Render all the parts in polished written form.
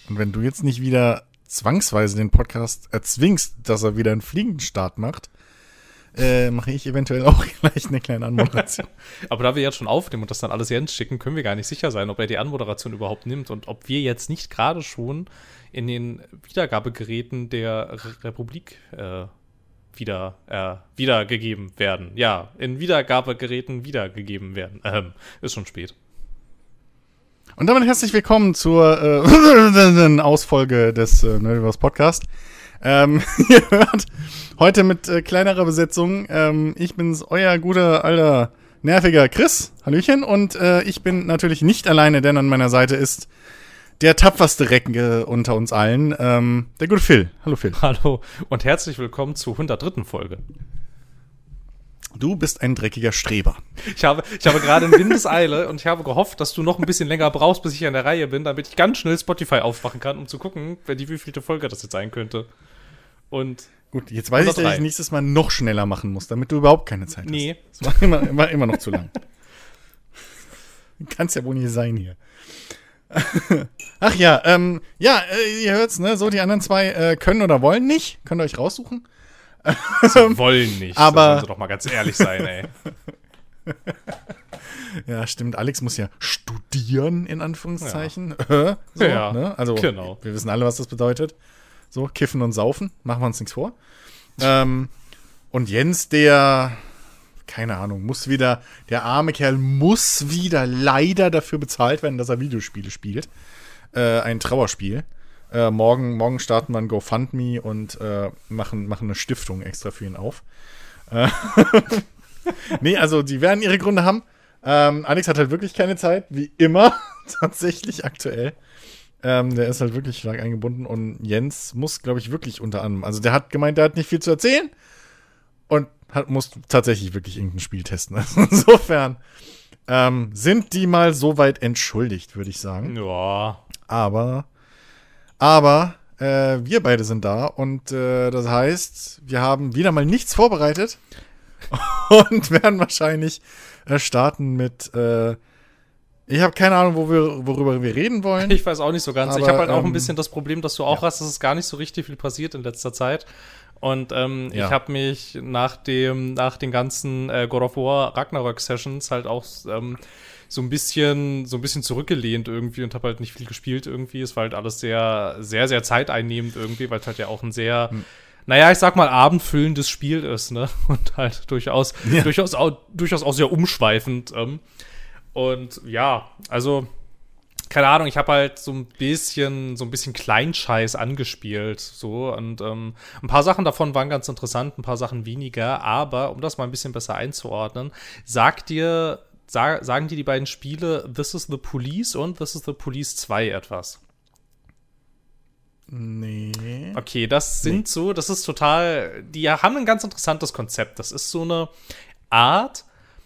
Und wenn du jetzt nicht wieder zwangsweise den Podcast erzwingst, dass er wieder einen fliegenden Start macht, mache ich eventuell auch gleich eine kleine Anmoderation. Aber da wir jetzt schon aufnehmen und das dann alles Jens schicken, können wir gar nicht sicher sein, ob er die Anmoderation überhaupt nimmt und ob wir jetzt nicht gerade schon in den Wiedergabegeräten der Republik wiedergegeben werden. Ja, in Wiedergabegeräten wiedergegeben werden. Ist schon spät. Und damit herzlich willkommen zur Ausfolge des Nerdiverse Podcast. Ihr hört heute mit kleinerer Besetzung. Ich bin's, euer guter, alter, nerviger Chris. Hallöchen. Und ich bin natürlich nicht alleine, denn an meiner Seite ist der tapferste Recke unter uns allen, der gute Phil. Hallo Phil. Hallo und herzlich willkommen zur 103. Folge. Du bist ein dreckiger Streber. Ich habe gerade in Windeseile und ich habe gehofft, dass du noch ein bisschen länger brauchst, bis ich an der Reihe bin, damit ich ganz schnell Spotify aufmachen kann, um zu gucken, wie vielte Folge das jetzt sein könnte. Und gut, jetzt weiß ich, dass ich nächstes Mal noch schneller machen muss, damit du überhaupt keine Zeit hast. Nee. Das war immer noch zu lang. Kann's ja wohl nicht sein hier. Ach ja, ihr hört's, ne? So, die anderen zwei können oder wollen nicht. Könnt ihr euch raussuchen. Sie wollen nicht. Aber da sollen sie doch mal ganz ehrlich sein, ey. Ja, stimmt. Alex muss ja studieren, in Anführungszeichen. Ja. So, ja, ne? Also, genau. Wir wissen alle, was das bedeutet. So, kiffen und saufen. Machen wir uns nichts vor. Und Jens, keine Ahnung, der arme Kerl muss wieder leider dafür bezahlt werden, dass er Videospiele spielt. Ein Trauerspiel. Morgen starten wir ein GoFundMe und machen eine Stiftung extra für ihn auf. Nee, also die werden ihre Gründe haben. Alex hat halt wirklich keine Zeit, wie immer, tatsächlich aktuell. Der ist halt wirklich stark eingebunden und Jens muss, glaube ich, wirklich unter anderem, also der hat gemeint, der hat nicht viel zu erzählen und muss tatsächlich wirklich irgendein Spiel testen. Also insofern sind die mal soweit entschuldigt, würde ich sagen. Ja. Aber wir beide sind da und das heißt, wir haben wieder mal nichts vorbereitet und werden wahrscheinlich starten mit ich habe keine Ahnung, worüber wir reden wollen. Ich weiß auch nicht so ganz. Aber, ich habe halt auch ein bisschen das Problem, dass du auch ja. hast, dass es gar nicht so richtig viel passiert in letzter Zeit. Und ich Ja. habe mich nach den ganzen God of War Ragnarök Sessions halt auch so ein bisschen zurückgelehnt irgendwie und habe halt nicht viel gespielt irgendwie. Es war halt alles sehr, sehr, sehr zeiteinnehmend irgendwie, weil es halt ja auch ein sehr, naja, ich sag mal, abendfüllendes Spiel ist, ne? Und halt durchaus auch sehr umschweifend. Und ja, also, keine Ahnung, ich habe halt so ein bisschen Kleinscheiß angespielt, so, und ein paar Sachen davon waren ganz interessant, ein paar Sachen weniger, aber um das mal ein bisschen besser einzuordnen, sagen dir die beiden Spiele This is the Police und This is the Police 2 etwas? Nee. Okay, das ist total, die haben ein ganz interessantes Konzept. Das ist so eine Art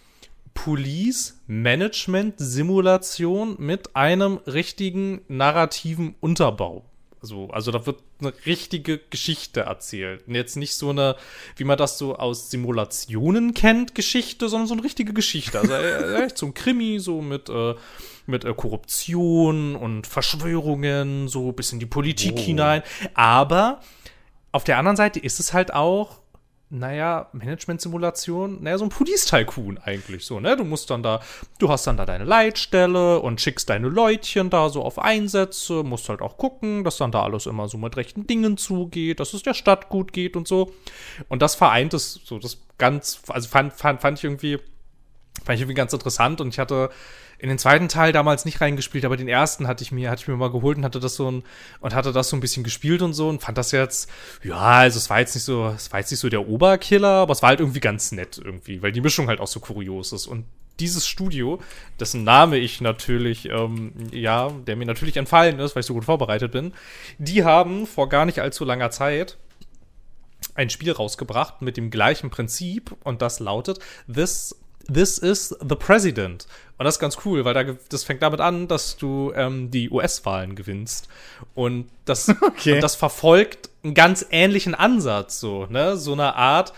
Police-Management-Simulation mit einem richtigen narrativen Unterbau. Also da wird eine richtige Geschichte erzählt. Und jetzt nicht so eine, wie man das so aus Simulationen kennt, Geschichte, sondern so eine richtige Geschichte. Also echt so ein Krimi, so mit Korruption und Verschwörungen, so ein bisschen die Politik hinein. Aber auf der anderen Seite ist es halt auch, naja, Management-Simulation, naja, so ein Police-Tycoon eigentlich so, ne? Du hast dann da deine Leitstelle und schickst deine Leutchen da so auf Einsätze, musst halt auch gucken, dass dann da alles immer so mit rechten Dingen zugeht, dass es der Stadt gut geht und so. Und das vereint es so, das ganz, also fand ich irgendwie ganz interessant und ich hatte in den zweiten Teil damals nicht reingespielt, aber den ersten hatte ich mir mal geholt und hatte das so ein bisschen gespielt und so und fand das jetzt, ja, also es war jetzt nicht so der Oberkiller, aber es war halt irgendwie ganz nett irgendwie, weil die Mischung halt auch so kurios ist. Und dieses Studio, dessen Name ich natürlich, der mir natürlich entfallen ist, weil ich so gut vorbereitet bin, die haben vor gar nicht allzu langer Zeit ein Spiel rausgebracht mit dem gleichen Prinzip und das lautet This is the President. Und das ist ganz cool, weil das fängt damit an, dass du die US-Wahlen gewinnst. Und das verfolgt einen ganz ähnlichen Ansatz, so, ne? So eine Art,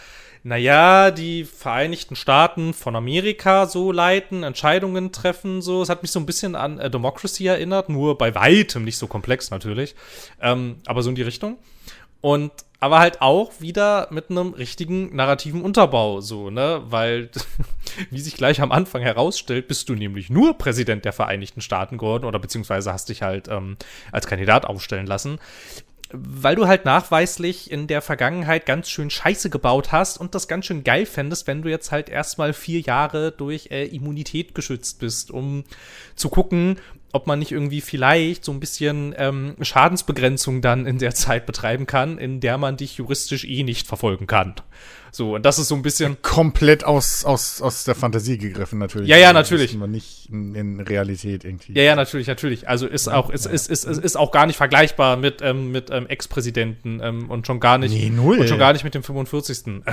naja, die Vereinigten Staaten von Amerika so leiten, Entscheidungen treffen, so. Es hat mich so ein bisschen an Democracy erinnert, nur bei weitem nicht so komplex natürlich, aber so in die Richtung. Und aber halt auch wieder mit einem richtigen narrativen Unterbau, so, ne, weil, wie sich gleich am Anfang herausstellt, bist du nämlich nur Präsident der Vereinigten Staaten geworden oder beziehungsweise hast dich halt als Kandidat aufstellen lassen, weil du halt nachweislich in der Vergangenheit ganz schön Scheiße gebaut hast und das ganz schön geil fändest, wenn du jetzt halt erstmal 4 Jahre durch Immunität geschützt bist, um zu gucken, ob man nicht irgendwie vielleicht so ein bisschen Schadensbegrenzung dann in der Zeit betreiben kann, in der man dich juristisch nicht verfolgen kann. So, und das ist so ein bisschen komplett aus der Fantasie gegriffen, natürlich. Ja, natürlich. Aber nicht in Realität irgendwie. Ja, natürlich. Also ist auch gar nicht vergleichbar mit Ex-Präsidenten und schon gar nicht null. Und schon gar nicht mit dem 45.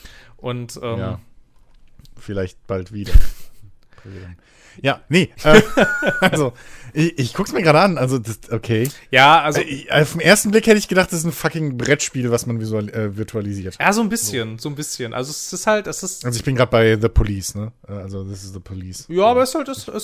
Ja. Vielleicht bald wieder. Ja, nee. Also, ich guck's mir gerade an. Also, okay. Ja, also. Auf den ersten Blick hätte ich gedacht, das ist ein fucking Brettspiel, was man virtualisiert. Ja, so ein bisschen. Also, Also, ich bin gerade bei The Police, ne? Also, this is The Police. Ja, aber ist halt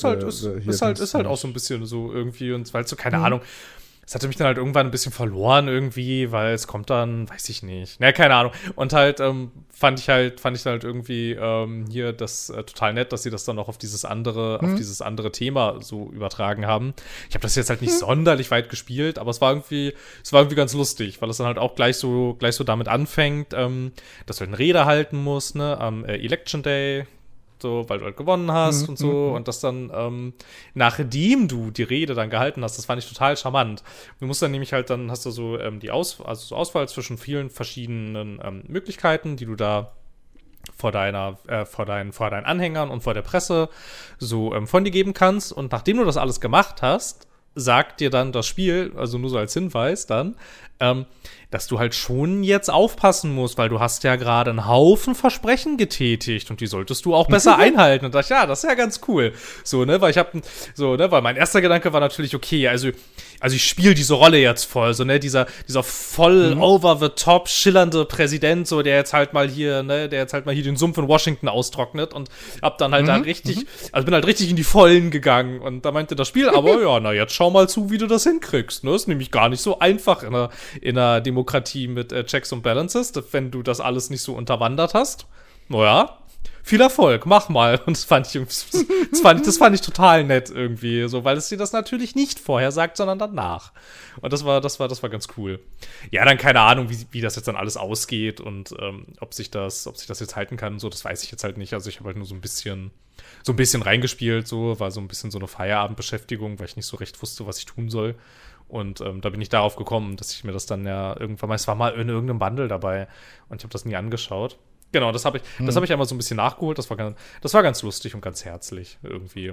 auch so ein bisschen so irgendwie und weil so, keine Ahnung. Es hatte mich dann halt irgendwann ein bisschen verloren irgendwie, weil es kommt dann, weiß ich nicht. Ne, keine Ahnung. Und halt fand ich halt irgendwie hier das total nett, dass sie das dann auch auf dieses andere Thema so übertragen haben. Ich habe das jetzt halt nicht sonderlich weit gespielt, aber es war irgendwie ganz lustig, weil es dann halt auch gleich so damit anfängt, dass du halt eine Rede halten musst, ne, am Election Day. So, weil du halt gewonnen hast und so. Und das dann, nachdem du die Rede dann gehalten hast, das fand ich total charmant. Du musst dann nämlich halt, dann hast du so so Auswahl zwischen vielen verschiedenen Möglichkeiten, die du da vor deinen Anhängern und vor der Presse so von dir geben kannst. Und nachdem du das alles gemacht hast, sagt dir dann das Spiel, also nur so als Hinweis dann, dass du halt schon jetzt aufpassen musst, weil du hast ja gerade einen Haufen Versprechen getätigt und die solltest du auch besser einhalten. Und dachte, ja, das ist ja ganz cool. So, ne, weil mein erster Gedanke war natürlich, okay, also ich spiele diese Rolle jetzt voll, so, ne, dieser voll over the top schillernde Präsident, so, der jetzt halt mal hier den Sumpf in Washington austrocknet und hab dann halt bin halt richtig in die Vollen gegangen und da meinte das Spiel, aber ja, na, jetzt schau mal zu, wie du das hinkriegst, ne, ist nämlich gar nicht so einfach in einer Demokratie mit Checks und Balances, wenn du das alles nicht so unterwandert hast. Naja, viel Erfolg, mach mal. Und das fand ich total nett irgendwie, so, weil es dir das natürlich nicht vorher sagt, sondern danach. Und das war ganz cool. Ja, dann keine Ahnung, wie das jetzt dann alles ausgeht und ob sich das jetzt halten kann und so, das weiß ich jetzt halt nicht. Also ich habe halt nur so ein bisschen reingespielt, so, war so ein bisschen so eine Feierabendbeschäftigung, weil ich nicht so recht wusste, was ich tun soll. Und da bin ich darauf gekommen, dass ich mir das dann ja irgendwann mal, es war mal in irgendeinem Bundle dabei und ich habe das nie angeschaut. Genau, das habe ich einmal so ein bisschen nachgeholt. Das war ganz lustig und ganz herzlich irgendwie.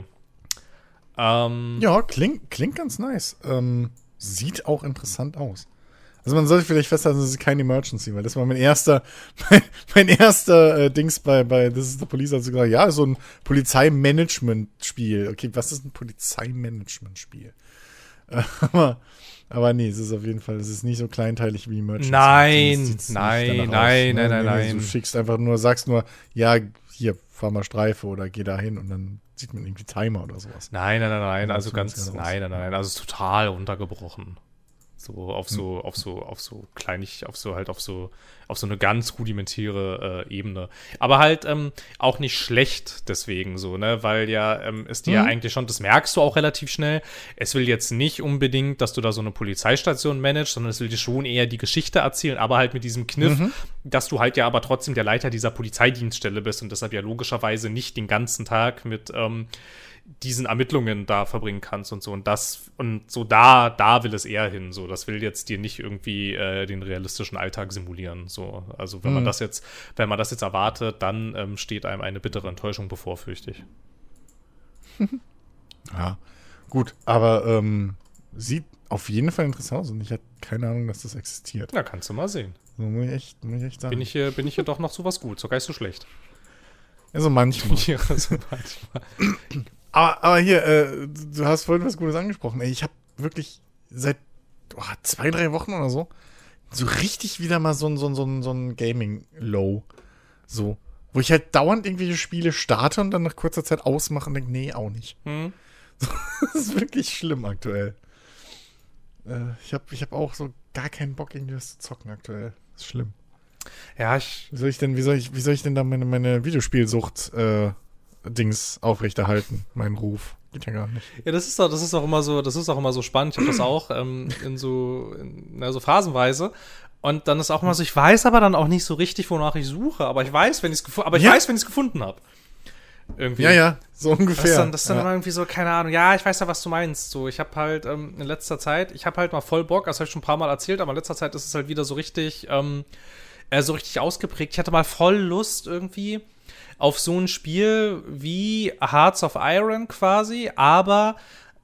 Ja, klingt ganz nice. Sieht auch interessant aus. Also man sollte vielleicht festhalten, das ist kein Emergency, weil das war mein erster Dings bei This is the Police, also gesagt, ja, so ein Polizeimanagement-Spiel. Okay, was ist ein Polizeimanagement-Spiel? Aber nee, es ist auf jeden Fall, es ist nicht so kleinteilig wie Emergency. Nein. Du schickst einfach nur, sagst nur, ja, hier, fahr mal Streife oder geh da hin und dann sieht man irgendwie Timer oder sowas. Nein, also also es ist total runtergebrochen. So auf so eine ganz rudimentäre Ebene. Aber halt auch nicht schlecht deswegen so, ne, weil ja es dir ja eigentlich schon, das merkst du auch relativ schnell, es will jetzt nicht unbedingt, dass du da so eine Polizeistation managst, sondern es will dir schon eher die Geschichte erzählen, aber halt mit diesem Kniff, dass du halt ja aber trotzdem der Leiter dieser Polizeidienststelle bist und deshalb ja logischerweise nicht den ganzen Tag mit diesen Ermittlungen da verbringen kannst und so. Und da will es eher hin. So, das will jetzt dir nicht irgendwie den realistischen Alltag simulieren. So, also wenn man das jetzt erwartet, dann steht einem eine bittere Enttäuschung bevor, fürchte ich. Ja, gut, aber sieht auf jeden Fall interessant aus und ich hatte keine Ahnung, dass das existiert. Na, kannst du mal sehen. So, muss ich echt sagen. Bin ich hier doch noch so was gut, so gar nicht so schlecht. Also manchmal. Ja, so manchmal. Aber hier, du hast vorhin was Gutes angesprochen. Ey, ich habe wirklich seit 2-3 Wochen oder so richtig wieder mal so ein Gaming-Low. So. Wo ich halt dauernd irgendwelche Spiele starte und dann nach kurzer Zeit ausmache und denke, nee, auch nicht. Das ist wirklich schlimm aktuell. Ich hab auch so gar keinen Bock, irgendwas zu zocken aktuell. Das ist schlimm. Ja, wie soll ich denn da meine Videospielsucht Dings aufrechterhalten, meinen Ruf? Geht ja gar nicht. Ja, das ist auch immer so spannend. Ich habe das auch so phasenweise. Und dann ist auch immer so, ich weiß aber dann auch nicht so richtig, wonach ich suche. Aber ich weiß, wenn ich es gefunden habe. Irgendwie. Ja, so ungefähr. Das ist dann immer irgendwie so, keine Ahnung, ja, ich weiß ja, was du meinst. So, ich habe halt in letzter Zeit, ich habe halt mal voll Bock, das habe ich schon ein paar Mal erzählt, aber in letzter Zeit ist es halt wieder so richtig ausgeprägt. Ich hatte mal voll Lust irgendwie auf so ein Spiel wie Hearts of Iron quasi, aber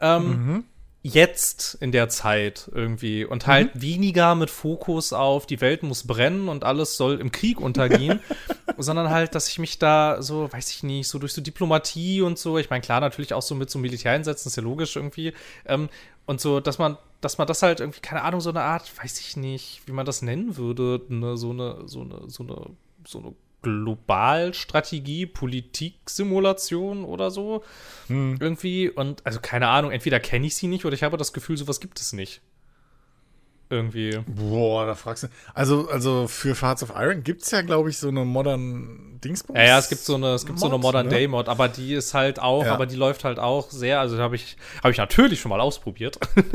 jetzt in der Zeit irgendwie und halt weniger mit Fokus auf die Welt muss brennen und alles soll im Krieg untergehen, sondern halt, dass ich mich da so, weiß ich nicht, so durch so Diplomatie und so, ich meine, klar, natürlich auch so mit so Militäreinsätzen, ist ja logisch irgendwie, und so, dass man das halt irgendwie, keine Ahnung, so eine Art, weiß ich nicht, wie man das nennen würde, so eine Globalstrategie, Politik-Simulation oder so. Irgendwie. Und, also keine Ahnung, entweder kenne ich sie nicht oder ich habe das Gefühl, sowas gibt es nicht. Irgendwie. Boah, da fragst du. Also für Hearts of Iron gibt's ja, glaube ich, so eine Modern Dingsbums. Ja, es gibt so eine Modern Day Mod, aber die ist halt auch, aber die läuft halt auch sehr, also habe ich natürlich schon mal ausprobiert.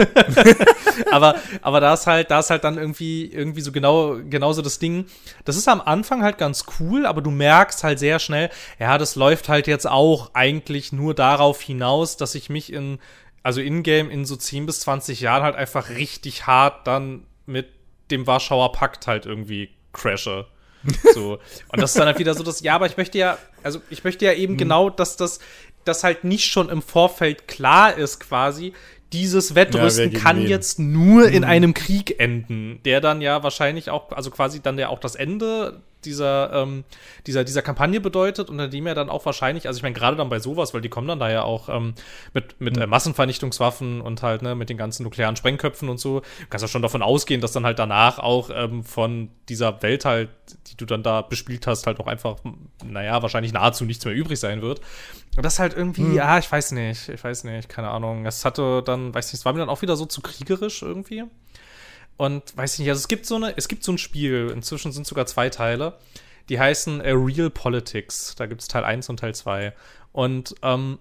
aber da ist halt dann irgendwie so genauso das Ding. Das ist am Anfang halt ganz cool, aber du merkst halt sehr schnell, ja, das läuft halt jetzt auch eigentlich nur darauf hinaus, dass ich mich in-game in so 10 bis 20 Jahren halt einfach richtig hart dann mit dem Warschauer Pakt halt irgendwie crashe. So. Und das ist dann halt wieder so das, ja, aber ich möchte ja eben genau, dass das halt nicht schon im Vorfeld klar ist quasi, dieses Wettrüsten kann jetzt nur in einem Krieg enden, der dann ja wahrscheinlich auch, also quasi dann ja auch das Ende dieser Kampagne bedeutet, unter dem ja dann auch wahrscheinlich, also ich meine, gerade dann bei sowas, weil die kommen dann da ja auch mit Massenvernichtungswaffen und halt, ne, mit den ganzen nuklearen Sprengköpfen und so, du kannst ja schon davon ausgehen, dass dann halt danach auch von dieser Welt halt, die du dann da bespielt hast, halt auch einfach, naja, wahrscheinlich nahezu nichts mehr übrig sein wird. Und das halt irgendwie, ich weiß nicht, keine Ahnung. Es hatte dann, weiß nicht, es war mir dann auch wieder so zu kriegerisch irgendwie. Und weiß ich nicht, also es gibt so ein Spiel, inzwischen sind sogar 2 Teile, die heißen Real Politics. Da gibt es Teil 1 und Teil 2. Und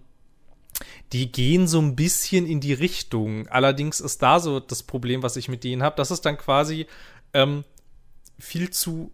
die gehen so ein bisschen in die Richtung. Allerdings ist da so das Problem, was ich mit denen habe, das ist dann quasi viel zu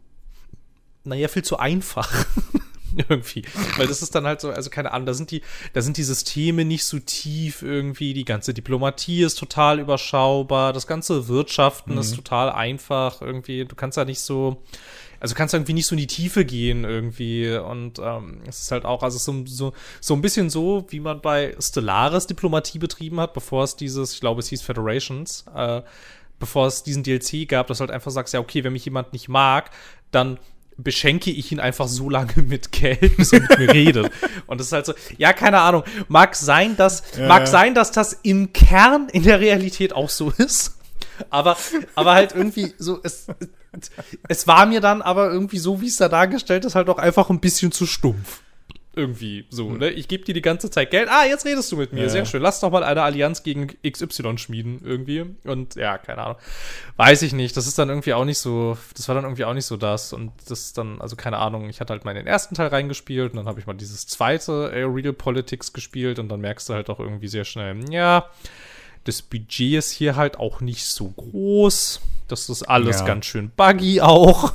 einfach. Irgendwie. Weil das ist dann halt so, also keine Ahnung, da sind die Systeme nicht so tief irgendwie, die ganze Diplomatie ist total überschaubar, das ganze Wirtschaften ist total einfach irgendwie, du kannst da nicht so, also kannst irgendwie nicht so in die Tiefe gehen irgendwie und es ist halt auch, also so ein bisschen so, wie man bei Stellaris Diplomatie betrieben hat, bevor es ich glaube, es hieß Federations, bevor es diesen DLC gab, dass du halt einfach sagst, ja okay, wenn mich jemand nicht mag, dann beschenke ich ihn einfach so lange mit Geld, bis er mit mir redet. Und das ist halt so, ja, keine Ahnung, mag sein, dass das im Kern in der Realität auch so ist, aber halt irgendwie so, es war mir dann aber irgendwie so, wie es da dargestellt ist, halt auch einfach ein bisschen zu stumpf. Irgendwie so, ne? Ich gebe dir die ganze Zeit Geld. Jetzt redest du mit mir. Sehr schön. Lass doch mal eine Allianz gegen XY schmieden irgendwie. Und ja, keine Ahnung. Weiß ich nicht. Das ist dann irgendwie auch nicht so, das war dann irgendwie auch nicht so das. Und das ist dann, also keine Ahnung, ich hatte halt mal in den ersten Teil reingespielt und dann habe ich mal dieses zweite Real Politics gespielt und dann merkst du halt auch irgendwie sehr schnell, ja, das Budget ist hier halt auch nicht so groß. Das ist alles ganz schön buggy auch.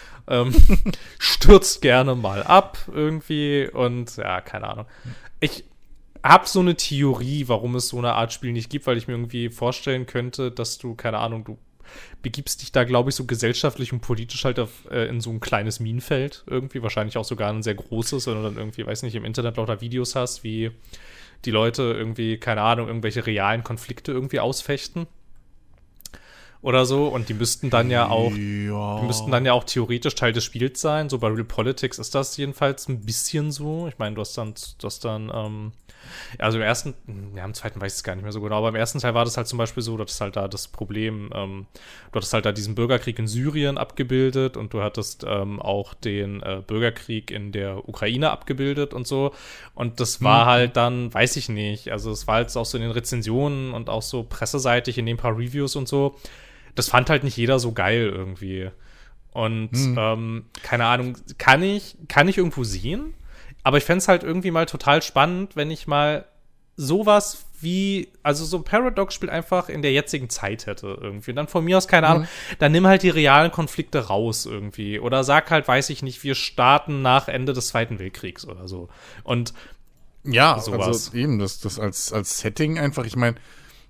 Stürzt gerne mal ab irgendwie und ja, keine Ahnung. Ich habe so eine Theorie, warum es so eine Art Spiel nicht gibt, weil ich mir irgendwie vorstellen könnte, dass du, keine Ahnung, du begibst dich da, glaube ich, so gesellschaftlich und politisch halt in so ein kleines Minenfeld irgendwie, wahrscheinlich auch sogar ein sehr großes, wenn du dann irgendwie, weiß nicht, im Internet lauter Videos hast, wie die Leute irgendwie, keine Ahnung, irgendwelche realen Konflikte irgendwie ausfechten. Oder so, und die müssten dann ja auch theoretisch Teil des Spiels sein. So bei Real Politics ist das jedenfalls ein bisschen so. Ich meine, du hast dann Also im zweiten weiß ich es gar nicht mehr so genau, aber im ersten Teil war das halt zum Beispiel so, dass halt da das Problem, du hattest halt da diesen Bürgerkrieg in Syrien abgebildet und du hattest auch den Bürgerkrieg in der Ukraine abgebildet und so. Und das war halt dann, weiß ich nicht, also es war jetzt auch so in den Rezensionen und auch so presseseitig in den paar Reviews und so. Das fand halt nicht jeder so geil irgendwie. Und keine Ahnung, kann ich irgendwo sehen? Aber ich fände es halt irgendwie mal total spannend, wenn ich mal sowas wie, also so ein Paradox-Spiel einfach in der jetzigen Zeit hätte irgendwie. Und dann von mir aus, keine Ahnung, dann nimm halt die realen Konflikte raus irgendwie. Oder sag halt, weiß ich nicht, wir starten nach Ende des Zweiten Weltkriegs oder so. Und ja, sowas. Also eben, das als Setting einfach, ich meine,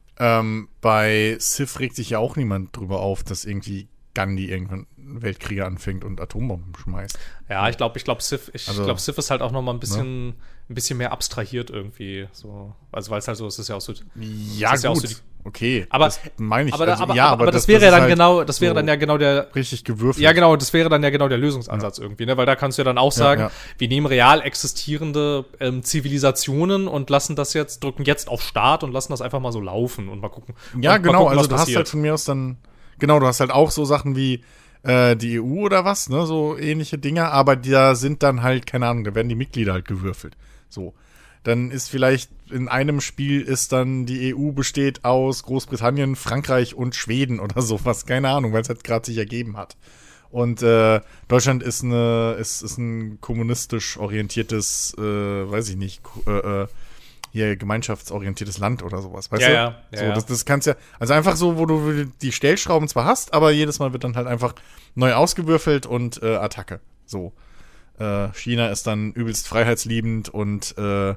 bei Civ regt sich ja auch niemand drüber auf, dass irgendwie Gandhi irgendwann Weltkriege anfängt und Atombomben schmeißt. Ja, ich glaube, Civ ist halt auch noch mal ein bisschen mehr abstrahiert irgendwie. So. Also, weil es halt so, es ist ja auch so. Ja, gut. Ja auch so okay, aber, das meine ich. Aber das wäre ja dann halt genau, das wäre dann ja genau der. Richtig gewürfelt. Ja, genau, das wäre dann ja genau der Lösungsansatz irgendwie, ne? Weil da kannst du ja dann auch sagen, wir nehmen real existierende Zivilisationen und drücken jetzt auf Start und lassen das einfach mal so laufen und mal gucken. Ja, genau, gucken, also du hast halt von mir aus dann. Genau, du hast halt auch so Sachen wie die EU oder was, ne, so ähnliche Dinge, aber da sind dann halt, keine Ahnung, da werden die Mitglieder halt gewürfelt. So. Dann ist vielleicht in einem Spiel ist dann die EU besteht aus Großbritannien, Frankreich und Schweden oder sowas, keine Ahnung, weil es halt gerade sich ergeben hat. Und Deutschland ist ein kommunistisch orientiertes, weiß ich nicht, hier gemeinschaftsorientiertes Land oder sowas, weißt du? Ja. Das kannst ja, also einfach so, wo du die Stellschrauben zwar hast, aber jedes Mal wird dann halt einfach neu ausgewürfelt und Attacke. So. China ist dann übelst freiheitsliebend und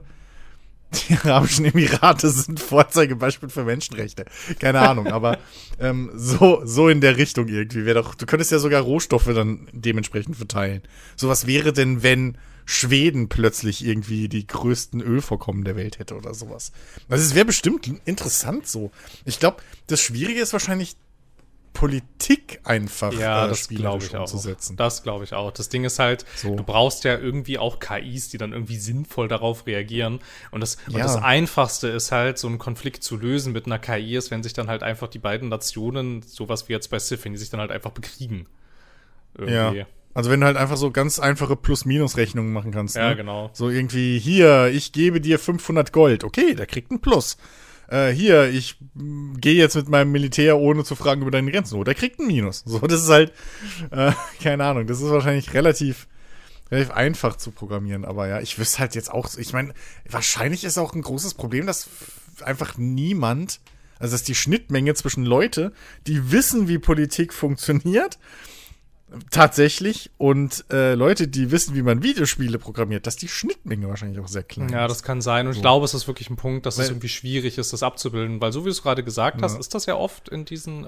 die Arabischen Emirate sind Vorzeigebeispiel für Menschenrechte. Keine Ahnung, aber so in der Richtung irgendwie. Du könntest ja sogar Rohstoffe dann dementsprechend verteilen. So was wäre denn, wenn Schweden plötzlich irgendwie die größten Ölvorkommen der Welt hätte oder sowas. Also es wäre bestimmt interessant so. Ich glaube, das Schwierige ist wahrscheinlich Politik einfach das glaube ich umzusetzen. Das glaube ich auch. Das Ding ist halt, du brauchst ja irgendwie auch KIs, die dann irgendwie sinnvoll darauf reagieren. Und das Einfachste ist halt, so einen Konflikt zu lösen mit einer KI ist, wenn sich dann halt einfach die beiden Nationen, sowas wie jetzt bei Civ, wenn die sich dann halt einfach bekriegen. Irgendwie. Ja. Also wenn du halt einfach so ganz einfache Plus-Minus-Rechnungen machen kannst. Ja, ne? genau. So irgendwie, hier, ich gebe dir 500 Gold. Okay, der kriegt ein Plus. Hier, ich gehe jetzt mit meinem Militär, ohne zu fragen über deine Grenzen. Oh, der kriegt ein Minus. So, das ist halt, keine Ahnung, das ist wahrscheinlich relativ einfach zu programmieren. Aber ja, ich wüsste halt jetzt auch, ich meine, wahrscheinlich ist auch ein großes Problem, dass einfach niemand, also dass die Schnittmenge zwischen Leute, die wissen, wie Politik funktioniert, tatsächlich, und Leute, die wissen, wie man Videospiele programmiert, dass die Schnittmenge wahrscheinlich auch sehr klein ist. Ja, das kann sein. Und ich glaube, es ist wirklich ein Punkt, dass es irgendwie schwierig ist, das abzubilden. Weil so wie du es gerade gesagt hast, ist das ja oft in diesen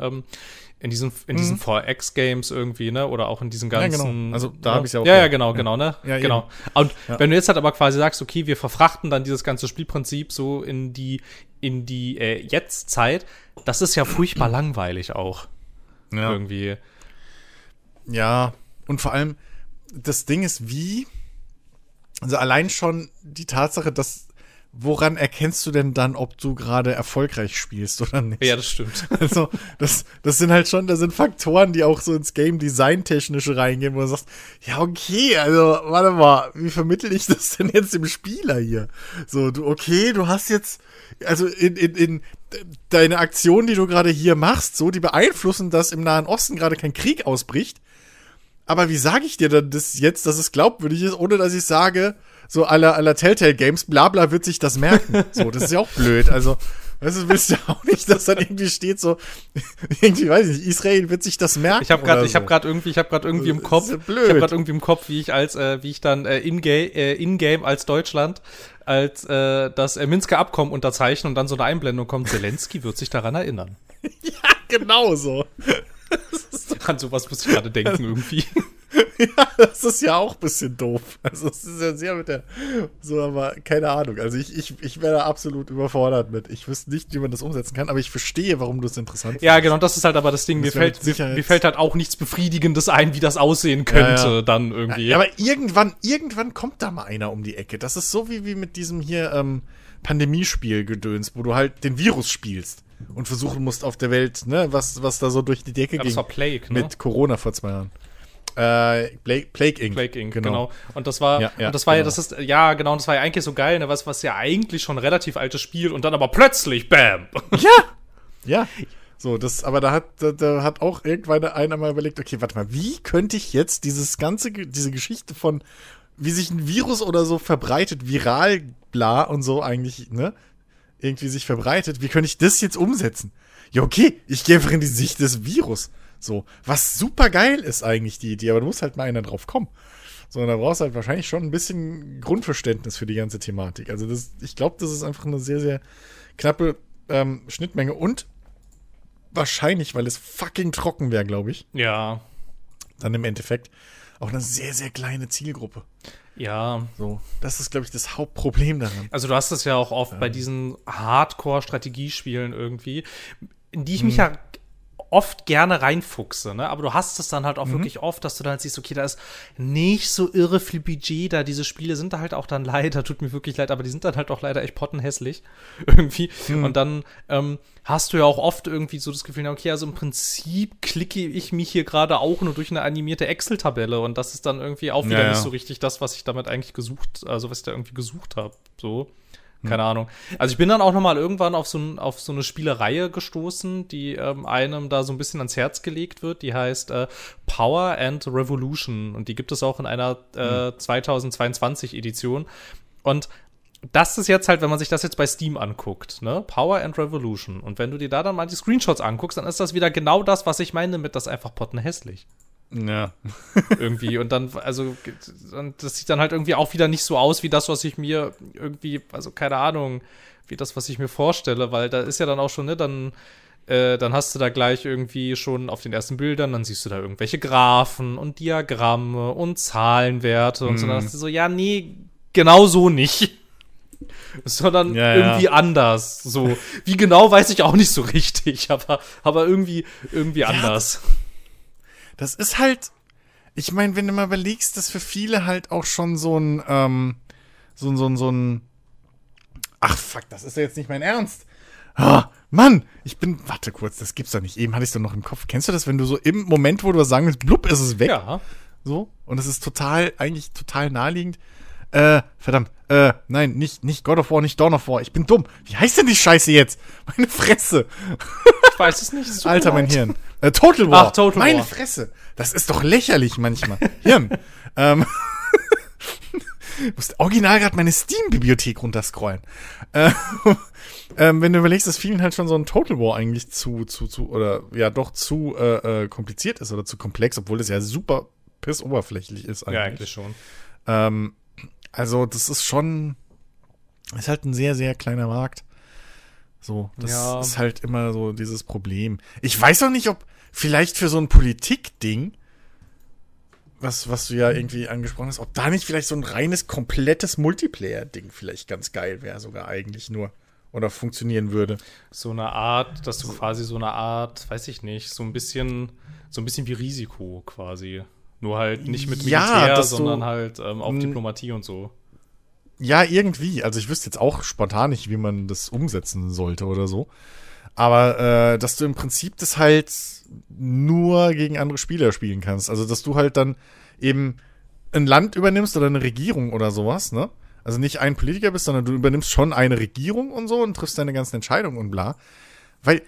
4X-Games irgendwie, ne? Oder auch in diesen ganzen. Ja, genau. Also da habe ich ja auch. Ja, genau, ne? Ja, genau. Und wenn du jetzt halt aber quasi sagst, okay, wir verfrachten dann dieses ganze Spielprinzip so in die Jetzt-Zeit, das ist ja furchtbar langweilig auch. Ja. Irgendwie. Ja, und vor allem, das Ding ist also allein schon die Tatsache, dass, woran erkennst du denn dann, ob du gerade erfolgreich spielst oder nicht? Ja, das stimmt. Also, das sind halt schon, das sind Faktoren, die auch so ins Game-Design-Technische reingehen, wo du sagst, ja, okay, also, warte mal, wie vermittel ich das denn jetzt dem Spieler hier? So, du hast jetzt, also in deine Aktionen, die du gerade hier machst, so, die beeinflussen, dass im Nahen Osten gerade kein Krieg ausbricht. Aber wie sage ich dir dann das jetzt, dass es glaubwürdig ist, ohne dass ich sage, so à la Telltale Games, bla bla wird sich das merken. So, das ist ja auch blöd. Also, weißt du, willst ja auch nicht, dass dann irgendwie steht so, irgendwie, weiß ich nicht, Israel wird sich das merken. Ich habe gerade irgendwie im Kopf, wie ich dann in-game als Deutschland als das Minsker Abkommen unterzeichnen und dann so eine Einblendung kommt, Zelensky wird sich daran erinnern. Ja, genau so. An sowas muss ich gerade denken irgendwie. Ja, das ist ja auch ein bisschen doof. Also es ist ja sehr aber keine Ahnung. Also ich wäre da absolut überfordert mit. Ich wüsste nicht, wie man das umsetzen kann, aber ich verstehe, warum du es interessant findest. Ja, genau, das ist halt aber das Ding. Mir fällt halt auch nichts Befriedigendes ein, wie das aussehen könnte dann irgendwie. Ja, aber irgendwann kommt da mal einer um die Ecke. Das ist so wie mit diesem hier, Pandemiespiel-Gedöns, wo du halt den Virus spielst und versuchen musst auf der Welt, ne, was da so durch die Decke ging. Das war Plague, ne? Mit Corona vor 2 Jahren. Plague Inc. Plague Inc., genau. Und das war, ja, und das war genau. ja, das ist, ja, genau, und das war ja eigentlich so geil, ne, was ja eigentlich schon ein relativ altes Spiel und dann aber plötzlich, bam! Ja. So, aber da hat auch irgendwann einer mal überlegt, okay, warte mal, wie könnte ich jetzt diese Geschichte von, wie sich ein Virus oder so verbreitet, viral, bla und so eigentlich, ne, irgendwie sich verbreitet, wie könnte ich das jetzt umsetzen? Ja, okay, ich gehe einfach in die Sicht des Virus. So, was super geil ist eigentlich die Idee, aber du musst halt mal einer drauf kommen. So, da brauchst du halt wahrscheinlich schon ein bisschen Grundverständnis für die ganze Thematik. Also ich glaube, das ist einfach eine sehr, sehr knappe Schnittmenge und wahrscheinlich, weil es fucking trocken wäre, glaube ich, Ja. dann im Endeffekt auch eine sehr, sehr kleine Zielgruppe. Ja. So, das ist, glaube ich, das Hauptproblem daran. Also du hast es ja auch oft bei diesen Hardcore-Strategiespielen irgendwie, in die ich mich ja oft gerne reinfuchse, ne? Aber du hast es dann halt auch wirklich oft, dass du dann halt siehst, okay, da ist nicht so irre viel Budget da. Diese Spiele sind da halt auch dann leider, tut mir wirklich leid, aber die sind dann halt auch leider echt pottenhässlich irgendwie. Und dann hast du ja auch oft irgendwie so das Gefühl, okay, also im Prinzip klicke ich mich hier gerade auch nur durch eine animierte Excel-Tabelle und das ist dann irgendwie auch wieder nicht so richtig das, was ich damit eigentlich was ich da irgendwie gesucht habe, so. Keine Ahnung. Also ich bin dann auch noch mal irgendwann auf so eine Spielereihe gestoßen, die einem da so ein bisschen ans Herz gelegt wird. Die heißt Power and Revolution und die gibt es auch in einer 2022 Edition. Und das ist jetzt halt, wenn man sich das jetzt bei Steam anguckt, ne? Power and Revolution. Und wenn du dir da dann mal die Screenshots anguckst, dann ist das wieder genau das, was ich meine mit das einfach pottenhässlich. Ja. Irgendwie. Und dann, also, das sieht dann halt irgendwie auch wieder nicht so aus wie das, was ich mir irgendwie, also keine Ahnung, wie das, was ich mir vorstelle, weil da ist ja dann auch schon, ne, dann hast du da gleich irgendwie schon auf den ersten Bildern, dann siehst du da irgendwelche Graphen und Diagramme und Zahlenwerte und so. Dann hast du so, ja, nee, genau so nicht. Sondern irgendwie anders. So, wie genau, weiß ich auch nicht so richtig, aber irgendwie anders. Das ist halt, ich meine, wenn du mal überlegst, dass für viele halt auch schon so ein, ach fuck, das ist ja jetzt nicht mein Ernst. Oh, Mann, warte kurz, das gibt's doch nicht. Eben hatte ich es doch noch im Kopf. Kennst du das, wenn du so im Moment, wo du was sagen willst, blub, ist es weg? Ja. So, und es ist eigentlich total naheliegend. Verdammt, nein, nicht God of War, nicht Dawn of War. Ich bin dumm. Wie heißt denn die Scheiße jetzt? Meine Fresse. Ich weiß es nicht. Alter, mein Hirn. Total War. Ach, Total War. Meine Fresse. Das ist doch lächerlich manchmal. Hirn. Ich musste original gerade meine Steam-Bibliothek runterscrollen. Wenn du überlegst, dass vielen halt schon so ein Total War eigentlich zu kompliziert ist oder zu komplex, obwohl das ja super pissoberflächlich ist eigentlich. Ja, eigentlich schon. Also, das ist halt ein sehr, sehr kleiner Markt. So, das ist halt immer so dieses Problem. Ich weiß auch nicht, ob vielleicht für so ein Politik-Ding, was du ja irgendwie angesprochen hast, ob da nicht vielleicht so ein reines, komplettes Multiplayer-Ding vielleicht ganz geil wäre, sogar eigentlich nur. Oder funktionieren würde. So eine Art, dass du quasi so eine Art, weiß ich nicht, so ein bisschen wie Risiko quasi. Nur halt nicht mit Militär, sondern halt auf Diplomatie und so. Ja, irgendwie. Also ich wüsste jetzt auch spontan nicht, wie man das umsetzen sollte oder so. Aber dass du im Prinzip das halt nur gegen andere Spieler spielen kannst. Also dass du halt dann eben ein Land übernimmst oder eine Regierung oder sowas, ne? Also nicht ein Politiker bist, sondern du übernimmst schon eine Regierung und so und triffst deine ganzen Entscheidungen und bla. Weil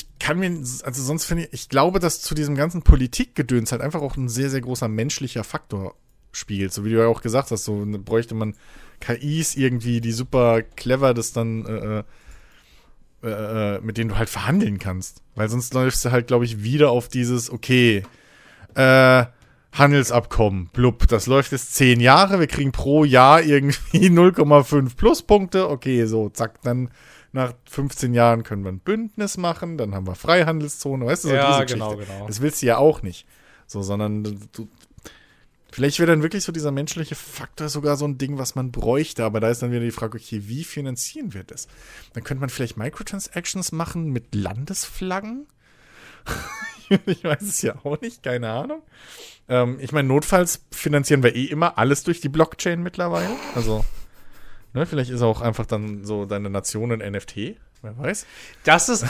ich glaube, dass zu diesem ganzen Politikgedöns halt einfach auch ein sehr, sehr großer menschlicher Faktor spielt. So wie du ja auch gesagt hast, so bräuchte man KIs irgendwie, die super clever das dann mit denen du halt verhandeln kannst. Weil sonst läufst du halt, glaube ich, wieder auf dieses, okay, Handelsabkommen, blub, das läuft jetzt 10 Jahre, wir kriegen pro Jahr irgendwie 0,5 Pluspunkte, okay, so, zack, dann nach 15 Jahren können wir ein Bündnis machen, dann haben wir Freihandelszone, weißt du, so ja, diese genau. Das willst du ja auch nicht. So, sondern vielleicht wäre dann wirklich so dieser menschliche Faktor sogar so ein Ding, was man bräuchte, aber da ist dann wieder die Frage, okay, wie finanzieren wir das? Dann könnte man vielleicht Microtransactions machen mit Landesflaggen? Ich weiß es ja auch nicht, keine Ahnung. Ich meine, notfalls finanzieren wir immer alles durch die Blockchain mittlerweile. Also, Ne? Vielleicht ist auch einfach dann so deine Nation ein NFT. Wer weiß. Das ist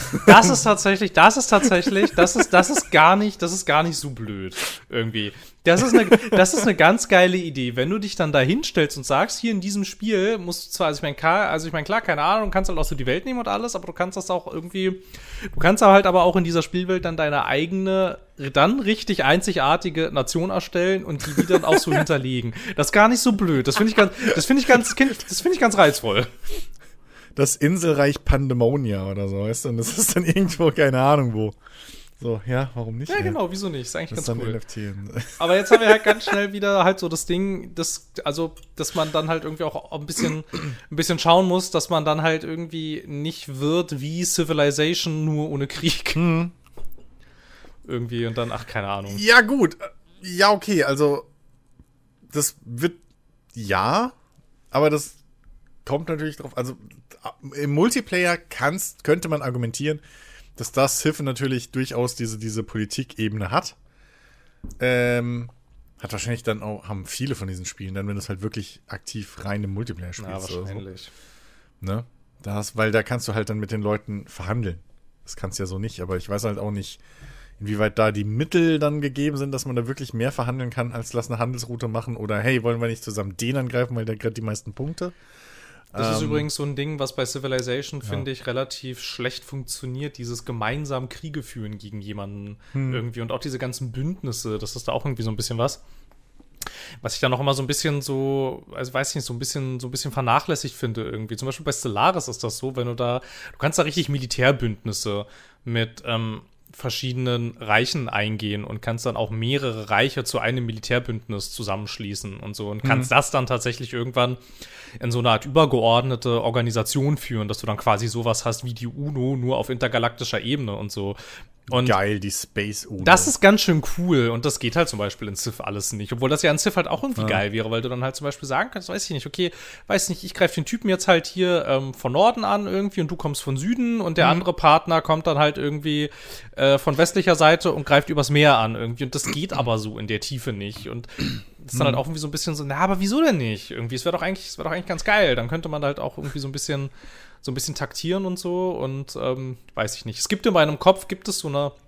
gar nicht so blöd irgendwie. Das ist eine ganz geile Idee, wenn du dich dann da hinstellst und sagst, hier in diesem Spiel musst du zwar, also ich meine, klar, keine Ahnung, du kannst halt auch so die Welt nehmen und alles, aber du kannst das auch irgendwie, du kannst halt aber auch in dieser Spielwelt dann deine eigene, dann richtig einzigartige Nation erstellen und die dann auch so hinterlegen. Das ist gar nicht so blöd. Das finde ich ganz reizvoll. Das Inselreich Pandemonia oder so, weißt du? Und das ist dann irgendwo, keine Ahnung wo. So, ja, warum nicht? Ja, genau, wieso nicht? Ist eigentlich das ganz ist cool. NFT. Aber jetzt haben wir halt ganz schnell wieder halt so das Ding, dass man dann halt irgendwie auch ein bisschen schauen muss, dass man dann halt irgendwie nicht wird wie Civilization, nur ohne Krieg. Mhm. Irgendwie und dann, keine Ahnung. Ja, gut. Ja, okay, also das wird, ja, aber das kommt natürlich drauf, also im Multiplayer könnte man argumentieren, dass das Civ natürlich durchaus diese Politikebene hat. Hat wahrscheinlich dann auch, haben viele von diesen Spielen dann, wenn du es halt wirklich aktiv rein im Multiplayer spielst. Ja, wahrscheinlich. Oder so. Ne? Weil da kannst du halt dann mit den Leuten verhandeln. Das kannst du ja so nicht, aber ich weiß halt auch nicht, inwieweit da die Mittel dann gegeben sind, dass man da wirklich mehr verhandeln kann, als lass eine Handelsroute machen oder hey, wollen wir nicht zusammen den angreifen, weil der gerade die meisten Punkte. Das ist übrigens so ein Ding, was bei Civilization, finde ich, relativ schlecht funktioniert, dieses gemeinsam Kriege führen gegen jemanden irgendwie und auch diese ganzen Bündnisse, das ist da auch irgendwie so ein bisschen was ich dann noch immer so ein bisschen so, also weiß ich nicht, so ein bisschen vernachlässigt finde irgendwie. Zum Beispiel bei Stellaris ist das so, du kannst da richtig Militärbündnisse mit verschiedenen Reichen eingehen und kannst dann auch mehrere Reiche zu einem Militärbündnis zusammenschließen und so und kannst das dann tatsächlich irgendwann in so eine Art übergeordnete Organisation führen, dass du dann quasi sowas hast wie die UNO, nur auf intergalaktischer Ebene und so. Und geil, die Space UNO. Das ist ganz schön cool und das geht halt zum Beispiel in Civ alles nicht, obwohl das ja in Civ halt auch irgendwie geil wäre, weil du dann halt zum Beispiel sagen kannst, weiß ich nicht, okay, ich greife den Typen jetzt halt hier von Norden an irgendwie und du kommst von Süden und der andere Partner kommt dann halt irgendwie von westlicher Seite und greift übers Meer an irgendwie und das geht aber so in der Tiefe nicht und das ist dann halt auch irgendwie so ein bisschen so, aber wieso denn nicht? Irgendwie, es wäre doch eigentlich ganz geil, dann könnte man halt auch irgendwie so ein bisschen taktieren und so und weiß ich nicht. Es gibt in meinem Kopf, gibt es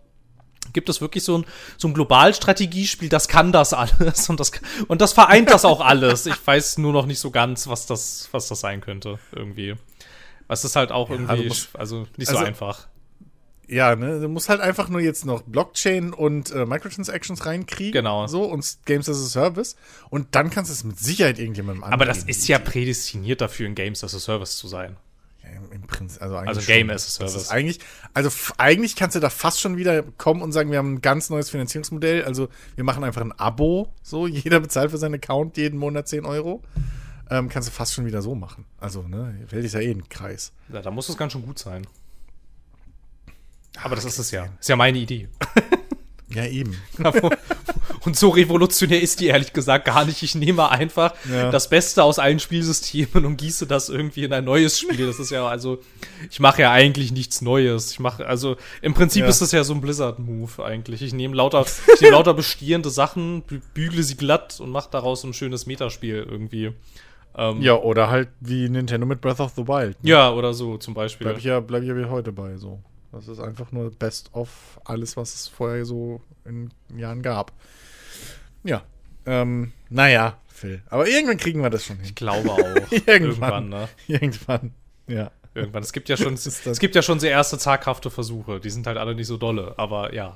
wirklich so ein Globalstrategiespiel, das kann das alles und das vereint das auch alles. Ich weiß nur noch nicht so ganz, was das sein könnte irgendwie. Es ist halt auch irgendwie, nicht so einfach. Ja, ne, du musst halt einfach nur jetzt noch Blockchain und Microtransactions reinkriegen. Genau. So, und Games as a Service. Und dann kannst du es mit Sicherheit irgendjemandem anbieten. Aber das ist ja prädestiniert dafür, ein Games as a Service zu sein. Ja, im Prinzip, eigentlich also Game as a Service. Eigentlich kannst du da fast schon wieder kommen und sagen, wir haben ein ganz neues Finanzierungsmodell. Also wir machen einfach ein Abo. So, jeder bezahlt für seinen Account jeden Monat 10 Euro. Kannst du fast schon wieder so machen. Also, ne, Welt ist ja ein Kreis. Ja, da muss es ganz schön gut sein. Aber das ist es ja. Ist ja meine Idee. Ja, eben. Und so revolutionär ist die ehrlich gesagt gar nicht. Ich nehme einfach das Beste aus allen Spielsystemen und gieße das irgendwie in ein neues Spiel. Das ist ja, ich mache ja eigentlich nichts Neues. Im Prinzip ist das ja so ein Blizzard-Move eigentlich. Ich nehme lauter bestehende Sachen, bügle sie glatt und mache daraus ein schönes Metaspiel irgendwie. Ja, oder halt wie Nintendo mit Breath of the Wild. Ne? Ja, oder so zum Beispiel. Bleib ich ja wie heute bei, so. Das ist einfach nur Best of alles, was es vorher so in Jahren gab. Ja. Naja, Phil. Aber irgendwann kriegen wir das schon hin. Ich glaube auch. Irgendwann, ne? Irgendwann, ja. Irgendwann. Es gibt ja schon so erste zaghafte Versuche. Die sind halt alle nicht so dolle, aber ja.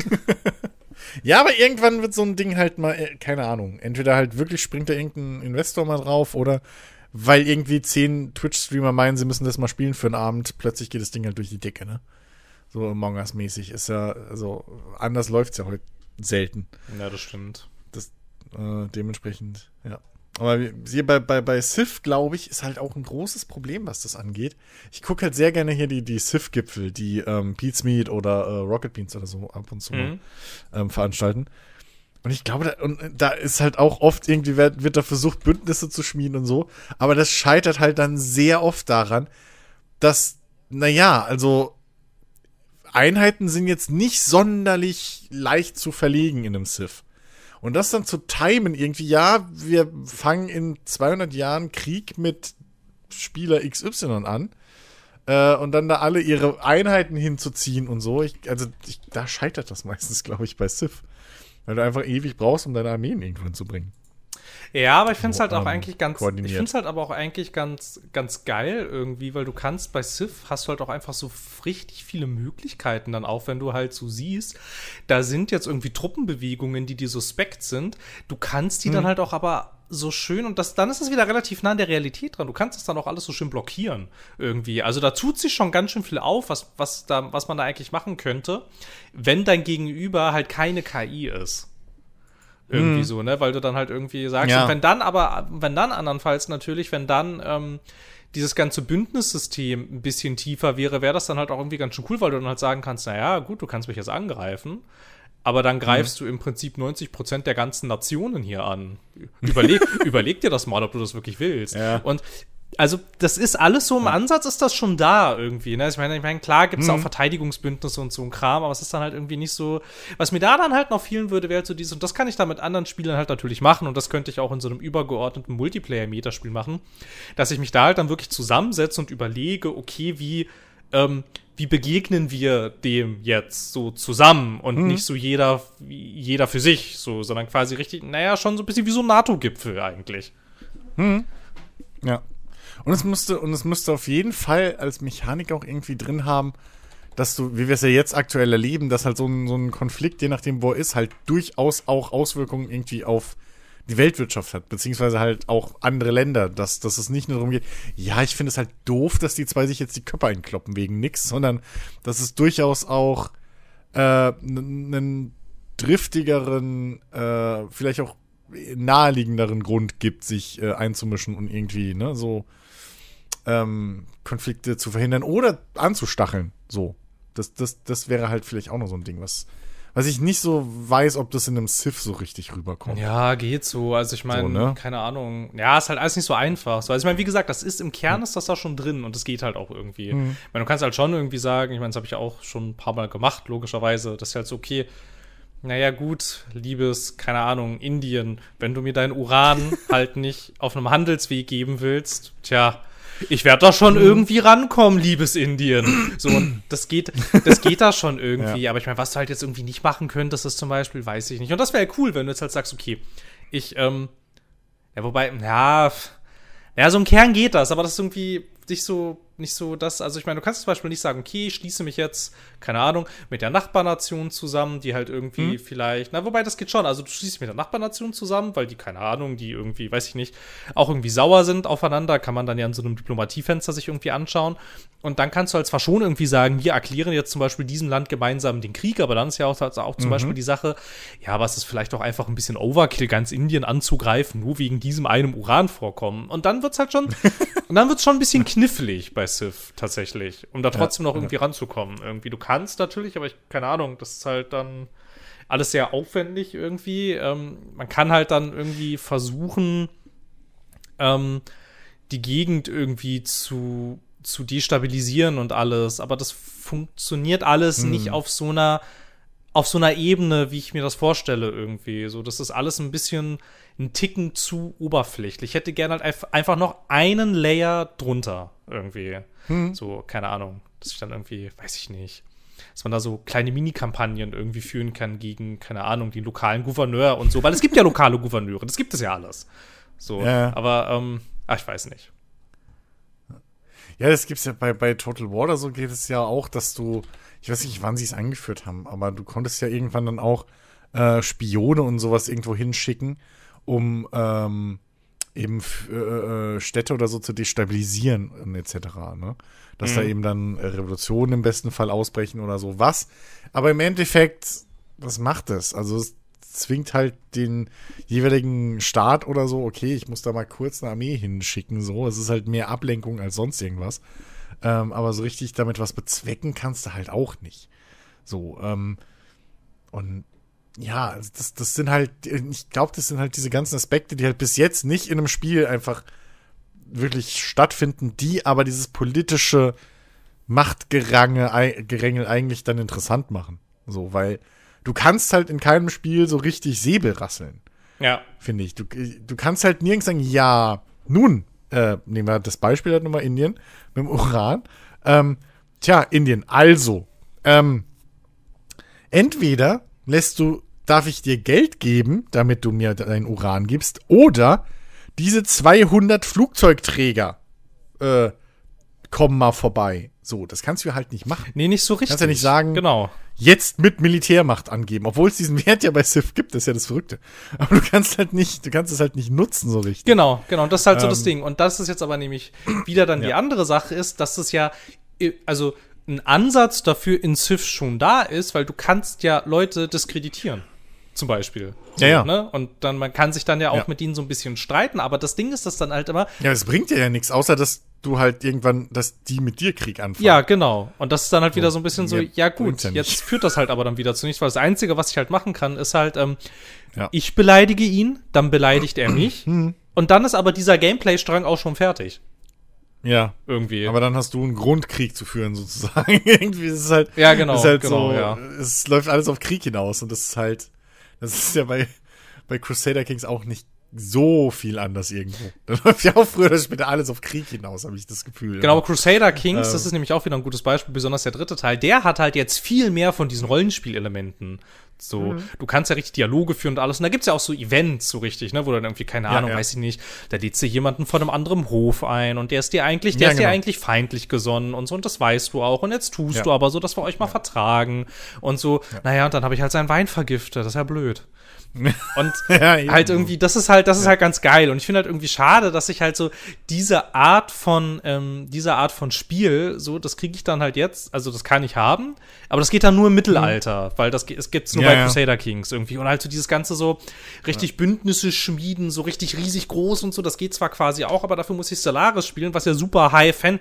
Ja, aber irgendwann wird so ein Ding halt mal, keine Ahnung, entweder halt wirklich springt da irgendein Investor mal drauf oder weil irgendwie 10 Twitch-Streamer meinen, sie müssen das mal spielen für einen Abend, plötzlich geht das Ding halt durch die Decke, ne? So Among Us-mäßig ist ja, also anders läuft's ja heute selten. Ja, das stimmt. Dementsprechend, ja. Aber hier bei Civ, glaube ich, ist halt auch ein großes Problem, was das angeht. Ich gucke halt sehr gerne hier die Civ-Gipfel, die Pete's Meat oder Rocket Beans oder so ab und zu veranstalten. Und ich glaube, da ist halt auch oft irgendwie, wird da versucht, Bündnisse zu schmieden und so. Aber das scheitert halt dann sehr oft daran, dass, also Einheiten sind jetzt nicht sonderlich leicht zu verlegen in einem Civ. Und das dann zu timen irgendwie, ja, wir fangen in 200 Jahren Krieg mit Spieler XY an. Und dann da alle ihre Einheiten hinzuziehen und so. Da scheitert das meistens, glaube ich, bei Civ. Weil du einfach ewig brauchst, um deine Armeen irgendwo hinzubringen. Ja, aber ich finde es halt auch eigentlich ganz geil irgendwie, weil du kannst bei Civ hast du halt auch einfach so richtig viele Möglichkeiten dann auch, wenn du halt so siehst, da sind jetzt irgendwie Truppenbewegungen, die dir suspekt sind. Du kannst die dann halt auch aber so schön und dann ist es wieder relativ nah an der Realität dran. Du kannst das dann auch alles so schön blockieren irgendwie. Also da tut sich schon ganz schön viel auf, was man da eigentlich machen könnte, wenn dein Gegenüber halt keine KI ist. Irgendwie so, ne? Weil du dann halt irgendwie sagst, und wenn dann andernfalls natürlich, wenn dann dieses ganze Bündnissystem ein bisschen tiefer wäre das dann halt auch irgendwie ganz schön cool, weil du dann halt sagen kannst, naja, gut, du kannst mich jetzt angreifen, aber dann greifst du im Prinzip 90% der ganzen Nationen hier an. Überleg dir das mal, ob du das wirklich willst. Ja. Und also, das ist alles so im Ansatz, ist das schon da irgendwie, ne? Ich meine, klar gibt es auch Verteidigungsbündnisse und so ein Kram, aber es ist dann halt irgendwie nicht so. Was mir da dann halt noch fehlen würde, wäre halt so dieses, und das kann ich da mit anderen Spielern halt natürlich machen, und das könnte ich auch in so einem übergeordneten Multiplayer-Metaspiel machen, dass ich mich da halt dann wirklich zusammensetze und überlege, okay, wie begegnen wir dem jetzt so zusammen und nicht so jeder für sich, so, sondern quasi richtig, naja, schon so ein bisschen wie so ein NATO-Gipfel eigentlich. Ja. Und es müsste auf jeden Fall als Mechanik auch irgendwie drin haben, dass du, wie wir es ja jetzt aktuell erleben, dass halt so ein Konflikt, je nachdem wo er ist, halt durchaus auch Auswirkungen irgendwie auf die Weltwirtschaft hat, beziehungsweise halt auch andere Länder, dass es nicht nur darum geht, ja, ich finde es halt doof, dass die zwei sich jetzt die Köpfe einkloppen wegen nix, sondern dass es durchaus auch einen driftigeren, vielleicht auch naheliegenderen Grund gibt, sich einzumischen und irgendwie, ne, so Konflikte zu verhindern oder anzustacheln. So. Das wäre halt vielleicht auch noch so ein Ding, was ich nicht so weiß, ob das in einem Civ so richtig rüberkommt. Ja, geht so. Also ich meine, so, ne? Keine Ahnung. Ja, ist halt alles nicht so einfach. So, also ich meine, wie gesagt, das ist im Kern ist das da schon drin und das geht halt auch irgendwie. Ich meine, du kannst halt schon irgendwie sagen, ich meine, das habe ich ja auch schon ein paar Mal gemacht, logischerweise, das ist halt so, okay, naja gut, liebes, keine Ahnung, Indien, wenn du mir dein Uran halt nicht auf einem Handelsweg geben willst, tja, ich werde da schon irgendwie rankommen, liebes Indien. So, und das geht da schon irgendwie. Ja. Aber ich meine, was du halt jetzt irgendwie nicht machen könntest, ist zum Beispiel, weiß ich nicht. Und das wäre cool, wenn du jetzt halt sagst, okay, ja, so im Kern geht das, aber das ist irgendwie nicht so das, also ich meine, du kannst zum Beispiel nicht sagen, okay, ich schließe mich jetzt, keine Ahnung, mit der Nachbarnation zusammen, die halt irgendwie vielleicht, wobei das geht schon, also du schließt dich mit der Nachbarnation zusammen, weil die, keine Ahnung, die irgendwie, weiß ich nicht, auch irgendwie sauer sind aufeinander, kann man dann ja in so einem Diplomatiefenster sich irgendwie anschauen und dann kannst du halt zwar schon irgendwie sagen, wir erklären jetzt zum Beispiel diesem Land gemeinsam den Krieg, aber dann ist ja auch zum Beispiel die Sache, ja, aber es ist vielleicht auch einfach ein bisschen Overkill, ganz Indien anzugreifen, nur wegen diesem einem Uranvorkommen und dann wird's halt schon, schon ein bisschen knifflig bei Civ tatsächlich, um da trotzdem noch irgendwie ranzukommen. Irgendwie, du kannst natürlich, aber keine Ahnung, das ist halt dann alles sehr aufwendig irgendwie. Man kann halt dann irgendwie versuchen, die Gegend irgendwie zu destabilisieren und alles, aber das funktioniert alles nicht auf so einer Ebene, wie ich mir das vorstelle irgendwie. So, das ist alles ein Ticken zu oberflächlich. Ich hätte gerne halt einfach noch einen Layer drunter irgendwie. So, keine Ahnung. Dass ich dann irgendwie, weiß ich nicht, dass man da so kleine Mini-Kampagnen irgendwie führen kann gegen, keine Ahnung, den lokalen Gouverneur und so. Weil es gibt ja lokale Gouverneure, das gibt es ja alles. So, aber, ich weiß nicht. Ja, das gibt's ja bei Total War oder so geht es ja auch, dass du, ich weiß nicht, wann sie es eingeführt haben, aber du konntest ja irgendwann dann auch Spione und sowas irgendwo hinschicken, um eben Städte oder so zu destabilisieren und etc., ne? Dass da eben dann Revolutionen im besten Fall ausbrechen oder so. Was? Aber im Endeffekt, was macht es? Also es zwingt halt den jeweiligen Staat oder so, okay, ich muss da mal kurz eine Armee hinschicken, so. Es ist halt mehr Ablenkung als sonst irgendwas. Aber so richtig damit was bezwecken kannst du halt auch nicht. So, und ja, das sind halt, ich glaube, das sind halt diese ganzen Aspekte, die halt bis jetzt nicht in einem Spiel einfach wirklich stattfinden, die aber dieses politische Machtgerangel eigentlich dann interessant machen. So, weil du kannst halt in keinem Spiel so richtig Säbel rasseln. Ja. Finde ich. Du kannst halt nirgends sagen, ja, nun, nehmen wir das Beispiel halt nochmal Indien, mit dem Uran. Indien, also, entweder darf ich dir Geld geben, damit du mir dein Uran gibst, oder diese 200 Flugzeugträger kommen mal vorbei. So, das kannst du halt nicht machen. Nee, nicht so richtig. Kannst ja nicht sagen, genau. Jetzt mit Militärmacht angeben, obwohl es diesen Wert ja bei Civ gibt, das ist ja das Verrückte. Aber du kannst es halt nicht nutzen so richtig. Genau, das ist halt so das Ding. Und das ist jetzt aber nämlich wieder dann die andere Sache ist, dass es ja, also ein Ansatz dafür in Civ schon da ist, weil du kannst ja Leute diskreditieren. Zum Beispiel. So, ja. Ne? Und dann, man kann sich dann ja auch mit ihnen so ein bisschen streiten, aber das Ding ist das dann halt immer. Ja, das bringt dir ja nichts, außer dass du halt irgendwann, dass die mit dir Krieg anfangen. Ja, genau. Und das ist dann halt wieder so ein bisschen so, ja gut, ja jetzt führt das halt aber dann wieder zu nichts, weil das Einzige, was ich halt machen kann, ist halt, ich beleidige ihn, dann beleidigt er mich und dann ist aber dieser Gameplay-Strang auch schon fertig. Ja. Irgendwie. Aber dann hast du einen Grundkrieg zu führen, sozusagen. Irgendwie ist es halt. Ja, genau. Ist halt genau, so, ja. Es läuft alles auf Krieg hinaus und das ist ja bei Crusader Kings auch nicht so viel anders irgendwo. Da läuft ja auch früher oder später alles auf Krieg hinaus, habe ich das Gefühl. Genau, Crusader Kings, das ist nämlich auch wieder ein gutes Beispiel, besonders der dritte Teil, der hat halt jetzt viel mehr von diesen Rollenspielelementen. So, du kannst ja richtig Dialoge führen und alles. Und da gibt's ja auch so Events, so richtig, ne, wo dann irgendwie, keine Ahnung, weiß ich nicht, da lädst du jemanden von einem anderen Hof ein und der ist dir eigentlich feindlich gesonnen und so, und das weißt du auch. Und jetzt tust du aber so, dass wir euch mal vertragen und so. Naja, und dann habe ich halt seinen Wein vergiftet, das ist ja blöd. Und halt irgendwie, das ist halt ganz geil. Und ich finde halt irgendwie schade, dass ich halt so diese Art von Spiel, so, das kriege ich dann halt jetzt, also das kann ich haben, aber das geht dann nur im Mittelalter, weil es gibt's nur bei Crusader Kings irgendwie. Und halt so dieses Ganze so richtig Bündnisse schmieden, so richtig riesig groß und so, das geht zwar quasi auch, aber dafür muss ich Stellaris spielen, was ja super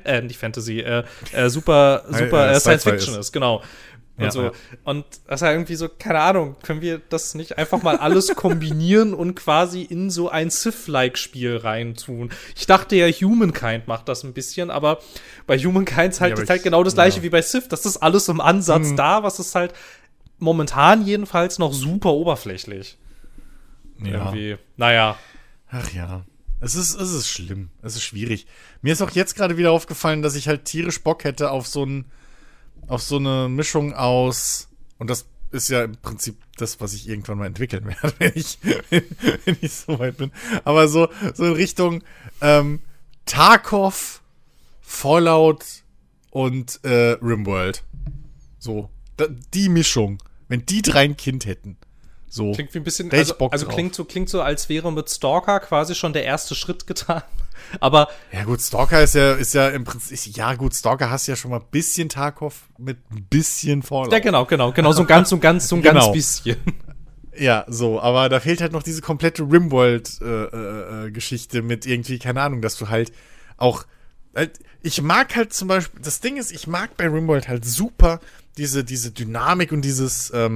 super Science Fiction ist, genau. Und so. Und das ist ja irgendwie so, keine Ahnung, können wir das nicht einfach mal alles kombinieren und quasi in so ein Civ-like-Spiel reintun? Ich dachte ja, Humankind macht das ein bisschen, aber bei Humankind ist halt genau das gleiche wie bei Civ. Das ist alles im Ansatz da, was ist halt momentan jedenfalls noch super oberflächlich. Ja. Irgendwie, naja. Ach ja. Es ist schlimm. Es ist schwierig. Mir ist auch jetzt gerade wieder aufgefallen, dass ich halt tierisch Bock hätte auf so eine Mischung aus, und das ist ja im Prinzip das, was ich irgendwann mal entwickeln werde, wenn ich so weit bin. Aber so in Richtung Tarkov, Fallout und Rimworld. So, die Mischung. Wenn die drei ein Kind hätten. So. Klingt wie ein bisschen, also klingt so, als wäre mit Stalker quasi schon der erste Schritt getan. Aber. Ja, gut, Stalker ist ja im Prinzip, Stalker hast ja schon mal ein bisschen Tarkov mit ein bisschen Fallout. Ja, genau, so ein ganz bisschen. Ja, so, aber da fehlt halt noch diese komplette Rimworld-Geschichte mit irgendwie, keine Ahnung, dass du halt auch, ich mag halt zum Beispiel, das Ding ist, ich mag bei Rimworld halt super diese Dynamik und dieser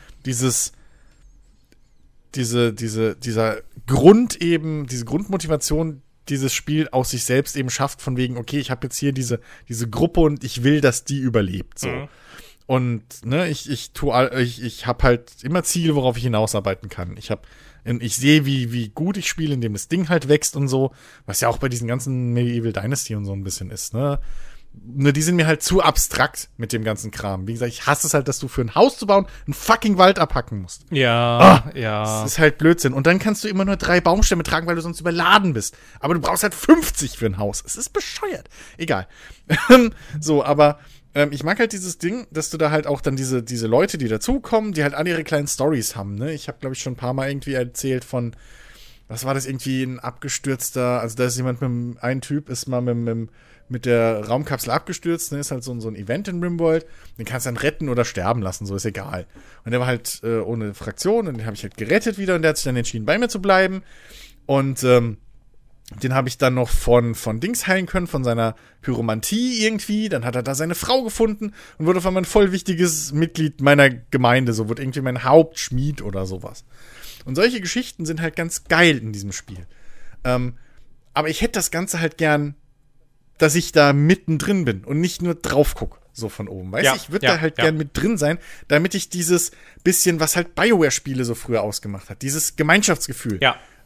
diese Grundmotivation, dieses Spiel aus sich selbst eben schafft, von wegen, okay, ich habe jetzt hier diese Gruppe und ich will, dass die überlebt, so. Und, ne, ich habe halt immer Ziele, worauf ich hinausarbeiten kann. Ich sehe, wie gut ich spiele, indem das Ding halt wächst und so, was ja auch bei diesen ganzen Medieval Dynasty und so ein bisschen ist, ne. Nur die sind mir halt zu abstrakt mit dem ganzen Kram. Wie gesagt, ich hasse es halt, dass du für ein Haus zu bauen einen fucking Wald abhacken musst. Ja. Das ist halt Blödsinn. Und dann kannst du immer nur 3 Baumstämme tragen, weil du sonst überladen bist. Aber du brauchst halt 50 für ein Haus. Es ist bescheuert. Egal. So, aber ich mag halt dieses Ding, dass du da halt auch dann diese Leute, die dazukommen, die halt alle ihre kleinen Storys haben, ne? Ich habe, glaube ich, schon ein paar Mal irgendwie erzählt von, was war das, irgendwie ein abgestürzter, also da ist jemand ein Typ ist mal mit der Raumkapsel abgestürzt, ne, ist halt so ein Event in Rimworld, den kannst du dann retten oder sterben lassen, so ist egal. Und der war halt ohne Fraktion und den habe ich halt gerettet wieder und der hat sich dann entschieden, bei mir zu bleiben. Und den habe ich dann noch von Dings heilen können, von seiner Pyromantie irgendwie. Dann hat er da seine Frau gefunden und wurde auf einmal ein voll wichtiges Mitglied meiner Gemeinde, so wurde irgendwie mein Hauptschmied oder sowas. Und solche Geschichten sind halt ganz geil in diesem Spiel. Aber ich hätte das Ganze halt gern, dass ich da mittendrin bin und nicht nur drauf gucke, so von oben. Weißt du, ich würde da halt gern mit drin sein, damit ich dieses bisschen, was halt BioWare-Spiele so früher ausgemacht hat, dieses Gemeinschaftsgefühl. Ja.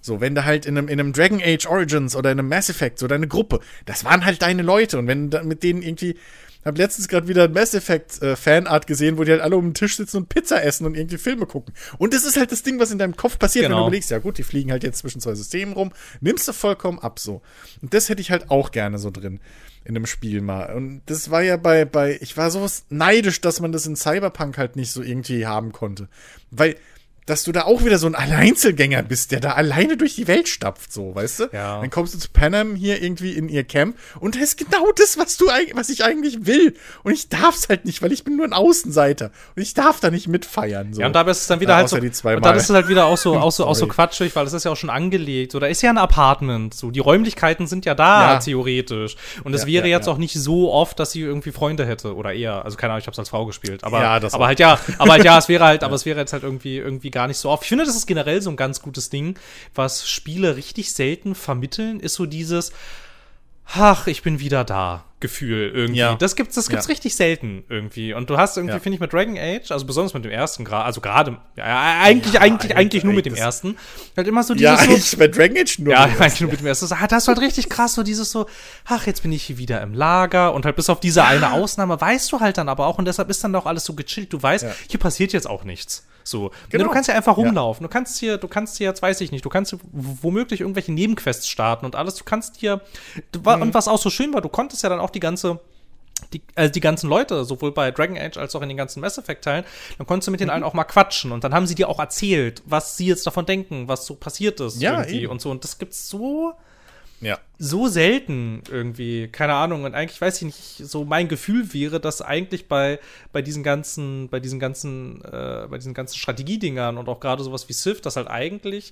So, wenn du halt in einem Dragon Age Origins oder in einem Mass Effect so deine Gruppe, das waren halt deine Leute. Und wenn du mit denen irgendwie, hab letztens gerade wieder ein Mass Effect Fanart gesehen, wo die halt alle um den Tisch sitzen und Pizza essen und irgendwie Filme gucken. Und das ist halt das Ding, was in deinem Kopf passiert, wenn du überlegst, ja gut, die fliegen halt jetzt zwischen zwei Systemen rum, nimmst du vollkommen ab so. Und das hätte ich halt auch gerne so drin in einem Spiel mal. Und das war ja ich war sowas neidisch, dass man das in Cyberpunk halt nicht so irgendwie haben konnte. Weil, dass du da auch wieder so ein Einzelgänger bist, der da alleine durch die Welt stapft, so, weißt du? Ja. Dann kommst du zu Panam hier irgendwie in ihr Camp und das ist genau das, was ich eigentlich will. Und ich darf's halt nicht, weil ich bin nur ein Außenseiter. Und ich darf da nicht mitfeiern, so. Ja, und dabei ist es dann wieder halt so, und dann ist es halt wieder auch so quatschig, weil das ist ja auch schon angelegt. Oder ist ja ein Apartment, so. Die Räumlichkeiten sind ja da, theoretisch. Und es wäre jetzt auch nicht so oft, dass sie irgendwie Freunde hätte. Oder eher. Also keine Ahnung, ich hab's als Frau gespielt. Aber es wäre jetzt halt irgendwie gar nicht so oft. Ich finde, das ist generell so ein ganz gutes Ding, was Spiele richtig selten vermitteln, ist so dieses ach, ich bin wieder da Gefühl irgendwie. Ja. Das gibt's richtig selten irgendwie. Und du hast irgendwie, finde ich, mit Dragon Age, also besonders mit dem ersten, eigentlich nur mit dem ersten, halt immer so dieses eigentlich bei Dragon Age nur. Ja, eigentlich nur mit dem ersten. Das ist halt richtig krass, so dieses so, ach, jetzt bin ich hier wieder im Lager und halt bis auf diese eine Ausnahme weißt du halt dann aber auch und deshalb ist dann doch alles so gechillt. Du weißt, hier passiert jetzt auch nichts. So, genau. Du kannst ja einfach rumlaufen. Du kannst hier jetzt, weiß ich nicht, du kannst womöglich irgendwelche Nebenquests starten und alles. Du kannst hier, und was auch so schön war, du konntest ja dann auch die ganzen Leute, sowohl bei Dragon Age als auch in den ganzen Mass Effect-Teilen, dann konntest du mit denen allen auch mal quatschen und dann haben sie dir auch erzählt, was sie jetzt davon denken, was so passiert ist irgendwie und so. Und das gibt's so selten irgendwie, keine Ahnung. Und eigentlich weiß ich nicht, so mein Gefühl wäre, dass eigentlich bei diesen ganzen Strategiedingern und auch gerade sowas wie Civ, das halt eigentlich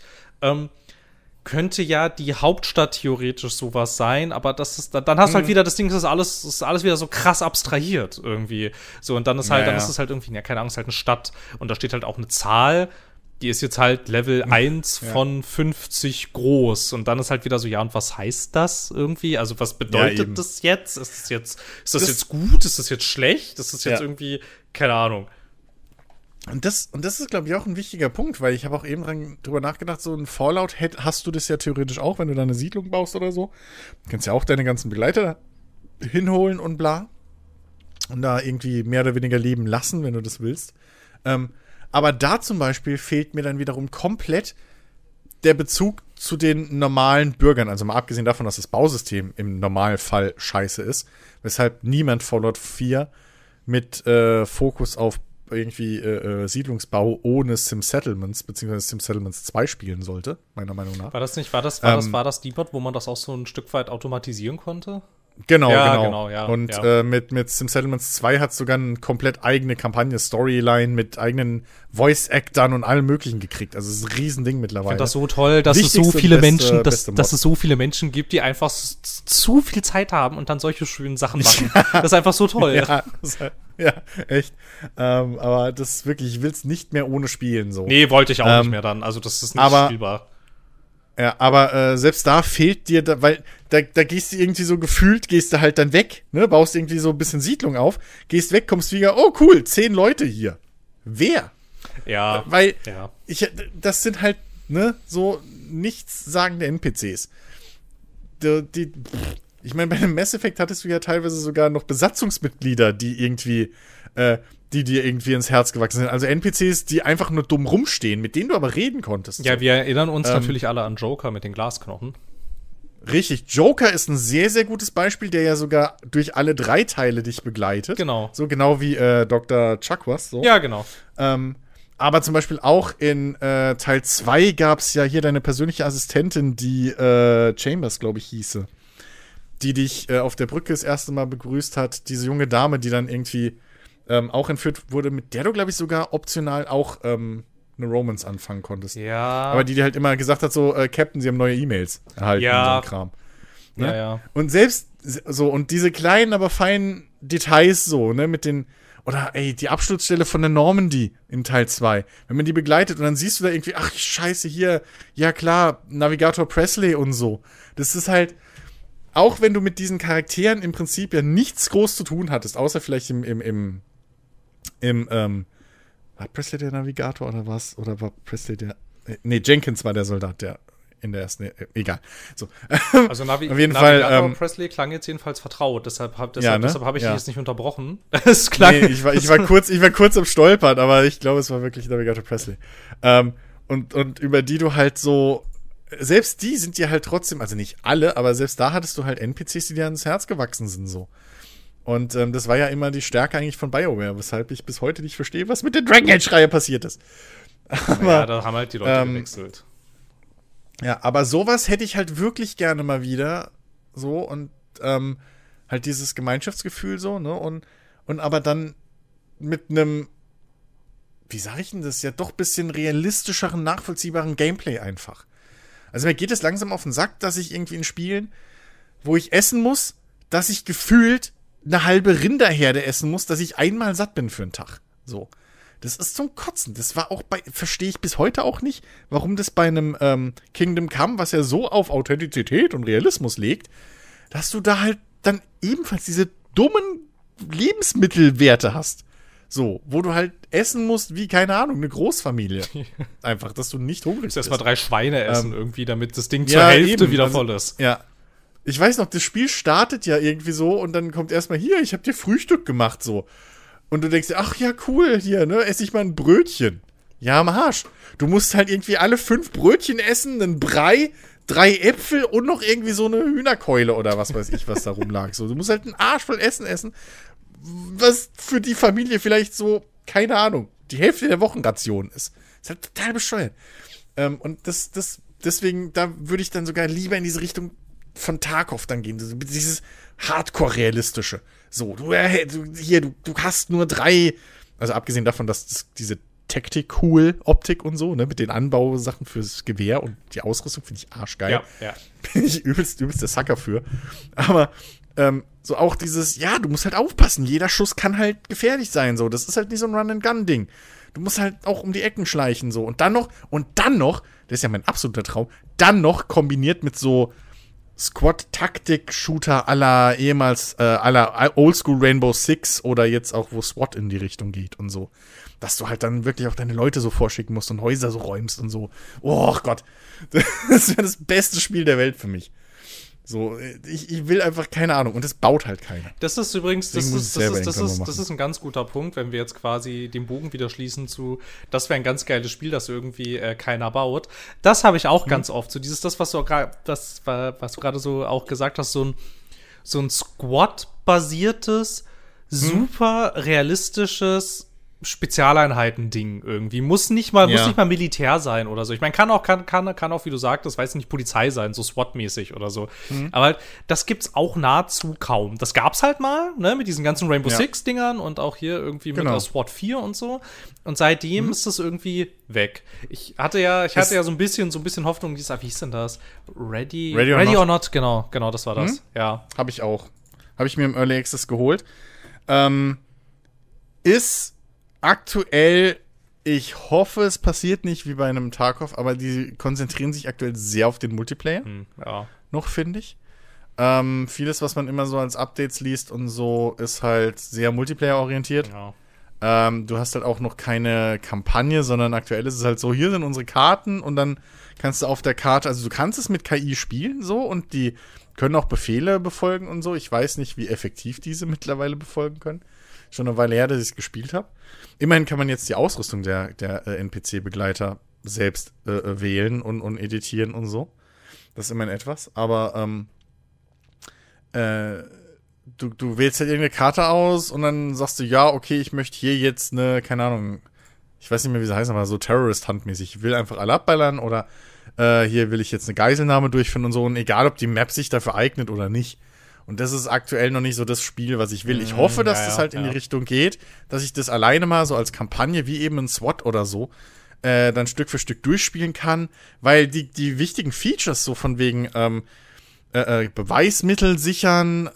könnte ja die Hauptstadt theoretisch sowas sein, aber das ist, dann hast du halt wieder das Ding, das ist alles wieder so krass abstrahiert irgendwie. So, und dann ist halt, ist es halt irgendwie, keine Ahnung, ist halt eine Stadt und da steht halt auch eine Zahl, die ist jetzt halt Level 1 von 50 groß. Und dann ist halt wieder so, ja, und was heißt das irgendwie? Also, was bedeutet das jetzt? Ist das jetzt gut? Ist das jetzt schlecht? Ist das jetzt irgendwie, keine Ahnung. Und das ist, glaube ich, auch ein wichtiger Punkt, weil ich habe auch eben drüber nachgedacht, so ein Fallout hast du das ja theoretisch auch, wenn du da eine Siedlung baust oder so. Du kannst ja auch deine ganzen Begleiter hinholen und bla. Und da irgendwie mehr oder weniger leben lassen, wenn du das willst. Aber da zum Beispiel fehlt mir dann wiederum komplett der Bezug zu den normalen Bürgern. Also mal abgesehen davon, dass das Bausystem im Normalfall scheiße ist, weshalb niemand Fallout 4 mit Fokus auf irgendwie Siedlungsbau ohne Sim-Settlements, beziehungsweise Sim-Settlements 2 spielen sollte, meiner Meinung nach. War das die Mod, wo man das auch so ein Stück weit automatisieren konnte? Genau. Und mit Sim-Settlements 2 hat es sogar eine komplett eigene Kampagne, Storyline mit eigenen Voice-Actern und allem möglichen gekriegt. Also es ist ein Riesending mittlerweile. Ich finde das so toll, dass es so viele Menschen, dass es so viele Menschen gibt, die einfach zu viel Zeit haben und dann solche schönen Sachen machen. Das ist einfach so toll. Ja, echt. Aber das ist wirklich, ich will es nicht mehr ohne spielen. So. Nee, wollte ich auch nicht mehr dann. Also das ist nicht spielbar. Ja, aber selbst da fehlt dir, weil da gehst du irgendwie so gefühlt, gehst du halt dann weg, ne, baust irgendwie so ein bisschen Siedlung auf, gehst weg, kommst wieder, oh cool, 10 Leute hier. Wer? Ja. Weil das sind halt, ne, so nichtssagende NPCs. Ich meine, bei einem Mass Effect hattest du ja teilweise sogar noch Besatzungsmitglieder, die irgendwie die dir irgendwie ins Herz gewachsen sind. Also NPCs, die einfach nur dumm rumstehen, mit denen du aber reden konntest. Ja, wir erinnern uns natürlich alle an Joker mit den Glasknochen. Richtig, Joker ist ein sehr, sehr gutes Beispiel, der ja sogar durch alle 3 Teile dich begleitet. Genau. So genau wie Dr. Chakwas. So. Ja, genau. Aber zum Beispiel auch in Teil 2 gab es ja hier deine persönliche Assistentin, die Chambers, glaube ich, hieße. Die dich auf der Brücke das erste Mal begrüßt hat. Diese junge Dame, die dann irgendwie auch entführt wurde, mit der du, glaube ich, sogar optional auch eine Romance anfangen konntest. Ja. Aber die dir halt immer gesagt hat, so, Captain, sie haben neue E-Mails erhalten und so ein Kram. Ne? Ja. Und selbst so, und diese kleinen, aber feinen Details so, ne, mit den, oder die Absturzstelle von der Normandy in Teil 2, wenn man die begleitet und dann siehst du da irgendwie, ach, scheiße, hier, ja klar, Navigator Presley und so. Das ist halt, auch wenn du mit diesen Charakteren im Prinzip ja nichts groß zu tun hattest, außer vielleicht war Presley der Navigator oder was? Oder war Presley der. Nee, Jenkins war der Soldat, der in der ersten, egal. So. Also auf jeden Fall, Presley klang jetzt jedenfalls vertraut, deshalb habe ich dich jetzt nicht unterbrochen. Es klang, nee, ich war kurz am Stolpern, aber ich glaube, es war wirklich Navigator Presley. Und über die du halt so, selbst die sind dir halt trotzdem, also nicht alle, aber selbst da hattest du halt NPCs, die dir ans Herz gewachsen sind, so. Und das war ja immer die Stärke eigentlich von BioWare, weshalb ich bis heute nicht verstehe, was mit der Dragon Age-Reihe passiert ist. Aber, ja, da haben halt die Leute gewechselt. Ja, aber sowas hätte ich halt wirklich gerne mal wieder, so, und halt dieses Gemeinschaftsgefühl so, ne, und aber dann mit einem, wie sag ich denn das, ja doch bisschen realistischeren, nachvollziehbaren Gameplay einfach. Also mir geht es langsam auf den Sack, dass ich irgendwie in Spielen, wo ich essen muss, dass ich gefühlt eine halbe Rinderherde essen muss, dass ich einmal satt bin für einen Tag. So. Das ist zum Kotzen. Das war auch verstehe ich bis heute auch nicht, warum das bei einem Kingdom Come, was ja so auf Authentizität und Realismus legt, dass du da halt dann ebenfalls diese dummen Lebensmittelwerte hast. So, wo du halt essen musst wie, keine Ahnung, eine Großfamilie. Einfach, dass du nicht hungrig bist. Erstmal 3 Schweine essen irgendwie, damit das Ding zur Hälfte eben wieder voll ist. Ja. Ich weiß noch, das Spiel startet ja irgendwie so und dann kommt erstmal hier, ich hab dir Frühstück gemacht, so. Und du denkst dir, ach ja, cool, hier, ne, esse ich mal ein Brötchen. Ja, am Arsch. Du musst halt irgendwie alle 5 Brötchen essen, einen Brei, 3 Äpfel und noch irgendwie so eine Hühnerkeule oder was weiß ich, was da rumlag. So, du musst halt einen Arsch voll Essen, was für die Familie vielleicht so, keine Ahnung, die Hälfte der Wochenration ist. Ist halt total bescheuert. Und deswegen, da würde ich dann sogar lieber in diese Richtung von Tarkov dann gehen. Dieses Hardcore-Realistische. So, du hast nur 3, also abgesehen davon, dass diese Tactic-Cool-Optik und so, ne, mit den Anbausachen fürs Gewehr und die Ausrüstung finde ich arschgeil. Ja. Bin ich übelst der Sucker für. Aber so auch dieses, ja, du musst halt aufpassen, jeder Schuss kann halt gefährlich sein, so. Das ist halt nicht so ein Run-and-Gun-Ding. Du musst halt auch um die Ecken schleichen, so. Und dann noch, das ist ja mein absoluter Traum, dann noch kombiniert mit so Squad-Taktik-Shooter aller ehemals, aller Oldschool Rainbow Six oder jetzt auch, wo SWAT in die Richtung geht und so. Dass du halt dann wirklich auch deine Leute so vorschicken musst und Häuser so räumst und so. Oh Gott. Das wäre das beste Spiel der Welt für mich. So, ich will einfach, keine Ahnung, und das baut halt keiner. Das ist übrigens, das ist ein ganz guter Punkt, wenn wir jetzt quasi den Bogen wieder schließen zu, das wäre ein ganz geiles Spiel, das irgendwie keiner baut. Das habe ich auch ganz oft, so was du gerade so auch gesagt hast, so ein Squad-basiertes, super realistisches Spezialeinheiten-Ding irgendwie. Muss nicht mal Militär sein oder so. Ich meine, kann auch, wie du sagtest, weiß nicht, Polizei sein, so SWAT-mäßig oder so. Aber halt, das gibt's auch nahezu kaum. Das gab's halt mal, ne, mit diesen ganzen Rainbow Six-Dingern und auch hier irgendwie mit der SWAT 4 und so. Und seitdem ist das irgendwie weg. Ich hatte ja so ein bisschen Hoffnung, wie hieß denn das? Ready or Not, genau, das war das. Ja. Habe ich auch. Habe ich mir im Early Access geholt. Ist aktuell, ich hoffe, es passiert nicht wie bei einem Tarkov, aber die konzentrieren sich aktuell sehr auf den Multiplayer. Noch, finde ich. Vieles, was man immer so als Updates liest und so, ist halt sehr Multiplayer-orientiert. Ja. Du hast halt auch noch keine Kampagne, sondern aktuell ist es halt so, hier sind unsere Karten und dann kannst du auf der Karte, also du kannst es mit KI spielen so und die können auch Befehle befolgen und so. Ich weiß nicht, wie effektiv diese mittlerweile befolgen können. Schon eine Weile her, dass ich es gespielt habe. Immerhin kann man jetzt die Ausrüstung der NPC-Begleiter selbst wählen und editieren und so. Das ist immerhin etwas. Aber du wählst halt irgendeine Karte aus und dann sagst du, ja, okay, ich möchte hier jetzt eine, keine Ahnung, ich weiß nicht mehr, wie sie heißt, aber so Terrorist-Handmäßig. Ich will einfach alle abballern oder hier will ich jetzt eine Geiselnahme durchführen und so. Und egal, ob die Map sich dafür eignet oder nicht. Und das ist aktuell noch nicht so das Spiel, was ich will. Ich hoffe, dass das halt in die Richtung geht, dass ich das alleine mal so als Kampagne, wie eben ein SWAT oder so, dann Stück für Stück durchspielen kann, weil die wichtigen Features so von wegen Beweismittel sichern,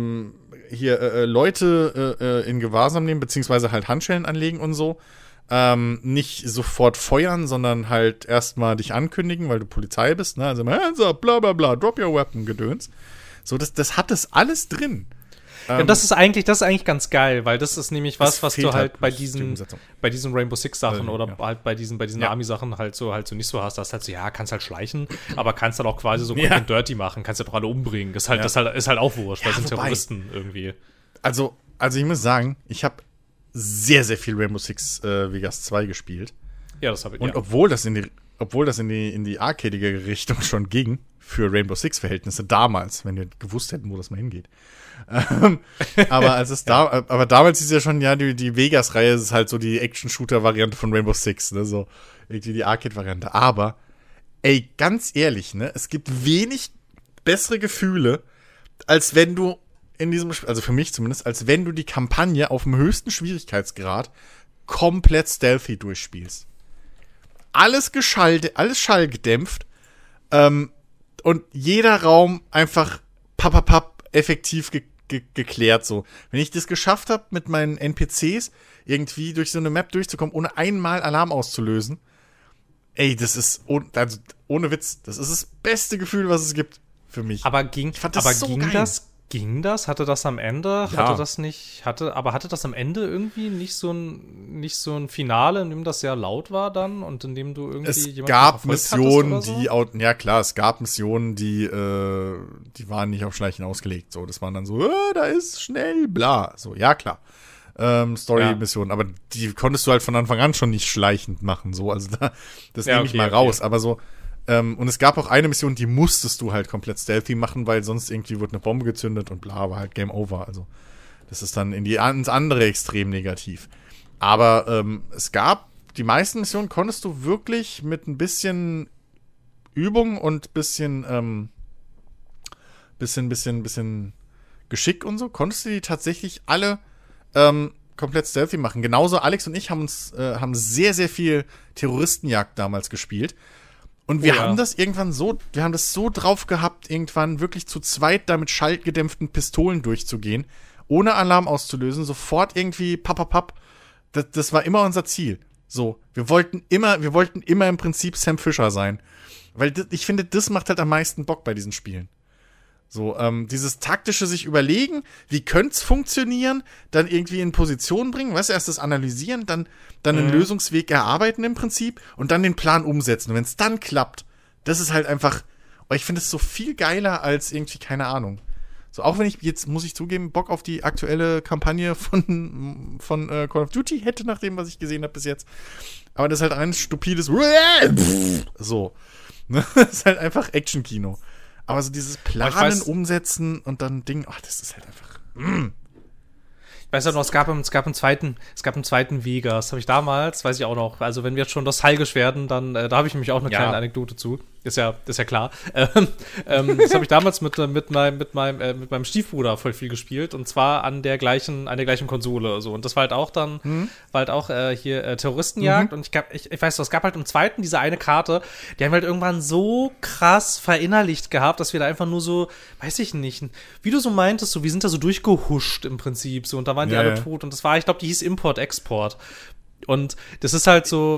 Leute in Gewahrsam nehmen, beziehungsweise halt Handschellen anlegen und so, nicht sofort feuern, sondern halt erstmal dich ankündigen, weil du Polizei bist, ne? Also hands up, bla bla bla, drop your weapon, Gedöns. So, das hat das alles drin. Ja, das ist eigentlich ganz geil, weil das ist nämlich was du halt bei diesen Rainbow Six Sachen oder halt bei diesen Army-Sachen halt so nicht so hast. Das halt so, ja, kannst halt schleichen, aber kannst dann auch quasi so quick and dirty machen, kannst ja doch alle umbringen. Das ist halt auch wurscht, weil sind Terroristen irgendwie. Also ich muss sagen, ich habe sehr, sehr viel Rainbow Six Vegas 2 gespielt. Ja, das habe ich. Und obwohl das in die arcadige Richtung schon ging, für Rainbow Six Verhältnisse damals, wenn wir gewusst hätten, wo das mal hingeht. Aber damals ist ja schon, die Vegas-Reihe ist halt so die Action-Shooter-Variante von Rainbow Six, ne, so irgendwie die Arcade-Variante. Aber, ey, ganz ehrlich, ne, es gibt wenig bessere Gefühle, als wenn du in diesem Spiel, also für mich zumindest, als wenn du die Kampagne auf dem höchsten Schwierigkeitsgrad komplett stealthy durchspielst. Alles schallgedämpft, und jeder Raum einfach effektiv geklärt, so. Wenn ich das geschafft habe, mit meinen NPCs irgendwie durch so eine Map durchzukommen, ohne einmal Alarm auszulösen, ey, das ist, also, ohne Witz, das ist das beste Gefühl, was es gibt für mich. Aber ging das? Hatte das am Ende? Ja. Hatte das am Ende irgendwie nicht so ein Finale, in dem das sehr laut war dann und in dem du irgendwie jemanden gab Missionen, so? Es gab Missionen, die waren nicht auf Schleichen ausgelegt. So, das waren dann so, da ist schnell, bla. So, ja, klar. Story-Missionen, aber die konntest du halt von Anfang an schon nicht schleichend machen. So, also das nehme ich mal raus. Aber so, und es gab auch eine Mission, die musstest du halt komplett stealthy machen, weil sonst irgendwie wurde eine Bombe gezündet und bla, war halt Game Over. Also das ist dann ins andere Extrem negativ. Aber es gab, die meisten Missionen konntest du wirklich mit ein bisschen Übung und bisschen Geschick und so, konntest du die tatsächlich alle komplett stealthy machen. Genauso Alex und ich haben sehr, sehr viel Terroristenjagd damals gespielt. Und wir haben das so drauf gehabt, irgendwann wirklich zu zweit da mit schallgedämpften Pistolen durchzugehen, ohne Alarm auszulösen, sofort irgendwie papp. Das war immer unser Ziel. So, wir wollten immer im Prinzip Sam Fisher sein. Weil ich finde, das macht halt am meisten Bock bei diesen Spielen. So, dieses taktische sich überlegen, wie könnte es funktionieren, dann irgendwie in Position bringen, weißt du, erst das analysieren, dann einen Lösungsweg erarbeiten im Prinzip und dann den Plan umsetzen. Und wenn es dann klappt, das ist halt einfach, ich finde es so viel geiler als irgendwie, keine Ahnung. So, auch wenn ich jetzt, muss ich zugeben, Bock auf die aktuelle Kampagne von Call of Duty hätte, nach dem, was ich gesehen habe bis jetzt. Aber das ist halt ein stupides so. Das ist halt einfach Action-Kino. Aber so dieses Planen, Umsetzen und dann Ding, das ist halt einfach. Ich weiß ja noch, es gab einen zweiten Vegas. Habe ich damals, weiß ich auch noch. Also wenn wir jetzt schon nostalgisch werden, dann da habe ich nämlich auch eine kleine Anekdote zu. Ist ja klar. Das habe ich damals mit meinem Stiefbruder voll viel gespielt und zwar an der gleichen Konsole. So. Und das war halt auch hier Terroristenjagd. Und ich weiß noch, es gab halt im zweiten diese eine Karte, die haben wir halt irgendwann so krass verinnerlicht gehabt, dass wir da einfach nur so, weiß ich nicht, wie du so meintest, so, wir sind da so durchgehuscht im Prinzip so und da waren die alle tot. Und das war, ich glaube, die hieß Import-Export. Und das ist halt so,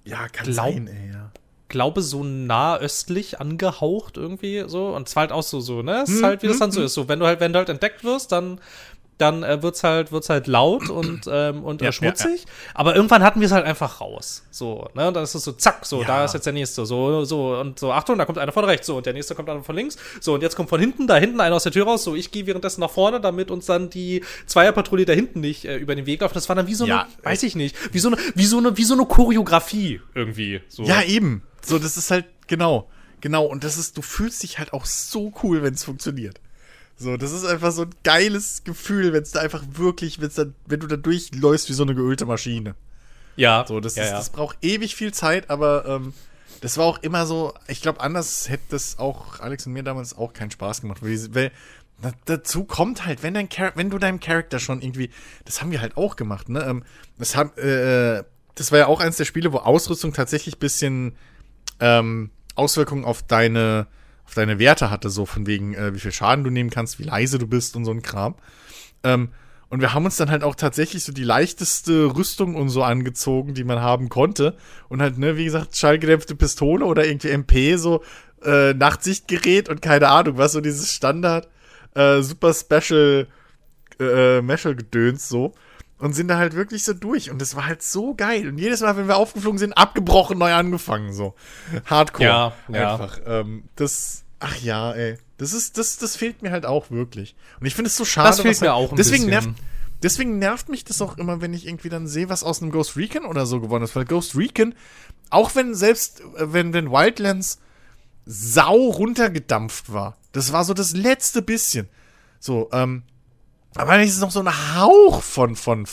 glaube, so nah östlich angehaucht irgendwie so. Und es war halt auch so, ne? Es ist halt, wie das dann so ist. So, wenn du halt entdeckt wirst, dann wird's halt laut und schmutzig. Ja. Aber irgendwann hatten wir es halt einfach raus. So, ne? Dann ist es so, zack, so, da ist jetzt der nächste. So, und so, Achtung, da kommt einer von rechts. So, und der nächste kommt einer von links. So, und jetzt kommt von hinten, da hinten einer aus der Tür raus. So, ich gehe währenddessen nach vorne, damit uns dann die Zweierpatrouille da hinten nicht über den Weg läuft. Das war dann wie so eine, weiß ich nicht, wie so eine Choreografie irgendwie. So. Ja, eben. So, das ist halt, genau. Und du fühlst dich halt auch so cool, wenn es funktioniert. So, das ist einfach so ein geiles Gefühl, wenn es da einfach wirklich, wenn du da durchläufst wie so eine geölte Maschine. Ja. So, das braucht ewig viel Zeit, aber das war auch immer so, ich glaube, anders hätte das auch Alex und mir damals auch keinen Spaß gemacht, weil dazu kommt halt, wenn du deinem Charakter schon irgendwie, das haben wir halt auch gemacht, ne? Das war ja auch eins der Spiele, wo Ausrüstung tatsächlich ein bisschen Auswirkungen auf deine Werte hatte, so von wegen, wie viel Schaden du nehmen kannst, wie leise du bist und so ein Kram. Und wir haben uns dann halt auch tatsächlich so die leichteste Rüstung und so angezogen, die man haben konnte. Und halt, ne, wie gesagt, schallgedämpfte Pistole oder irgendwie MP, so Nachtsichtgerät und keine Ahnung, was, so dieses Standard Super Special Meshel-Gedöns so und sind da halt wirklich so durch. Und das war halt so geil. Und jedes Mal, wenn wir aufgeflogen sind, abgebrochen, neu angefangen, so. Hardcore. Ja. Einfach. Ach ja, ey. Das fehlt mir halt auch wirklich. Und ich finde es so schade. Das fehlt mir auch ein bisschen. Deswegen nervt mich das auch immer, wenn ich irgendwie dann sehe, was aus einem Ghost Recon oder so geworden ist. Weil Ghost Recon, auch wenn Wildlands sau runtergedampft war, das war so das letzte bisschen. So, aber dann ist es noch so ein Hauch von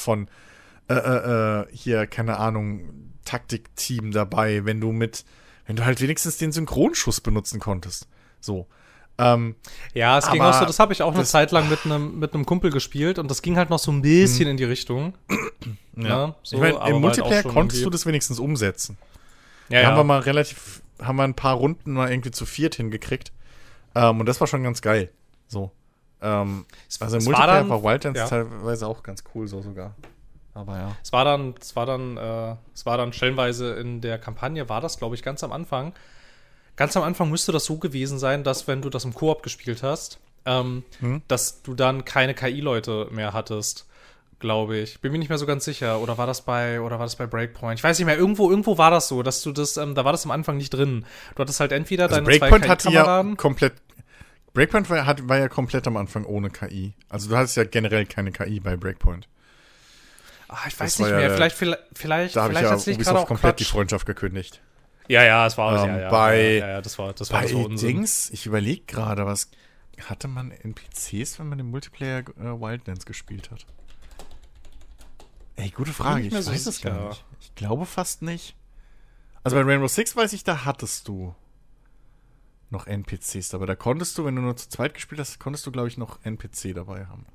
hier, keine Ahnung, Taktikteam dabei, wenn du halt wenigstens den Synchronschuss benutzen konntest. So. Ja, es ging auch so, das habe ich auch eine Zeit lang mit einem Kumpel gespielt und das ging halt noch so ein bisschen in die Richtung. Ja. So, ich meine, im Multiplayer halt konntest du das wenigstens umsetzen. Ja, da haben wir ein paar Runden mal irgendwie zu viert hingekriegt. Und das war schon ganz geil. So. Also im Multiplayer war Wildlands teilweise auch ganz cool so sogar. Aber ja. Es war dann stellenweise in der Kampagne, war das, glaube ich, ganz am Anfang. Ganz am Anfang müsste das so gewesen sein, dass wenn du das im Koop gespielt hast, dass du dann keine KI-Leute mehr hattest, glaube ich. Bin mir nicht mehr so ganz sicher. Oder war das bei Breakpoint? Ich weiß nicht mehr. Irgendwo war das so, dass du das, da war das am Anfang nicht drin. Du hattest halt entweder also deine Breakpoint zwei KI-Kameraden. Breakpoint war ja komplett am Anfang ohne KI. Also du hattest ja generell keine KI bei Breakpoint. Ich weiß nicht mehr. Vielleicht da habe ich ja Ubisoft komplett die Freundschaft gekündigt. Ja, es war das war bei so Unsinn. Dings, ich überlege gerade, was hatte man NPCs, wenn man im Multiplayer Wildlands gespielt hat? Ey, gute Frage, ich weiß es gar nicht. Ich glaube fast nicht. Also bei Rainbow Six weiß ich, da hattest du noch NPCs dabei. Da konntest du, wenn du nur zu zweit gespielt hast, konntest du, glaube ich, noch NPC dabei haben.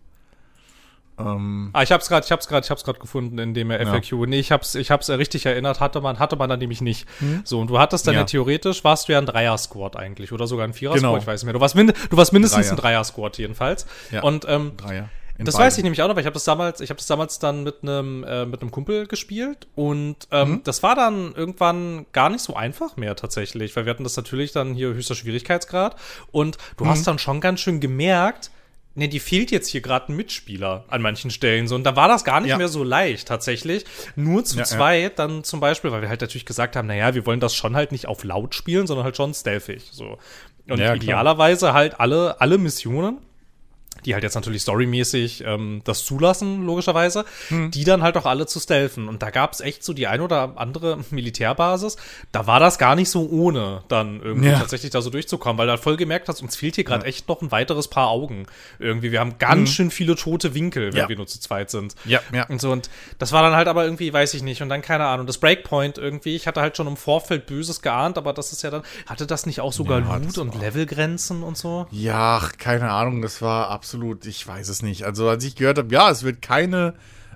Ich hab's gerade gefunden in dem FAQ. Ja. Nee, ich hab's richtig erinnert, hatte man dann nämlich nicht. So, und du hattest dann ja theoretisch, warst du ja ein Dreier-Squad eigentlich, oder sogar ein Vierer-Squad, genau. Ich weiß nicht mehr. Du warst mindestens ein Dreier-Squad jedenfalls. Ja, und Dreier. Das weiß ich nämlich auch noch, weil ich habe das damals dann mit einem Kumpel gespielt und das war dann irgendwann gar nicht so einfach mehr tatsächlich, weil wir hatten das natürlich dann hier höchster Schwierigkeitsgrad und du hast dann schon ganz schön gemerkt, ne, die fehlt jetzt hier gerade ein Mitspieler an manchen Stellen. So, und da war das gar nicht mehr so leicht, tatsächlich. Nur zu zweit dann zum Beispiel, weil wir halt natürlich gesagt haben, naja, wir wollen das schon halt nicht auf laut spielen, sondern halt schon stealthig. So. Und idealerweise halt alle Missionen, die halt jetzt natürlich storymäßig das zulassen, logischerweise, die dann halt auch alle zu stealthen. Und da gab es echt so die ein oder andere Militärbasis, da war das gar nicht so ohne, dann irgendwie tatsächlich da so durchzukommen, weil du halt voll gemerkt hast, uns fehlt hier gerade echt noch ein weiteres Paar Augen. Irgendwie, wir haben ganz schön viele tote Winkel, wenn wir nur zu zweit sind. Ja. Und so, und das war dann halt aber irgendwie, weiß ich nicht, und dann keine Ahnung, das Breakpoint irgendwie, ich hatte halt schon im Vorfeld Böses geahnt, aber das ist ja dann, hatte das nicht auch sogar Loot und Levelgrenzen und so? Ja, keine Ahnung, das war absolut, ich weiß es nicht. Also als ich gehört habe, ja, es wird keine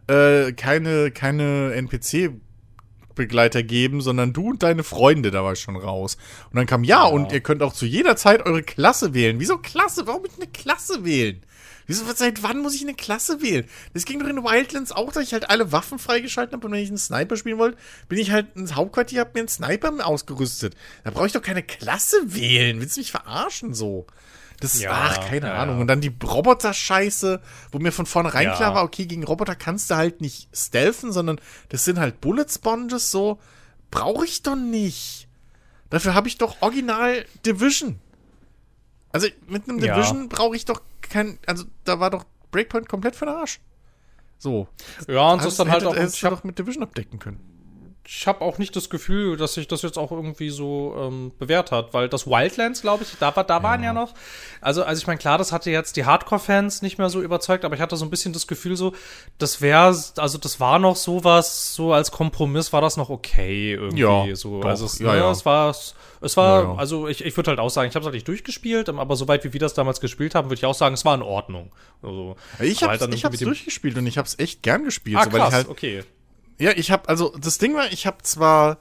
NPC-Begleiter geben, sondern du und deine Freunde, da war ich schon raus. Und dann kam, und ihr könnt auch zu jeder Zeit eure Klasse wählen. Wieso Klasse? Warum muss ich eine Klasse wählen? Seit wann muss ich eine Klasse wählen? Das ging doch in Wildlands auch, dass ich halt alle Waffen freigeschaltet habe und wenn ich einen Sniper spielen wollte, bin ich halt ins Hauptquartier, hab mir einen Sniper ausgerüstet. Da brauche ich doch keine Klasse wählen. Willst du mich verarschen so? Keine Ahnung. Und dann die Roboter-Scheiße, wo mir von vornherein klar war, okay, gegen Roboter kannst du halt nicht stealthen, sondern das sind halt Bullet Sponges, so. Brauche ich doch nicht. Dafür habe ich doch original Division. Also mit einem Division brauche ich doch also da war doch Breakpoint komplett für den Arsch. So. Ja, und so ist dann halt auch, ich doch mit Division abdecken können. Ich habe auch nicht das Gefühl, dass sich das jetzt auch irgendwie so bewährt hat, weil das Wildlands, glaube ich, da waren ja noch, also ich meine, klar, das hatte jetzt die Hardcore-Fans nicht mehr so überzeugt, aber ich hatte so ein bisschen das Gefühl so, das war noch sowas, so als Kompromiss war das noch okay irgendwie, so. Doch, also es war, also ich würde halt auch sagen, ich habe es halt nicht durchgespielt, aber soweit wie wir das damals gespielt haben, würde ich auch sagen, es war in Ordnung. Also, ich hab's durchgespielt und ich hab's echt gern gespielt. Ah, so, krass, weil ich okay. Ja, das Ding war, ich habe zwar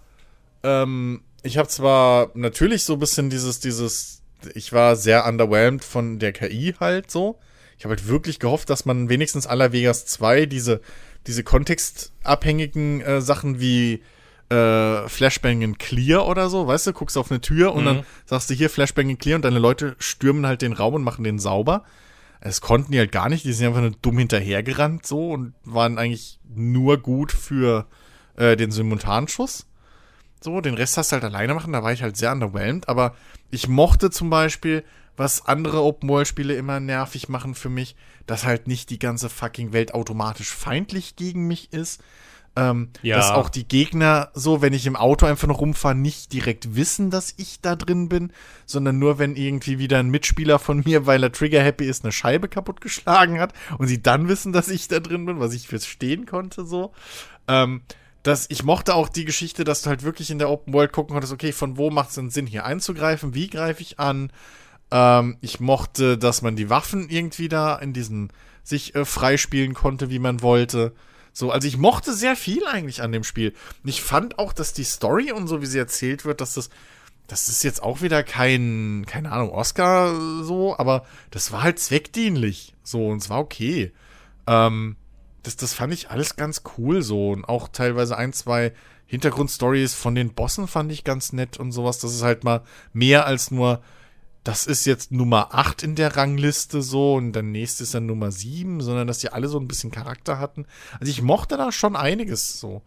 natürlich so ein bisschen ich war sehr underwhelmed von der KI halt so. Ich habe halt wirklich gehofft, dass man wenigstens à la Vegas 2 diese kontextabhängigen Sachen wie Flashbang and Clear oder so, weißt du, guckst auf eine Tür und dann sagst du hier Flashbang and Clear und deine Leute stürmen halt den Raum und machen den sauber. Es konnten die halt gar nicht, die sind einfach nur dumm hinterhergerannt so und waren eigentlich nur gut für den Simultanschuss. So, den Rest hast du halt alleine machen, da war ich halt sehr underwhelmed, aber ich mochte zum Beispiel, was andere Open-World-Spiele immer nervig machen für mich, dass halt nicht die ganze fucking Welt automatisch feindlich gegen mich ist. Dass auch die Gegner so, wenn ich im Auto einfach noch rumfahre, nicht direkt wissen, dass ich da drin bin, sondern nur, wenn irgendwie wieder ein Mitspieler von mir, weil er trigger-happy ist, eine Scheibe kaputtgeschlagen hat und sie dann wissen, dass ich da drin bin, was ich verstehen konnte so. Ich mochte auch die Geschichte, dass du halt wirklich in der Open World gucken konntest, okay, von wo macht es denn Sinn, hier einzugreifen, wie greife ich an? Ich mochte, dass man die Waffen irgendwie da in diesen sich freispielen konnte, wie man wollte. So, also ich mochte sehr viel eigentlich an dem Spiel. Und ich fand auch, dass die Story und so, wie sie erzählt wird, das ist jetzt auch wieder keine Ahnung, Oscar so, aber das war halt zweckdienlich. So, und es war okay. Das fand ich alles ganz cool so. Und auch teilweise 1, 2 Hintergrundstories von den Bossen fand ich ganz nett und sowas. Das ist halt mal mehr als nur, das ist jetzt Nummer 8 in der Rangliste so und der nächste ist dann Nummer 7, sondern dass die alle so ein bisschen Charakter hatten. Also ich mochte da schon einiges so.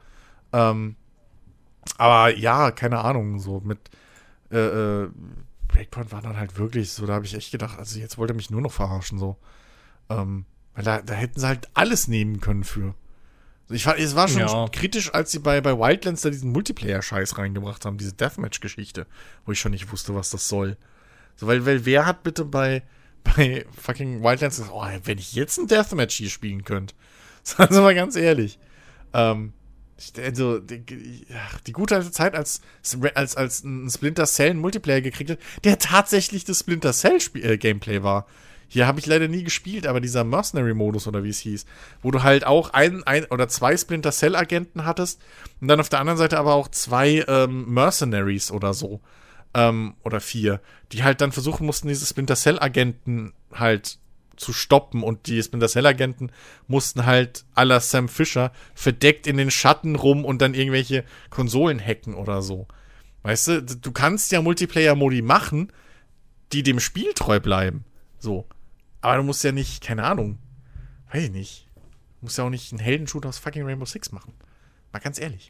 Aber ja, keine Ahnung, so mit Breakpoint war dann halt wirklich so, da habe ich echt gedacht, also jetzt wollte er mich nur noch verarschen so. Weil da hätten sie halt alles nehmen können für. Es war schon kritisch, als sie bei Wildlands da diesen Multiplayer-Scheiß reingebracht haben, diese Deathmatch-Geschichte, wo ich schon nicht wusste, was das soll. So, weil wer hat bitte bei fucking Wildlands gesagt, oh, wenn ich jetzt ein Deathmatch hier spielen könnte. Sagen Sie mal ganz ehrlich. Also, die gute alte Zeit, als ein Splinter Cell einen Multiplayer gekriegt hat, der tatsächlich das Splinter Cell Gameplay war. Hier habe ich leider nie gespielt, aber dieser Mercenary-Modus oder wie es hieß, wo du halt auch ein oder 2 Splinter Cell-Agenten hattest und dann auf der anderen Seite aber auch 2 Mercenaries oder so. Oder 4, die halt dann versuchen mussten, diese Splinter Cell-Agenten halt zu stoppen und die Splinter Cell-Agenten mussten halt à la Sam Fisher verdeckt in den Schatten rum und dann irgendwelche Konsolen hacken oder so. Weißt du kannst ja Multiplayer-Modi machen, die dem Spiel treu bleiben. So. Aber du musst ja nicht, keine Ahnung, weiß ich nicht. Du musst ja auch nicht einen Heldenshooter aus fucking Rainbow Six machen. Mal ganz ehrlich.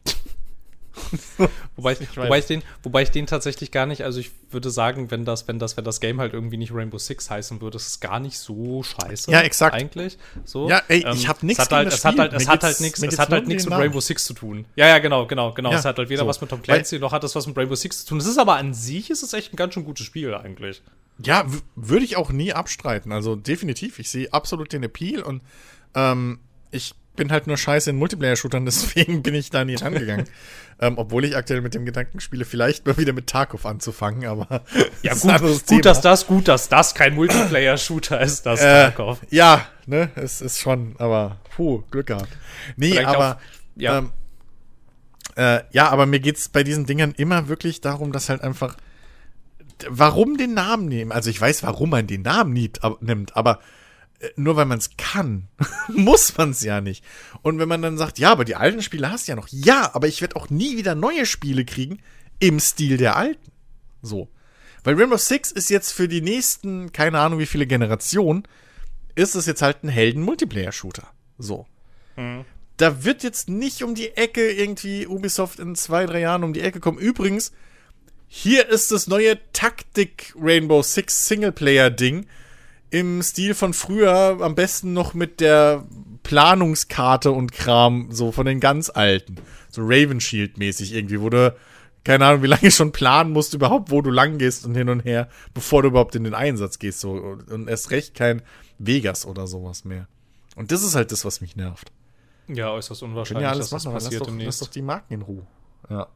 wobei ich den tatsächlich gar nicht, also ich würde sagen, wenn das Game halt irgendwie nicht Rainbow Six heißen würde, ist es gar nicht so scheiße. Ja, exakt. Eigentlich. So. Ja, ey, ich hab nichts gegen das Spiel. Es hat halt nichts mit Rainbow Six zu tun. Ja, genau. Ja, es hat halt weder was mit Tom Clancy, noch hat es was mit Rainbow Six zu tun. Es ist aber an sich, ist es echt ein ganz schön gutes Spiel eigentlich. Ja, würde ich auch nie abstreiten. Also definitiv. Ich sehe absolut den Appeal und ich bin halt nur scheiße in Multiplayer-Shootern, deswegen bin ich da nie rangegangen. Obwohl ich aktuell mit dem Gedanken spiele, vielleicht mal wieder mit Tarkov anzufangen, aber ja, gut, dass das kein Multiplayer-Shooter ist, das Tarkov. Ja, ne, es ist schon, aber Glück gehabt. Nee, vielleicht aber aber mir geht's bei diesen Dingern immer wirklich darum, dass halt einfach warum den Namen nehmen? Also ich weiß, warum man den Namen nimmt, aber nur weil man es kann, muss man es ja nicht. Und wenn man dann sagt, ja, aber die alten Spiele hast du ja noch. Ja, aber ich werde auch nie wieder neue Spiele kriegen im Stil der alten. So. Weil Rainbow Six ist jetzt für die nächsten, keine Ahnung wie viele Generationen, ist es jetzt halt ein Helden-Multiplayer-Shooter. So. Da wird jetzt nicht um die Ecke irgendwie Ubisoft in 2, 3 Jahren um die Ecke kommen. Übrigens, hier ist das neue Taktik Rainbow Six Singleplayer-Ding im Stil von früher, am besten noch mit der Planungskarte und Kram, so von den ganz alten. So Raven Shield-mäßig irgendwie, wo du, keine Ahnung, wie lange schon planen musst überhaupt, wo du lang gehst und hin und her, bevor du überhaupt in den Einsatz gehst. So. Und erst recht kein Vegas oder sowas mehr. Und das ist halt das, was mich nervt. Ja, äußerst unwahrscheinlich, ja, alles dass das passiert demnächst. Lass doch die Marken in Ruhe. Ja.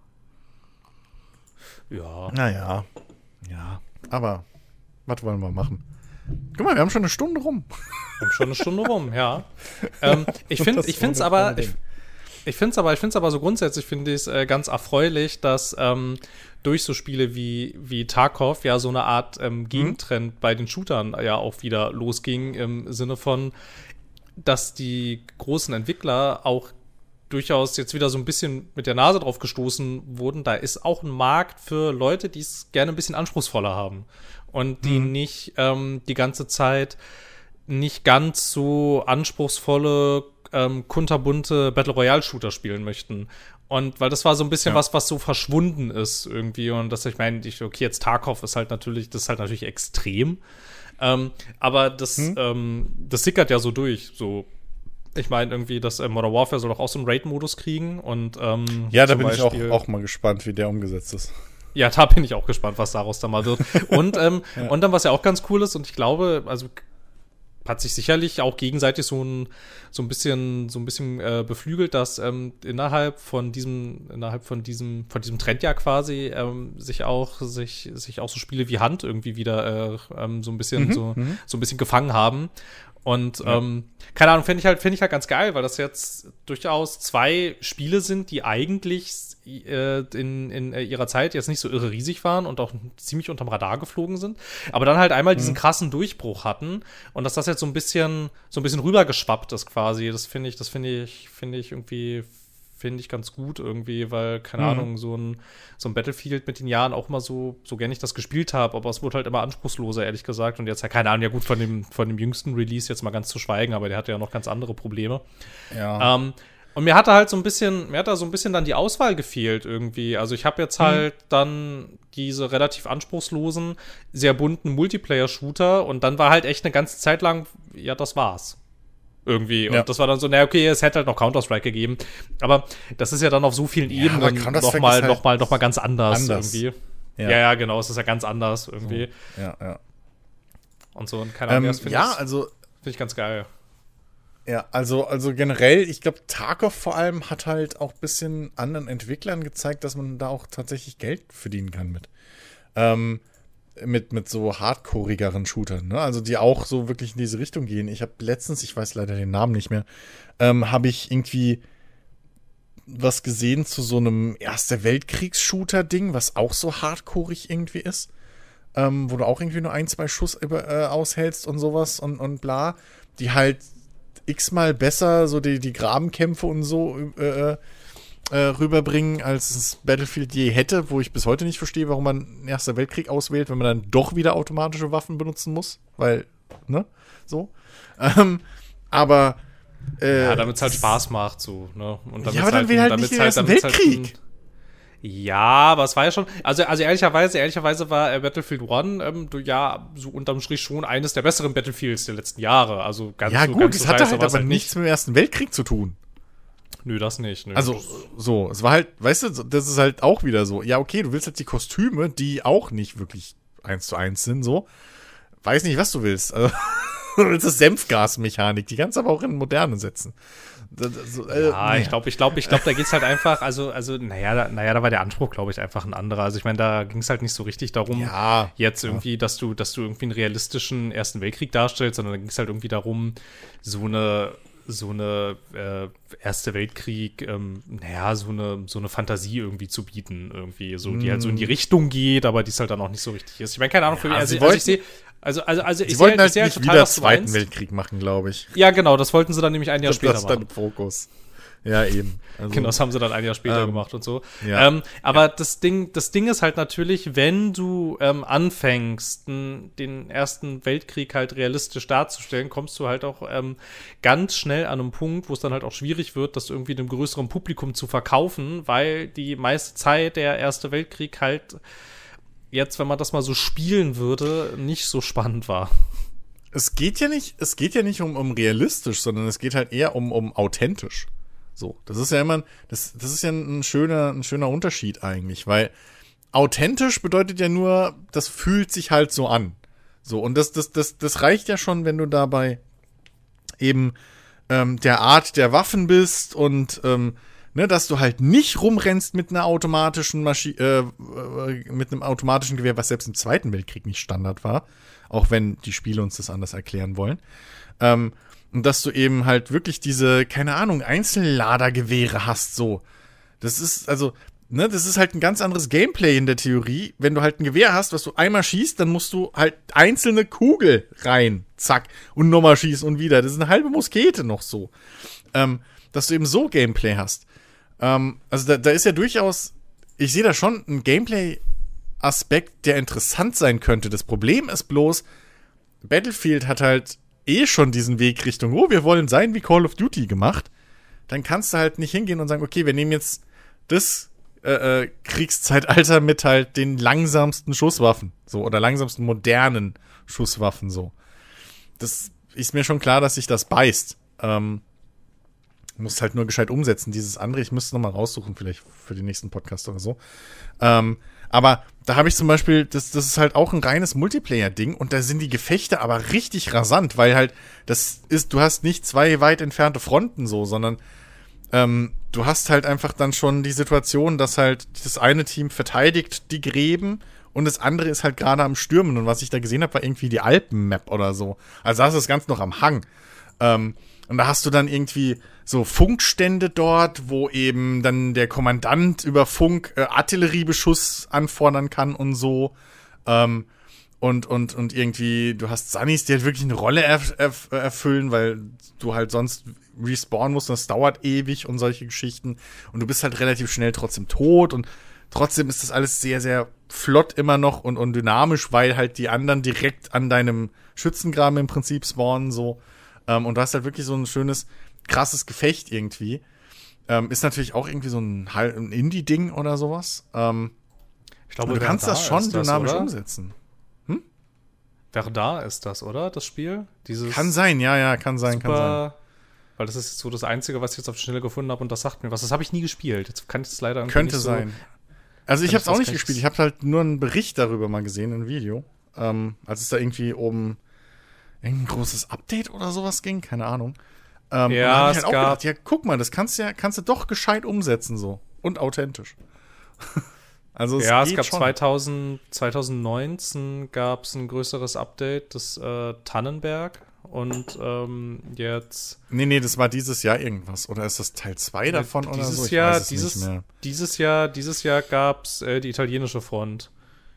Ja. Naja. Ja. Aber, was wollen wir machen? Guck mal, wir haben schon eine Stunde rum. Ja. Ich finde es aber so grundsätzlich finde ich es ganz erfreulich, dass durch so Spiele wie Tarkov ja so eine Art Gegentrend bei den Shootern ja auch wieder losging, im Sinne von, dass die großen Entwickler auch durchaus jetzt wieder so ein bisschen mit der Nase drauf gestoßen wurden. Da ist auch ein Markt für Leute, die es gerne ein bisschen anspruchsvoller haben und die nicht die ganze Zeit nicht ganz so anspruchsvolle, kunterbunte Battle-Royale-Shooter spielen möchten. Und weil das war so ein bisschen was so verschwunden ist irgendwie. Und dass ich meine, okay, jetzt Tarkov ist halt natürlich, das ist halt natürlich extrem. Aber das sickert ja so durch. So, ich meine, irgendwie, das Modern Warfare soll doch auch so einen Raid-Modus kriegen. Und ja, da bin ich auch mal gespannt, wie der umgesetzt ist. Ja, da bin ich auch gespannt, was daraus dann mal wird. Und und dann, was ja auch ganz cool ist, und ich glaube, also hat sich sicherlich auch gegenseitig so ein bisschen beflügelt, dass innerhalb von diesem Trend ja quasi sich auch so Spiele wie Hunt irgendwie wieder so ein bisschen gefangen haben. Und keine Ahnung, finde ich halt ganz geil, weil das jetzt durchaus 2 Spiele sind, die eigentlich in ihrer Zeit jetzt nicht so irre riesig waren und auch ziemlich unterm Radar geflogen sind, aber dann halt einmal diesen krassen Durchbruch hatten und dass das jetzt so ein bisschen rübergeschwappt ist quasi. Das finde ich ganz gut irgendwie, weil, keine Ahnung, so ein Battlefield mit den Jahren auch mal so gerne ich das gespielt habe, aber es wurde halt immer anspruchsloser, ehrlich gesagt. Und jetzt, ja, keine Ahnung, ja gut, von dem jüngsten Release jetzt mal ganz zu schweigen, aber der hatte ja noch ganz andere Probleme. Ja. Und mir hat da so ein bisschen dann die Auswahl gefehlt irgendwie. Also ich habe jetzt halt dann diese relativ anspruchslosen, sehr bunten Multiplayer-Shooter und dann war halt echt eine ganze Zeit lang, ja, das war's. Irgendwie. Und das war dann so, okay, es hätte halt noch Counter-Strike gegeben. Aber das ist ja dann auf so vielen Ebenen noch mal ganz anders. Irgendwie. Ja, genau, es ist ja ganz anders irgendwie. So. Ja. Und so, und keine Ahnung, das finde ich ganz geil. Ja, also generell, ich glaube, Tarkov vor allem hat halt auch ein bisschen anderen Entwicklern gezeigt, dass man da auch tatsächlich Geld verdienen kann mit so hardcoreigeren Shootern, ne? Also die auch so wirklich in diese Richtung gehen. Ich habe letztens, ich weiß leider den Namen nicht mehr, habe ich irgendwie was gesehen zu so einem Erster Weltkriegs-Shooter-Ding, was auch so hardcoreig irgendwie ist, wo du auch irgendwie nur 1-2 Schuss aushältst und sowas und bla, die halt x-mal besser so die Grabenkämpfe und so rüberbringen, als es Battlefield je hätte, wo ich bis heute nicht verstehe, warum man den Erster Weltkrieg auswählt, wenn man dann doch wieder automatische Waffen benutzen muss, weil, ne, so. Aber damit es halt Spaß macht, so, ne? Und ja, aber dann will halt nicht den Ersten Weltkrieg. Ja, aber es war ja schon, also ehrlicherweise war Battlefield 1 so unterm Strich schon eines der besseren Battlefields der letzten Jahre. Also ganz ja, so, gut, ganz es so hatte scheiße halt war's aber nichts mit dem Ersten Weltkrieg zu tun. Nö, das nicht. Nö. Also, so, es war halt, weißt du, das ist halt auch wieder so. Ja, okay, du willst halt die Kostüme, die auch nicht wirklich 1:1 sind, so. Weiß nicht, was du willst. Also, du willst das Senfgasmechanik, die kannst du aber auch in Moderne setzen. Nee. Ich glaube, da geht's halt einfach, naja, da war der Anspruch, glaube ich, einfach ein anderer. Also ich meine, da ging es halt nicht so richtig darum, jetzt irgendwie, dass du irgendwie einen realistischen Ersten Weltkrieg darstellst, sondern da ging es halt irgendwie darum, so eine Erste Weltkrieg, so eine Fantasie irgendwie zu bieten, irgendwie, so, die halt so in die Richtung geht, aber die es halt dann auch nicht so richtig ist. Ich meine, keine Ahnung, für mich, sie wollten halt nicht wieder Zweiten Weltkrieg machen, glaube ich. Ja, genau, das wollten sie dann nämlich ein Jahr später machen. Das ist dann Fokus. Ja, eben. Also, genau, das haben sie dann ein Jahr später gemacht und so. Ja. Aber das Ding ist halt natürlich, wenn du anfängst, den Ersten Weltkrieg halt realistisch darzustellen, kommst du halt auch ganz schnell an einem Punkt, wo es dann halt auch schwierig wird, das irgendwie einem größeren Publikum zu verkaufen, weil die meiste Zeit der Erste Weltkrieg halt jetzt, wenn man das mal so spielen würde, nicht so spannend war. Es geht ja nicht um realistisch, sondern es geht halt eher um authentisch. So, das ist ja immer, das ist ja ein schöner Unterschied eigentlich, weil authentisch bedeutet ja nur, das fühlt sich halt so an. So, und das reicht ja schon, wenn du dabei eben der Art der Waffen bist und dass du halt nicht rumrennst mit einer automatischen mit einem automatischen Gewehr, was selbst im Zweiten Weltkrieg nicht Standard war, auch wenn die Spiele uns das anders erklären wollen. Und dass du eben halt wirklich diese, keine Ahnung, Einzelladergewehre hast, so. Das ist, also, das ist halt ein ganz anderes Gameplay in der Theorie. Wenn du halt ein Gewehr hast, was du einmal schießt, dann musst du halt einzelne Kugel rein, zack, und nochmal schießen und wieder. Das ist eine halbe Muskete noch so. Dass du eben so Gameplay hast. Also da ist ja durchaus, ich sehe da schon einen Gameplay-Aspekt, der interessant sein könnte. Das Problem ist bloß, Battlefield hat halt schon diesen Weg Richtung, wir wollen sein wie Call of Duty gemacht, dann kannst du halt nicht hingehen und sagen, okay, wir nehmen jetzt das Kriegszeitalter mit halt den langsamsten Schusswaffen, so, oder langsamsten modernen Schusswaffen, so. Das ist mir schon klar, dass sich das beißt. Muss halt nur gescheit umsetzen. Dieses andere, ich müsste es nochmal raussuchen, vielleicht für den nächsten Podcast oder so. Aber da habe ich zum Beispiel, das ist halt auch ein reines Multiplayer-Ding und da sind die Gefechte aber richtig rasant, weil halt, du hast nicht zwei weit entfernte Fronten so, sondern du hast halt einfach dann schon die Situation, dass halt das eine Team verteidigt die Gräben und das andere ist halt gerade am Stürmen. Und was ich da gesehen habe, war irgendwie die Alpen-Map oder so. Also da ist das ganz noch am Hang. Und da hast du dann irgendwie so Funkstände dort, wo eben dann der Kommandant über Funk Artilleriebeschuss anfordern kann und so. Und irgendwie, du hast Sunnies, die halt wirklich eine Rolle erfüllen, weil du halt sonst respawnen musst und das dauert ewig und solche Geschichten. Und du bist halt relativ schnell trotzdem tot und trotzdem ist das alles sehr, sehr flott immer noch und dynamisch, weil halt die anderen direkt an deinem Schützengraben im Prinzip spawnen, so. Und du hast halt wirklich so ein schönes, krasses Gefecht irgendwie. Ist natürlich auch irgendwie so ein Indie-Ding oder sowas. Ich glaube, du kannst das schon dynamisch umsetzen. Verdun ist das, oder? Das Spiel? Kann sein, ja, kann sein. Weil das ist jetzt so das Einzige, was ich jetzt auf die Schnelle gefunden habe und das sagt mir was. Das habe ich nie gespielt. Jetzt kann ich es leider Könnte nicht sein. Also ich habe es auch nicht gespielt. Ich habe halt nur einen Bericht darüber mal gesehen, ein Video. Als es da irgendwie oben irgendein großes Update oder sowas ging, keine Ahnung. Ja, und da hab ich halt auch gedacht, ja, guck mal, das kannst du doch gescheit umsetzen so. Und authentisch. Also es gab 2019 gab es ein größeres Update, das Tannenberg. Und jetzt. Nee, das war dieses Jahr irgendwas. Oder ist das Teil 2 davon oder so? Ich weiß es nicht mehr. Dieses Jahr gab es die italienische Front.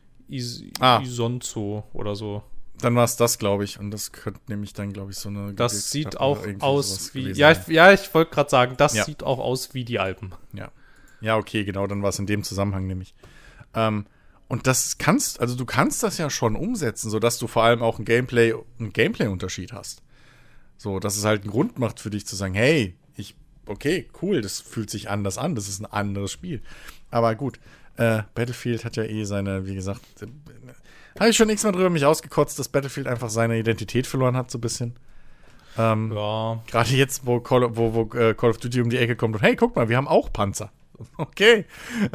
Isonzo oder so. Dann war es das, glaube ich. Und das könnte nämlich dann, glaube ich, so eine. Das sieht auch aus wie. Ich wollte gerade sagen, das sieht auch aus wie die Alpen. Ja, okay, genau. Dann war es in dem Zusammenhang nämlich. Und du kannst das ja schon umsetzen, sodass du vor allem auch einen Gameplay-Unterschied hast. So, dass es halt einen Grund macht für dich zu sagen, hey, okay, cool, das fühlt sich anders an, das ist ein anderes Spiel. Aber gut, Battlefield hat ja seine, wie gesagt, habe ich schon nichts mehr drüber mich ausgekotzt, dass Battlefield einfach seine Identität verloren hat, so ein bisschen. Gerade jetzt, wo Call of Duty um die Ecke kommt und hey, guck mal, wir haben auch Panzer. Okay.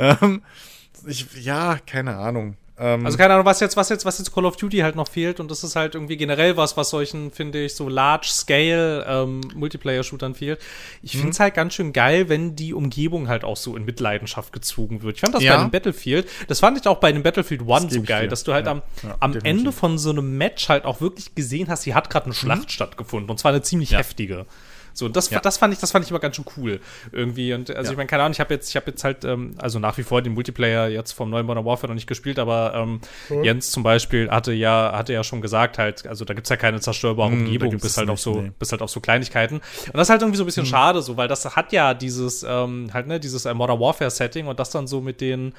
Keine Ahnung. Also keine Ahnung, was jetzt Call of Duty halt noch fehlt und das ist halt irgendwie generell was solchen, finde ich, so Large-Scale Multiplayer-Shootern fehlt. Ich finde es halt ganz schön geil, wenn die Umgebung halt auch so in Mitleidenschaft gezogen wird. Ich fand das bei dem Battlefield, das fand ich auch bei dem Battlefield 1 so geil, dass du halt am Ende von so einem Match halt auch wirklich gesehen hast, hier hat gerade eine Schlacht stattgefunden und zwar eine ziemlich heftige. So, das fand ich immer ganz schön cool irgendwie. Und also ich meine, keine Ahnung, ich hab jetzt halt, also nach wie vor den Multiplayer jetzt vom neuen Modern Warfare noch nicht gespielt, aber Jens zum Beispiel hatte ja schon gesagt, halt, also da gibt's ja keine zerstörbare Umgebung, bis halt auf so Kleinigkeiten. Und das ist halt irgendwie so ein bisschen schade, so, weil das hat ja dieses, dieses Modern Warfare-Setting und das dann so mit den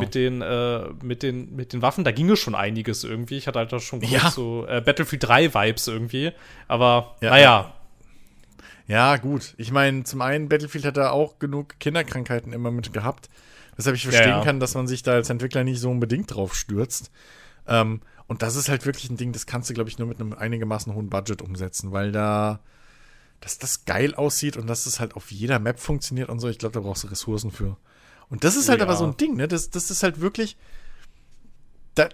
Waffen, da ging es schon einiges irgendwie. Ich hatte halt auch schon kurz so Battlefield 3 Vibes irgendwie. Aber Ja, gut. Ich meine, zum einen, Battlefield hat da auch genug Kinderkrankheiten immer mit gehabt. Weshalb ich verstehen kann, dass man sich da als Entwickler nicht so unbedingt drauf stürzt. Und das ist halt wirklich ein Ding, das kannst du, glaube ich, nur mit einem einigermaßen hohen Budget umsetzen, weil dass das geil aussieht und dass das halt auf jeder Map funktioniert und so. Ich glaube, da brauchst du Ressourcen für. Und das ist halt aber so ein Ding, ne? Das ist halt wirklich. Da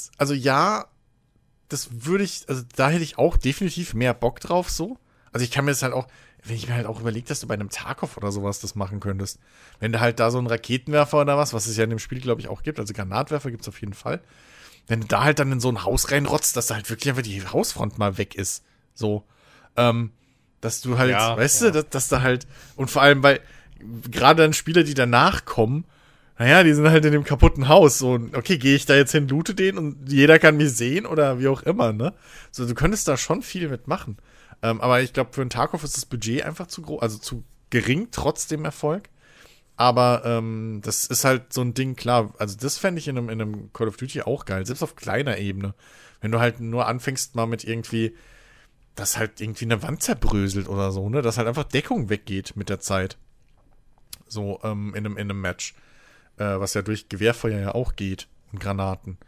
hätte ich auch definitiv mehr Bock drauf, so. Also ich kann mir das halt auch, wenn ich mir halt auch überlege, dass du bei einem Tarkov oder sowas das machen könntest. Wenn du halt da so einen Raketenwerfer oder was es ja in dem Spiel, glaube ich, auch gibt, also Granatwerfer gibt es auf jeden Fall. Wenn du da halt dann in so ein Haus reinrotzt, dass da halt wirklich einfach die Hausfront mal weg ist. So. Dass du halt, du, dass da halt, und vor allem, weil gerade dann Spieler, die danach kommen, naja, die sind halt in dem kaputten Haus. So, okay, gehe ich da jetzt hin, loote den und jeder kann mich sehen oder wie auch immer, ne? So, du könntest da schon viel mitmachen. Aber ich glaube, für einen Tarkov ist das Budget einfach zu groß, also zu gering, trotz dem Erfolg. Aber das ist halt so ein Ding, klar. Also das fände ich in einem Call of Duty auch geil, selbst auf kleiner Ebene. Wenn du halt nur anfängst mal mit irgendwie dass halt irgendwie eine Wand zerbröselt oder so, ne? Dass halt einfach Deckung weggeht mit der Zeit. So, in einem Match. Was ja durch Gewehrfeuer ja auch geht. Und Granaten.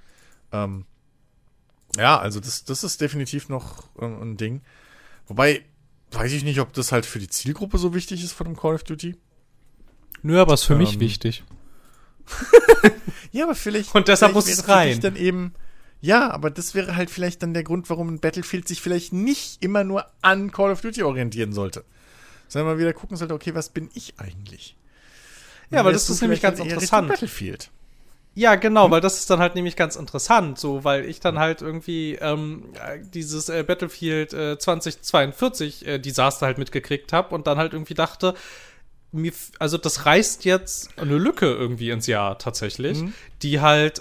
Ja, also das ist definitiv noch ein Ding. Wobei, weiß ich nicht, ob das halt für die Zielgruppe so wichtig ist von dem Call of Duty. Nö, aber ist für mich wichtig. Ja, aber vielleicht. Und deshalb muss es rein. Dann eben, ja, aber das wäre halt vielleicht dann der Grund, warum ein Battlefield sich vielleicht nicht immer nur an Call of Duty orientieren sollte. Sondern mal wieder gucken sollte, okay, was bin ich eigentlich? Ja, weil das ist nämlich ganz interessant. Battlefield. Ja, genau, weil das ist dann halt nämlich ganz interessant, so, weil ich dann halt irgendwie dieses Battlefield 2042 Desaster halt mitgekriegt habe und dann halt irgendwie dachte, also das reißt jetzt eine Lücke irgendwie ins Jahr tatsächlich, die halt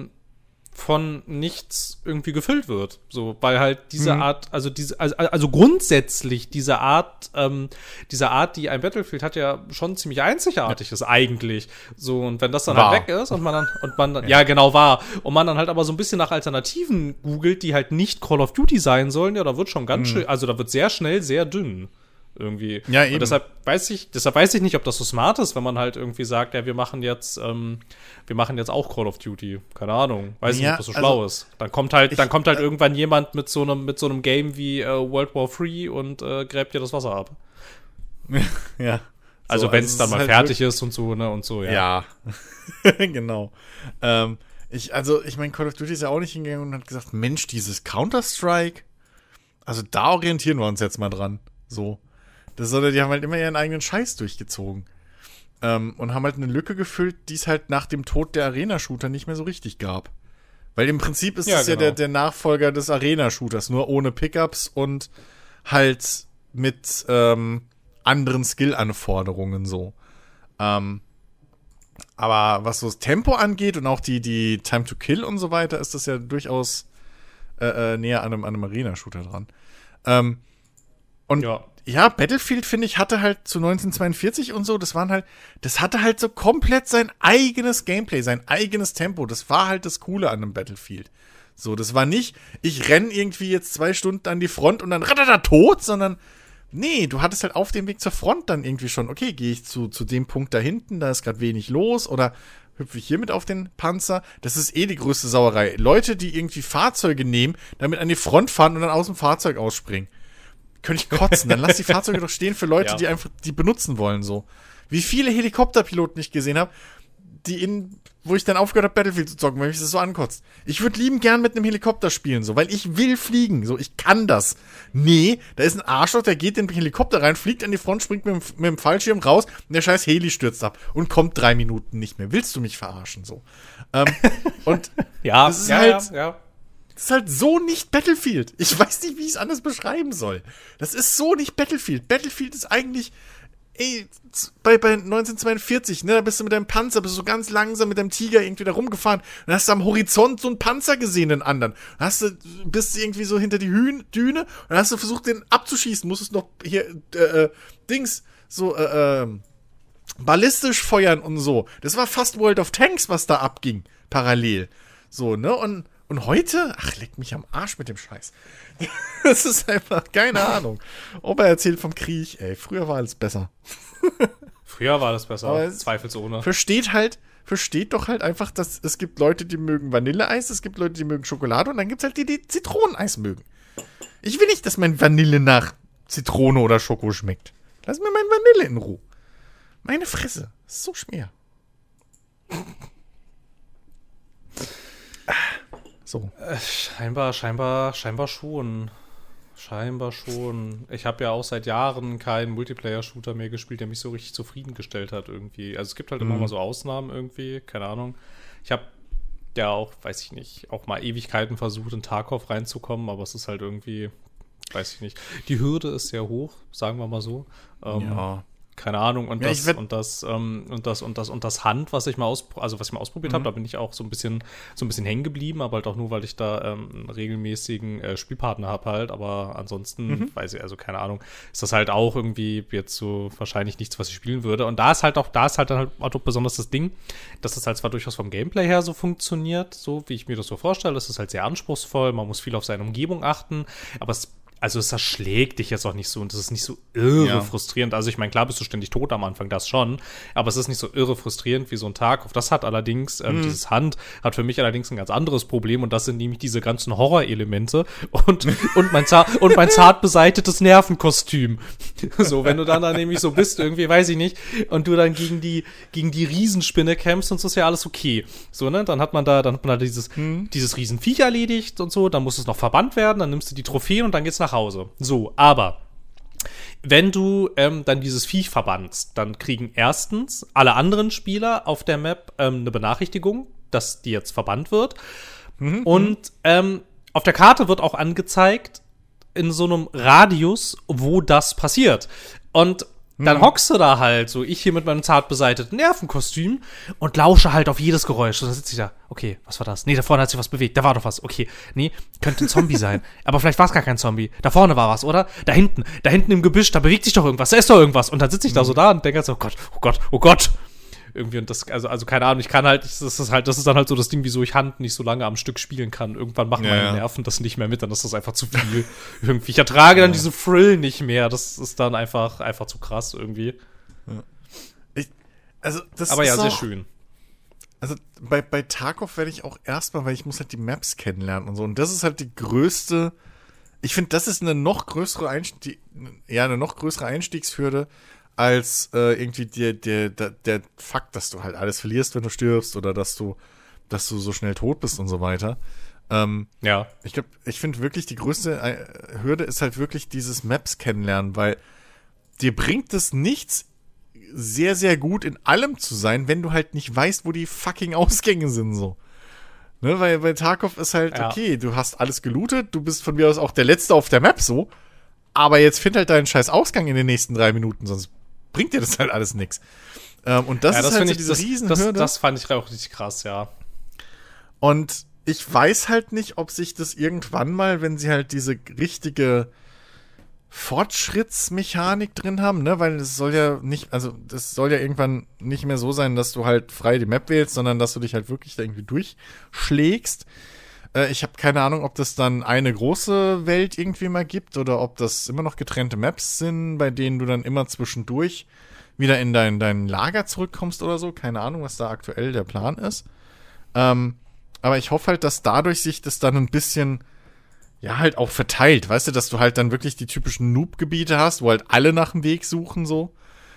von nichts irgendwie gefüllt wird. So, weil halt diese Art, also grundsätzlich diese Art, die ein Battlefield hat, ja schon ziemlich einzigartig ist eigentlich. So, und wenn das dann halt weg ist und man dann, ja genau, war, und man dann halt aber so ein bisschen nach Alternativen googelt, die halt nicht Call of Duty sein sollen, ja, da wird schon ganz schön, also da wird sehr schnell sehr dünn. Irgendwie. Ja, eben. Und deshalb weiß ich nicht, ob das so smart ist, wenn man halt irgendwie sagt, ja, wir machen jetzt auch Call of Duty. Keine Ahnung. Weiß nicht, ob das so schlau ist. Dann kommt halt irgendwann jemand mit so einem Game wie World War III und gräbt dir das Wasser ab. Ja. Also wenn es dann mal halt fertig ist und so, ne, und so, ja. Ja. Genau. Ich meine, Call of Duty ist ja auch nicht hingegangen und hat gesagt, Mensch, dieses Counter-Strike, also da orientieren wir uns jetzt mal dran. So. Die haben halt immer ihren eigenen Scheiß durchgezogen. Und haben halt eine Lücke gefüllt, die es halt nach dem Tod der Arena-Shooter nicht mehr so richtig gab. Weil im Prinzip ist es ja der Nachfolger des Arena-Shooters, nur ohne Pickups und halt mit anderen Skill-Anforderungen so. Aber was so das Tempo angeht und auch die Time to Kill und so weiter, ist das ja durchaus näher an einem Arena-Shooter dran. Und ja, Battlefield, finde ich, hatte halt zu 1942 und so, das hatte halt so komplett sein eigenes Gameplay, sein eigenes Tempo. Das war halt das Coole an einem Battlefield. So, das war nicht, ich renn irgendwie jetzt 2 Stunden an die Front und dann radada tot, sondern nee, du hattest halt auf dem Weg zur Front dann irgendwie schon, okay, gehe ich zu dem Punkt da hinten, da ist gerade wenig los, oder hüpfe ich hier mit auf den Panzer. Das ist die größte Sauerei. Leute, die irgendwie Fahrzeuge nehmen, damit an die Front fahren und dann aus dem Fahrzeug ausspringen. Könnte ich kotzen. Dann lass die Fahrzeuge doch stehen für Leute, die einfach die benutzen wollen, so. Wie viele Helikopterpiloten ich gesehen habe, wo ich dann aufgehört habe, Battlefield zu zocken, weil mich das so ankotzt. Ich würde lieben gern mit einem Helikopter spielen, so, weil ich will fliegen, so, ich kann das. Nee, da ist ein Arschloch, der geht in den Helikopter rein, fliegt an die Front, springt mit dem Fallschirm raus und der scheiß Heli stürzt ab und kommt 3 Minuten nicht mehr. Willst du mich verarschen, so? Und ja, das ist Das ist halt so nicht Battlefield. Ich weiß nicht, wie ich es anders beschreiben soll. Das ist so nicht Battlefield. Battlefield ist eigentlich, bei 1942, ne, da bist du mit deinem Panzer, bist du so ganz langsam mit deinem Tiger irgendwie da rumgefahren und hast du am Horizont so einen Panzer gesehen, den anderen. Bist du irgendwie so hinter die Düne und dann hast du versucht, den abzuschießen, musstest noch hier, ballistisch feuern und so. Das war fast World of Tanks, was da abging, parallel. So, ne, und heute? Ach, leck mich am Arsch mit dem Scheiß. Das ist einfach, keine Ahnung. Opa erzählt vom Krieg, ey. Früher war alles besser. Früher war das besser, zweifelsohne. Versteht doch halt einfach, dass es gibt Leute, die mögen Vanilleeis, es gibt Leute, die mögen Schokolade und dann gibt's halt die Zitroneneis mögen. Ich will nicht, dass mein Vanille nach Zitrone oder Schoko schmeckt. Lass mir mein Vanille in Ruhe. Meine Fresse. Das ist so schwer. So. Scheinbar schon. Scheinbar schon. Ich habe ja auch seit Jahren keinen Multiplayer-Shooter mehr gespielt, der mich so richtig zufriedengestellt hat irgendwie. Also es gibt halt immer mal so Ausnahmen irgendwie, keine Ahnung. Ich habe ja auch, weiß ich nicht, auch mal Ewigkeiten versucht, in Tarkov reinzukommen, aber es ist halt irgendwie, weiß ich nicht. Die Hürde ist sehr hoch, sagen wir mal so. Ja. Keine Ahnung, und das Hand, was ich mal ausprobiert habe, da bin ich auch so ein bisschen hängen geblieben, aber halt auch nur, weil ich da einen regelmäßigen Spielpartner habe halt, aber ansonsten, weiß ich, also keine Ahnung, ist das halt auch irgendwie jetzt so wahrscheinlich nichts, was ich spielen würde. Und da ist halt dann auch besonders das Ding, dass das halt zwar durchaus vom Gameplay her so funktioniert, so wie ich mir das so vorstelle, es ist halt sehr anspruchsvoll, man muss viel auf seine Umgebung achten, aber es also es erschlägt dich jetzt auch nicht so und es ist nicht so irre frustrierend. Also ich meine, klar bist du ständig tot am Anfang, das schon, aber es ist nicht so irre frustrierend wie so ein Tarkov. Das hat allerdings, dieses Hand hat für mich allerdings ein ganz anderes Problem und das sind nämlich diese ganzen Horrorelemente und mein zart beseitetes Nervenkostüm. So, wenn du dann nämlich so bist, irgendwie, weiß ich nicht, und du dann gegen die Riesenspinne kämpfst und so, ist ja alles okay. So, ne, dann hat man da dieses Riesenviech erledigt und so, dann muss es noch verbannt werden, dann nimmst du die Trophäen und dann geht's nach Hause. So, aber wenn du dann dieses Viech verbannst, dann kriegen erstens alle anderen Spieler auf der Map eine Benachrichtigung, dass die jetzt verbannt wird. Und auf der Karte wird auch angezeigt, in so einem Radius, wo das passiert. Und dann hockst du da halt, so ich hier mit meinem zart beseiteten Nervenkostüm und lausche halt auf jedes Geräusch. Und dann sitze ich da, okay, was war das? Nee, da vorne hat sich was bewegt, da war doch was. Okay, nee, könnte ein Zombie sein. Aber vielleicht war es gar kein Zombie. Da vorne war was, oder? Da hinten im Gebüsch, da bewegt sich doch irgendwas, da ist doch irgendwas. Und dann sitze ich da so da und denke so, oh Gott. Irgendwie, und das, also keine Ahnung, ich kann halt, das ist dann halt so das Ding, wieso ich Hand nicht so lange am Stück spielen kann. Irgendwann machen meine Nerven das nicht mehr mit, dann ist das einfach zu viel. Irgendwie, ich ertrage dann diese Thrill nicht mehr, das ist dann einfach zu krass irgendwie. Ja. Aber ja, sehr schön. Also bei Tarkov werde ich auch erstmal, weil ich muss halt die Maps kennenlernen und so. Und das ist halt die größte, ich finde, das ist eine noch größere Einstiegshürde als irgendwie der Fakt, dass du halt alles verlierst, wenn du stirbst, oder dass du so schnell tot bist und so weiter. Ich finde wirklich, die größte Hürde ist halt wirklich dieses Maps kennenlernen, weil dir bringt es nichts, sehr, sehr gut in allem zu sein, wenn du halt nicht weißt, wo die fucking Ausgänge sind, so. Ne, weil bei Tarkov ist halt, okay, du hast alles gelootet, du bist von mir aus auch der Letzte auf der Map, so, aber jetzt find halt deinen scheiß Ausgang in den nächsten 3 Minuten, sonst bringt dir das halt alles nix. Und das ist halt so diese Riesenhürde. Das fand ich auch richtig krass, ja. Und ich weiß halt nicht, ob sich das irgendwann mal, wenn sie halt diese richtige Fortschrittsmechanik drin haben, ne, weil das soll ja irgendwann nicht mehr so sein, dass du halt frei die Map wählst, sondern dass du dich halt wirklich da irgendwie durchschlägst. Ich habe keine Ahnung, ob das dann eine große Welt irgendwie mal gibt oder ob das immer noch getrennte Maps sind, bei denen du dann immer zwischendurch wieder in dein Lager zurückkommst oder so. Keine Ahnung, was da aktuell der Plan ist. Aber ich hoffe halt, dass dadurch sich das dann ein bisschen halt auch verteilt, weißt du, dass du halt dann wirklich die typischen Noob-Gebiete hast, wo halt alle nach dem Weg suchen, so.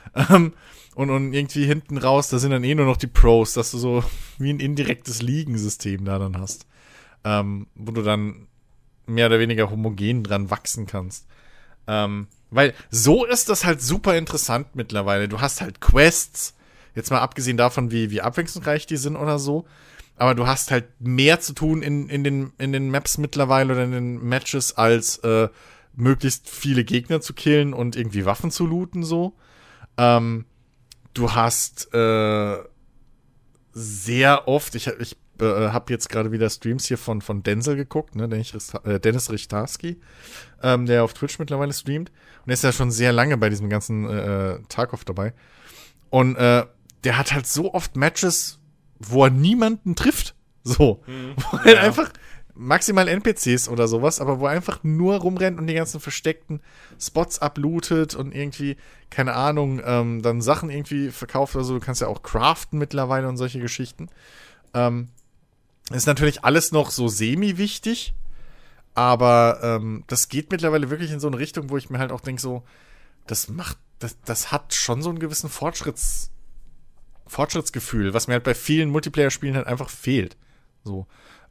Und irgendwie hinten raus, da sind dann nur noch die Pros, dass du so wie ein indirektes Ligensystem da dann hast. Wo du dann mehr oder weniger homogen dran wachsen kannst. Weil so ist das halt super interessant mittlerweile. Du hast halt Quests, jetzt mal abgesehen davon, wie abwechslungsreich die sind oder so, aber du hast halt mehr zu tun in den Maps mittlerweile oder in den Matches, als möglichst viele Gegner zu killen und irgendwie Waffen zu looten, so. Du hast sehr oft, ich habe jetzt gerade wieder Streams hier von Denzel geguckt, ne, Dennis Richtarski, der auf Twitch mittlerweile streamt. Und er ist ja schon sehr lange bei diesem ganzen Tarkov dabei. Und der hat halt so oft Matches, wo er niemanden trifft. So. Wo er einfach maximal NPCs oder sowas, aber wo er einfach nur rumrennt und die ganzen versteckten Spots ablootet und irgendwie, keine Ahnung, dann Sachen irgendwie verkauft oder so. Du kannst ja auch craften mittlerweile und solche Geschichten. Ist natürlich alles noch so semi-wichtig, aber das geht mittlerweile wirklich in so eine Richtung, wo ich mir halt auch denke, so, das hat schon so einen gewissen Fortschrittsgefühl, was mir halt bei vielen Multiplayer-Spielen halt einfach fehlt. So.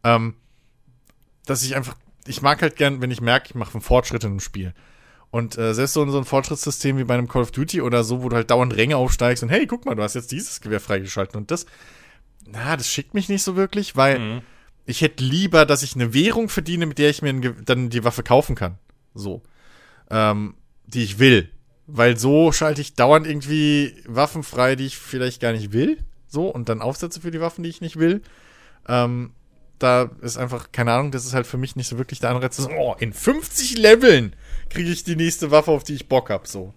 Dass ich mag halt gern, wenn ich merke, ich mache einen Fortschritt in einem Spiel. Und selbst so ein Fortschrittssystem wie bei einem Call of Duty oder so, wo du halt dauernd Ränge aufsteigst und hey, guck mal, du hast jetzt dieses Gewehr freigeschaltet und das schickt mich nicht so wirklich, weil ich hätte lieber, dass ich eine Währung verdiene, mit der ich mir dann die Waffe kaufen kann. So. Die ich will. Weil so schalte ich dauernd irgendwie Waffen frei, die ich vielleicht gar nicht will. So. Und dann Aufsätze für die Waffen, die ich nicht will. Da ist einfach, keine Ahnung, das ist halt für mich nicht so wirklich der Anreiz, so, in 50 Leveln kriege ich die nächste Waffe, auf die ich Bock habe. So.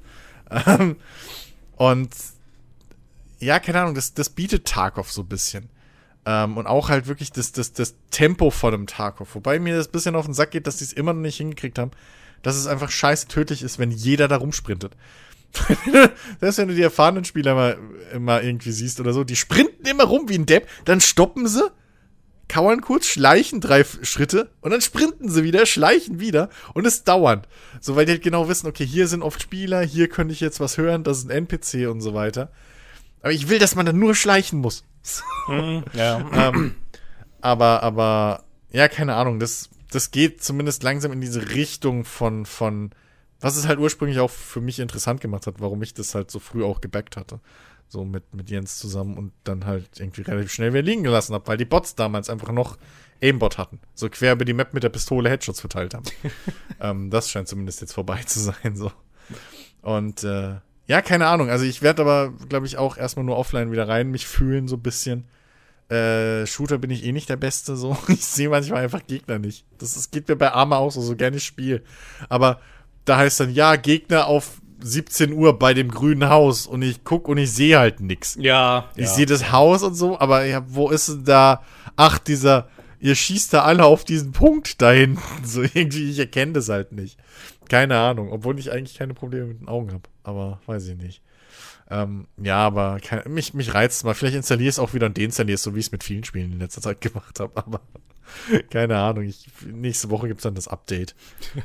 Und ja, keine Ahnung, das bietet Tarkov so ein bisschen. Und auch halt wirklich das Tempo von dem Tarkov. Wobei mir das ein bisschen auf den Sack geht, dass die es immer noch nicht hingekriegt haben, dass es einfach scheiße tödlich ist, wenn jeder da rumsprintet. Selbst wenn du die erfahrenen Spieler immer irgendwie siehst oder so, die sprinten immer rum wie ein Depp, dann stoppen sie, kauern kurz, schleichen 3 Schritte und dann sprinten sie wieder, schleichen wieder und es dauernd. So, weil die halt genau wissen, okay, hier sind oft Spieler, hier könnte ich jetzt was hören, das ist ein NPC und so weiter. Aber ich will, dass man dann nur schleichen muss. Ja. Aber, ja, keine Ahnung, das geht zumindest langsam in diese Richtung von was es halt ursprünglich auch für mich interessant gemacht hat, warum ich das halt so früh auch gebackt hatte. So mit Jens zusammen und dann halt irgendwie relativ schnell wieder liegen gelassen habe, weil die Bots damals einfach noch Aimbot hatten. So quer über die Map mit der Pistole Headshots verteilt haben. Das scheint zumindest jetzt vorbei zu sein, so. Und, ja, keine Ahnung. Also ich werde aber, glaube ich, auch erstmal nur offline wieder rein, mich fühlen so ein bisschen. Shooter bin ich eh nicht der Beste, so. Ich sehe manchmal einfach Gegner nicht. Das geht mir bei Arma auch so gerne ich spiele. Aber da heißt dann, ja, Gegner auf 17 Uhr bei dem grünen Haus und ich guck und ich sehe halt nix. Ja. Ich sehe das Haus und so, aber ja, wo ist denn da, ihr schießt da alle auf diesen Punkt da hinten. So irgendwie, ich erkenne das halt nicht. Keine Ahnung, obwohl ich eigentlich keine Probleme mit den Augen habe. Aber weiß ich nicht. Ja, aber mich reizt es mal. Vielleicht installiere ich es auch wieder und deinstalliere es, so wie ich es mit vielen Spielen in letzter Zeit gemacht habe. Aber keine Ahnung. Nächste Woche gibt es dann das Update.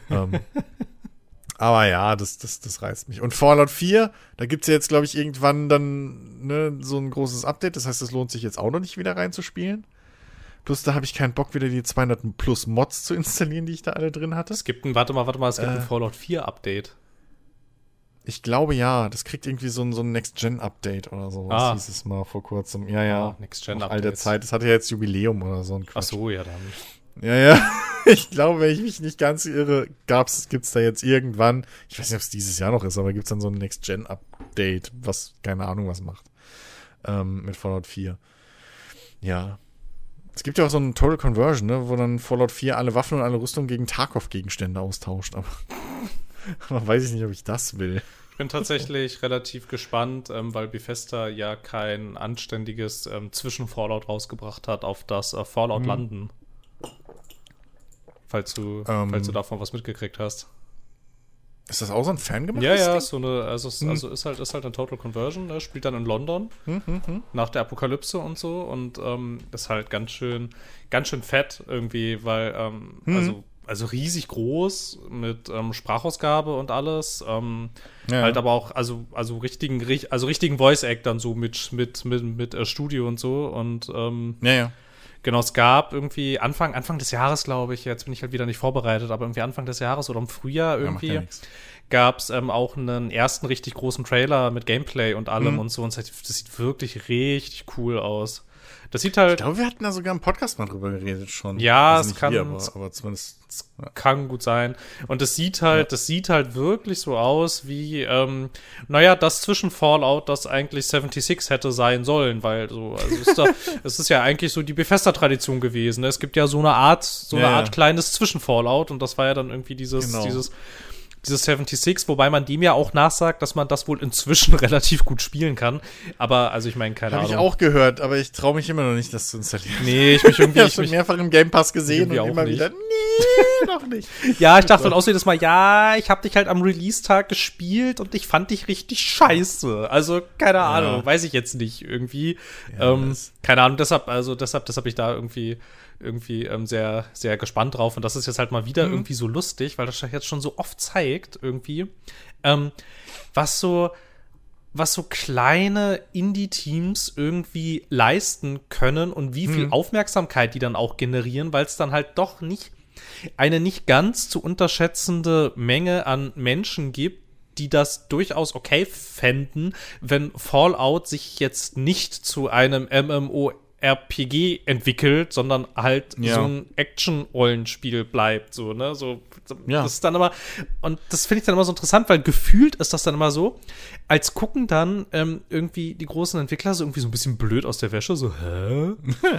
Aber ja, das reizt mich. Und Fallout 4, da gibt es ja jetzt, glaube ich, irgendwann dann so ein großes Update. Das heißt, es lohnt sich jetzt auch noch nicht wieder reinzuspielen. Plus, da habe ich keinen Bock, wieder die 200 plus Mods zu installieren, die ich da alle drin hatte. Es gibt ein Fallout 4 Update. Ich glaube, ja. Das kriegt irgendwie so ein Next-Gen-Update oder so. Das hieß es mal vor kurzem. Ja. Next-Gen-Update. All der Zeit. Das hatte ja jetzt Jubiläum oder so ein Quatsch. Ach so, ja, dann. Ja. Ich glaube, wenn ich mich nicht ganz irre, gibt's da jetzt irgendwann, ich weiß nicht, ob es dieses Jahr noch ist, aber gibt's dann so ein Next-Gen-Update, was, keine Ahnung, was macht. Mit Fallout 4. Ja. Es gibt ja auch so ein Total Conversion, ne, wo dann Fallout 4 alle Waffen und alle Rüstungen gegen Tarkov-Gegenstände austauscht, aber weiß ich nicht, ob ich das will. Ich bin tatsächlich relativ gespannt, weil Bethesda ja kein anständiges Zwischen-Fallout rausgebracht hat, auf das Fallout landen. Falls du davon was mitgekriegt hast. Ist das auch so ein fangemachtes Ja, Ding? also ist halt ein Total Conversion, ne? Spielt dann in London nach der Apokalypse und so und ist halt ganz schön fett irgendwie, weil also riesig groß mit Sprachausgabe und alles, halt aber auch also richtigen Voice Act dann so mit Studio und so und Ja. Genau, es gab irgendwie Anfang des Jahres, glaube ich, jetzt bin ich halt wieder nicht vorbereitet, aber irgendwie Anfang des Jahres oder im Frühjahr irgendwie gab es auch einen ersten richtig großen Trailer mit Gameplay und allem und so. Und das sieht wirklich richtig cool aus. Das sieht halt. Ich glaube, wir hatten da sogar im Podcast mal drüber geredet schon. Ja, also es kann. aber zumindest. Kann gut sein. Und das sieht halt wirklich so aus wie, das zwischen Fallout, das eigentlich 76 hätte sein sollen, weil es ist ja eigentlich so die Bethesda-Tradition gewesen. Ne? Es gibt ja so eine Art kleines Zwischen-Fallout und das war ja dann irgendwie dieses 76, wobei man dem ja auch nachsagt, dass man das wohl inzwischen relativ gut spielen kann. Aber, also ich meine, keine Ahnung. Habe ich auch gehört, aber ich traue mich immer noch nicht, das zu installieren. Nee, ich habe schon mehrfach im Game Pass gesehen und immer wieder, nee, noch nicht. Ja, ich dachte dann auch so jedes Mal, ich habe dich halt am Release-Tag gespielt und ich fand dich richtig scheiße. Also, keine Ahnung, weiß ich jetzt nicht irgendwie. Keine Ahnung, deshalb ich da irgendwie sehr, sehr gespannt drauf. Und das ist jetzt halt mal wieder irgendwie so lustig, weil das jetzt schon so oft zeigt, irgendwie, was so kleine Indie-Teams irgendwie leisten können und wie viel Aufmerksamkeit die dann auch generieren, weil es dann halt doch eine nicht ganz zu unterschätzende Menge an Menschen gibt, die das durchaus okay fänden, wenn Fallout sich jetzt nicht zu einem MMORPG entwickelt, sondern halt so ein Action-Rollenspiel bleibt, so, ne, so, das ist dann immer, und das finde ich dann immer so interessant, weil gefühlt ist das dann immer so, als gucken dann irgendwie die großen Entwickler so irgendwie so ein bisschen blöd aus der Wäsche, so, hä?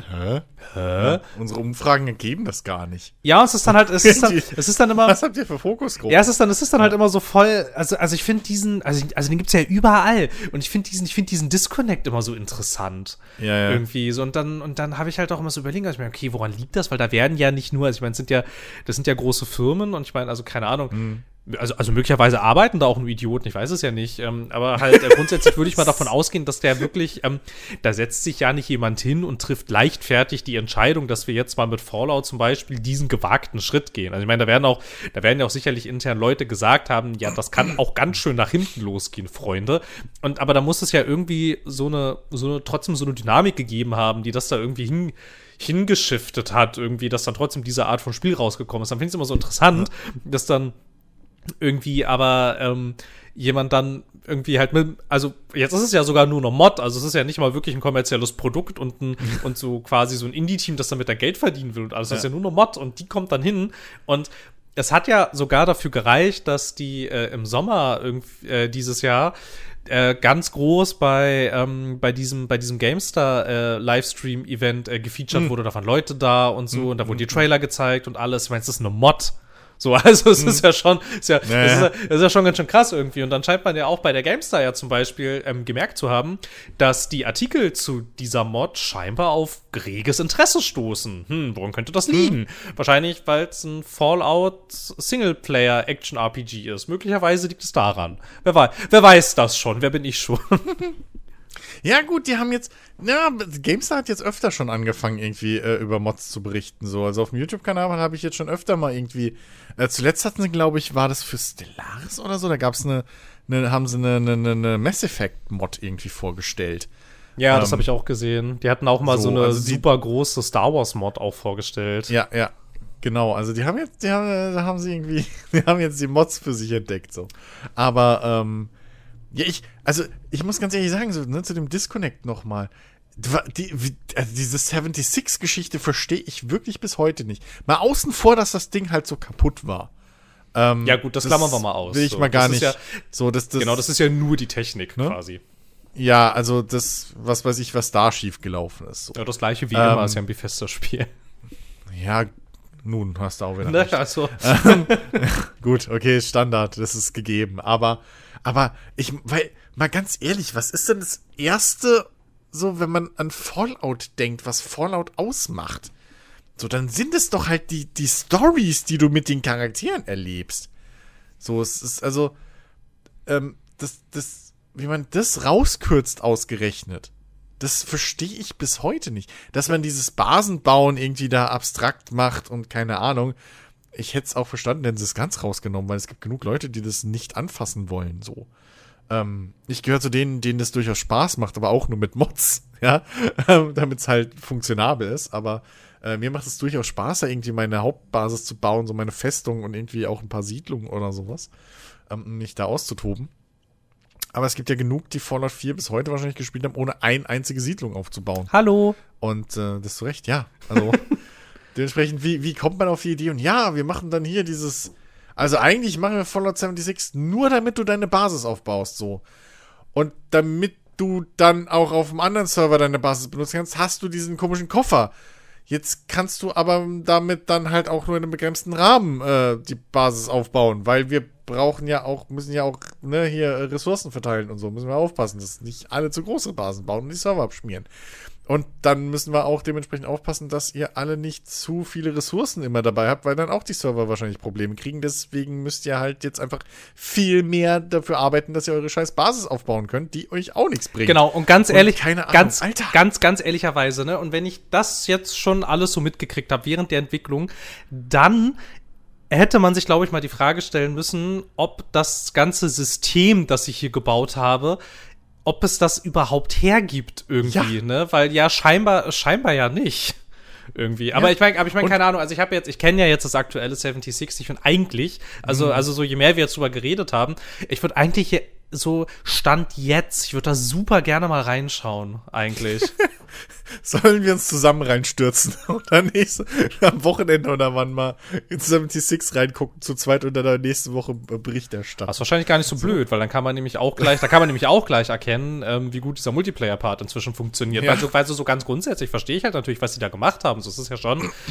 Ja, unsere Umfragen ergeben das gar nicht. Ja, es ist dann halt, es ist dann immer. Was habt ihr für Fokusgruppen? Ja, es ist dann halt immer so voll, also ich finde den gibt's ja überall. Und ich finde diesen Disconnect immer so interessant. Ja. Irgendwie so. Und dann habe ich halt auch immer so überlegt, also okay, woran liegt das? Weil da werden ja nicht nur, also ich meine, das sind ja große Firmen und ich meine, also keine Ahnung, Also möglicherweise arbeiten da auch nur Idioten, ich weiß es ja nicht. Aber halt grundsätzlich würde ich mal davon ausgehen, dass der wirklich, da setzt sich ja nicht jemand hin und trifft leichtfertig die Entscheidung, dass wir jetzt mal mit Fallout zum Beispiel diesen gewagten Schritt gehen. Also ich meine, da werden ja auch sicherlich intern Leute gesagt haben, ja, das kann auch ganz schön nach hinten losgehen, Freunde. Aber da muss es ja irgendwie trotzdem so eine Dynamik gegeben haben, die das da irgendwie hingeschiftet hat, irgendwie, dass dann trotzdem diese Art von Spiel rausgekommen ist. Dann finde ich es immer so interessant, dass dann irgendwie aber jemand dann irgendwie halt also jetzt ist es ja sogar nur noch Mod, also es ist ja nicht mal wirklich ein kommerzielles Produkt und so quasi so ein Indie-Team, das damit da Geld verdienen will und alles, das ist ja nur noch Mod und die kommt dann hin und es hat ja sogar dafür gereicht, dass die im Sommer dieses Jahr ganz groß bei diesem GameStar Livestream-Event gefeatured wurde, da waren Leute da und so und da wurden die Trailer gezeigt und alles. Ich meine, es ist eine Mod. So, also es ist ja schon, es ist ja schon ganz schön krass irgendwie. Und dann scheint man ja auch bei der GameStar ja zum Beispiel gemerkt zu haben, dass die Artikel zu dieser Mod scheinbar auf reges Interesse stoßen. Woran könnte das liegen? Wahrscheinlich, weil es ein Fallout Singleplayer-Action-RPG ist. Möglicherweise liegt es daran. Wer weiß das schon? Wer bin ich schon? Ja, gut, die haben jetzt, GameStar hat jetzt öfter schon angefangen, irgendwie über Mods zu berichten. So. Also auf dem YouTube-Kanal habe ich jetzt schon öfter mal irgendwie, zuletzt hatten sie, glaube ich, war das für Stellaris oder so, da gab es haben sie eine Mass Effect-Mod irgendwie vorgestellt. Ja, das habe ich auch gesehen. Die hatten auch mal so eine super große Star Wars-Mod auch vorgestellt. Ja, genau. Also die haben jetzt die Mods für sich entdeckt, so. Aber, ja, ich muss ganz ehrlich sagen, so, ne, zu dem Disconnect nochmal. Diese 76-Geschichte verstehe ich wirklich bis heute nicht. Mal außen vor, dass das Ding halt so kaputt war. Ja, gut, das klammern wir mal aus. Will ich mal gar nicht. Ja, genau, das ist ja nur die Technik, ne? Quasi. Ja, also was weiß ich, was da schief gelaufen ist. So. Ja, das gleiche wie immer ist ja ein Bethesda-Spiel. Ja, nun hast du auch wieder recht. Also. Gut, okay, Standard, das ist gegeben. Aber mal ganz ehrlich, was ist denn das Erste, so, wenn man an Fallout denkt, was Fallout ausmacht? So, dann sind es doch halt die Stories, die du mit den Charakteren erlebst. So, es ist also, wie man das rauskürzt ausgerechnet, das verstehe ich bis heute nicht. Dass man dieses Basenbauen irgendwie da abstrakt macht und keine Ahnung. Ich hätte es auch verstanden, hätten sie es ganz rausgenommen, weil es gibt genug Leute, die das nicht anfassen wollen, so. Ich gehöre zu denen das durchaus Spaß macht, aber auch nur mit Mods, ja, damit es halt funktionabel ist, aber mir macht es durchaus Spaß, da irgendwie meine Hauptbasis zu bauen, so meine Festung und irgendwie auch ein paar Siedlungen oder sowas, mich da auszutoben. Aber es gibt ja genug, die Fallout 4 bis heute wahrscheinlich gespielt haben, ohne eine einzige Siedlung aufzubauen. Hallo! Und das zu Recht, ja, also dementsprechend, wie kommt man auf die Idee? Und ja, wir machen dann hier also eigentlich machen wir Fallout 76 nur, damit du deine Basis aufbaust, so. Und damit du dann auch auf einem anderen Server deine Basis benutzen kannst, hast du diesen komischen Koffer. Jetzt kannst du aber damit dann halt auch nur in einem begrenzten Rahmen die Basis aufbauen, weil wir müssen ja auch ne, hier Ressourcen verteilen und so, müssen wir aufpassen, dass nicht alle zu große Basen bauen und die Server abschmieren. Und dann müssen wir auch dementsprechend aufpassen, dass ihr alle nicht zu viele Ressourcen immer dabei habt, weil dann auch die Server wahrscheinlich Probleme kriegen. Deswegen müsst ihr halt jetzt einfach viel mehr dafür arbeiten, dass ihr eure scheiß Basis aufbauen könnt, die euch auch nichts bringt. Genau, und ganz ehrlich, keine Ahnung, ganz ehrlicherweise, ne, und wenn ich das jetzt schon alles so mitgekriegt habe während der Entwicklung, dann hätte man sich, glaube ich, mal die Frage stellen müssen, ob das ganze System, das ich hier gebaut habe, ob es das überhaupt hergibt irgendwie, ja. Ne? Weil ja scheinbar ja nicht. Irgendwie. Aber ja. ich meine, keine Ahnung, also ich kenne ja jetzt das aktuelle 7060 und eigentlich, also so je mehr wir jetzt drüber geredet haben, ich würde eigentlich so Stand jetzt, ich würde da super gerne mal reinschauen, eigentlich. Sollen wir uns zusammen reinstürzen oder am Wochenende oder wann mal in 76 reingucken, zu zweit und dann in der nächsten Woche Bericht erstatten? Das ist wahrscheinlich gar nicht so blöd, weil dann kann man nämlich auch gleich erkennen, wie gut dieser Multiplayer-Part inzwischen funktioniert. Ja. Weil so ganz grundsätzlich verstehe ich halt natürlich, was sie da gemacht haben. So, es ist ja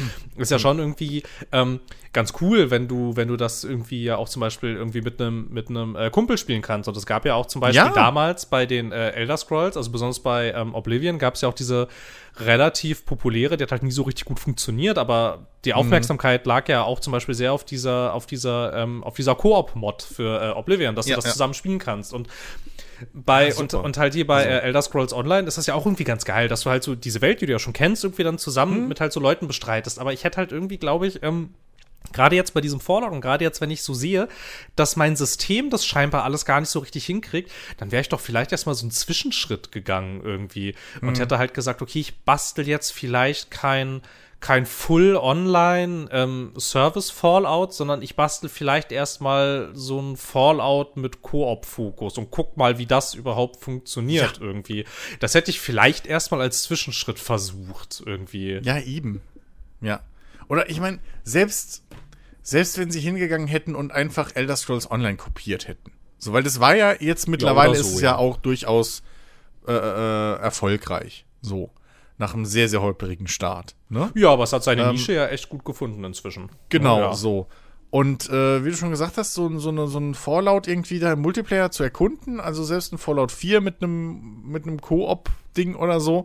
schon irgendwie ganz cool, wenn du das irgendwie ja auch zum Beispiel irgendwie mit einem Kumpel spielen kannst. Und es gab ja auch zum Beispiel damals bei den Elder Scrolls, also besonders bei Oblivion, gab es ja auch diese relativ populäre, die hat halt nie so richtig gut funktioniert, aber die Aufmerksamkeit lag ja auch zum Beispiel sehr auf dieser Koop-Mod für Oblivion, dass du das zusammen spielen kannst. Und und halt hier bei Elder Scrolls Online ist das ja auch irgendwie ganz geil, dass du halt so diese Welt, die du ja schon kennst, irgendwie dann zusammen mit halt so Leuten bestreitest. Aber ich hätte halt irgendwie, glaube ich, gerade jetzt bei diesem Fallout und gerade jetzt, wenn ich so sehe, dass mein System das scheinbar alles gar nicht so richtig hinkriegt, dann wäre ich doch vielleicht erstmal so einen Zwischenschritt gegangen irgendwie und hätte halt gesagt, okay, ich bastel jetzt vielleicht kein Full-Online-Service-Fallout, sondern ich bastel vielleicht erstmal so ein Fallout mit Koop-Fokus und guck mal, wie das überhaupt funktioniert irgendwie. Das hätte ich vielleicht erstmal als Zwischenschritt versucht irgendwie. Ja, eben. Ja. Oder ich meine, selbst wenn sie hingegangen hätten und einfach Elder Scrolls Online kopiert hätten. So, weil das war ja jetzt mittlerweile ist es ja auch durchaus erfolgreich. So. Nach einem sehr, sehr holprigen Start. Ne? Ja, aber es hat seine Nische ja echt gut gefunden inzwischen. Genau, so. Und wie du schon gesagt hast, so ein Fallout irgendwie da im Multiplayer zu erkunden, also selbst ein Fallout 4 mit einem Koop-Ding oder so,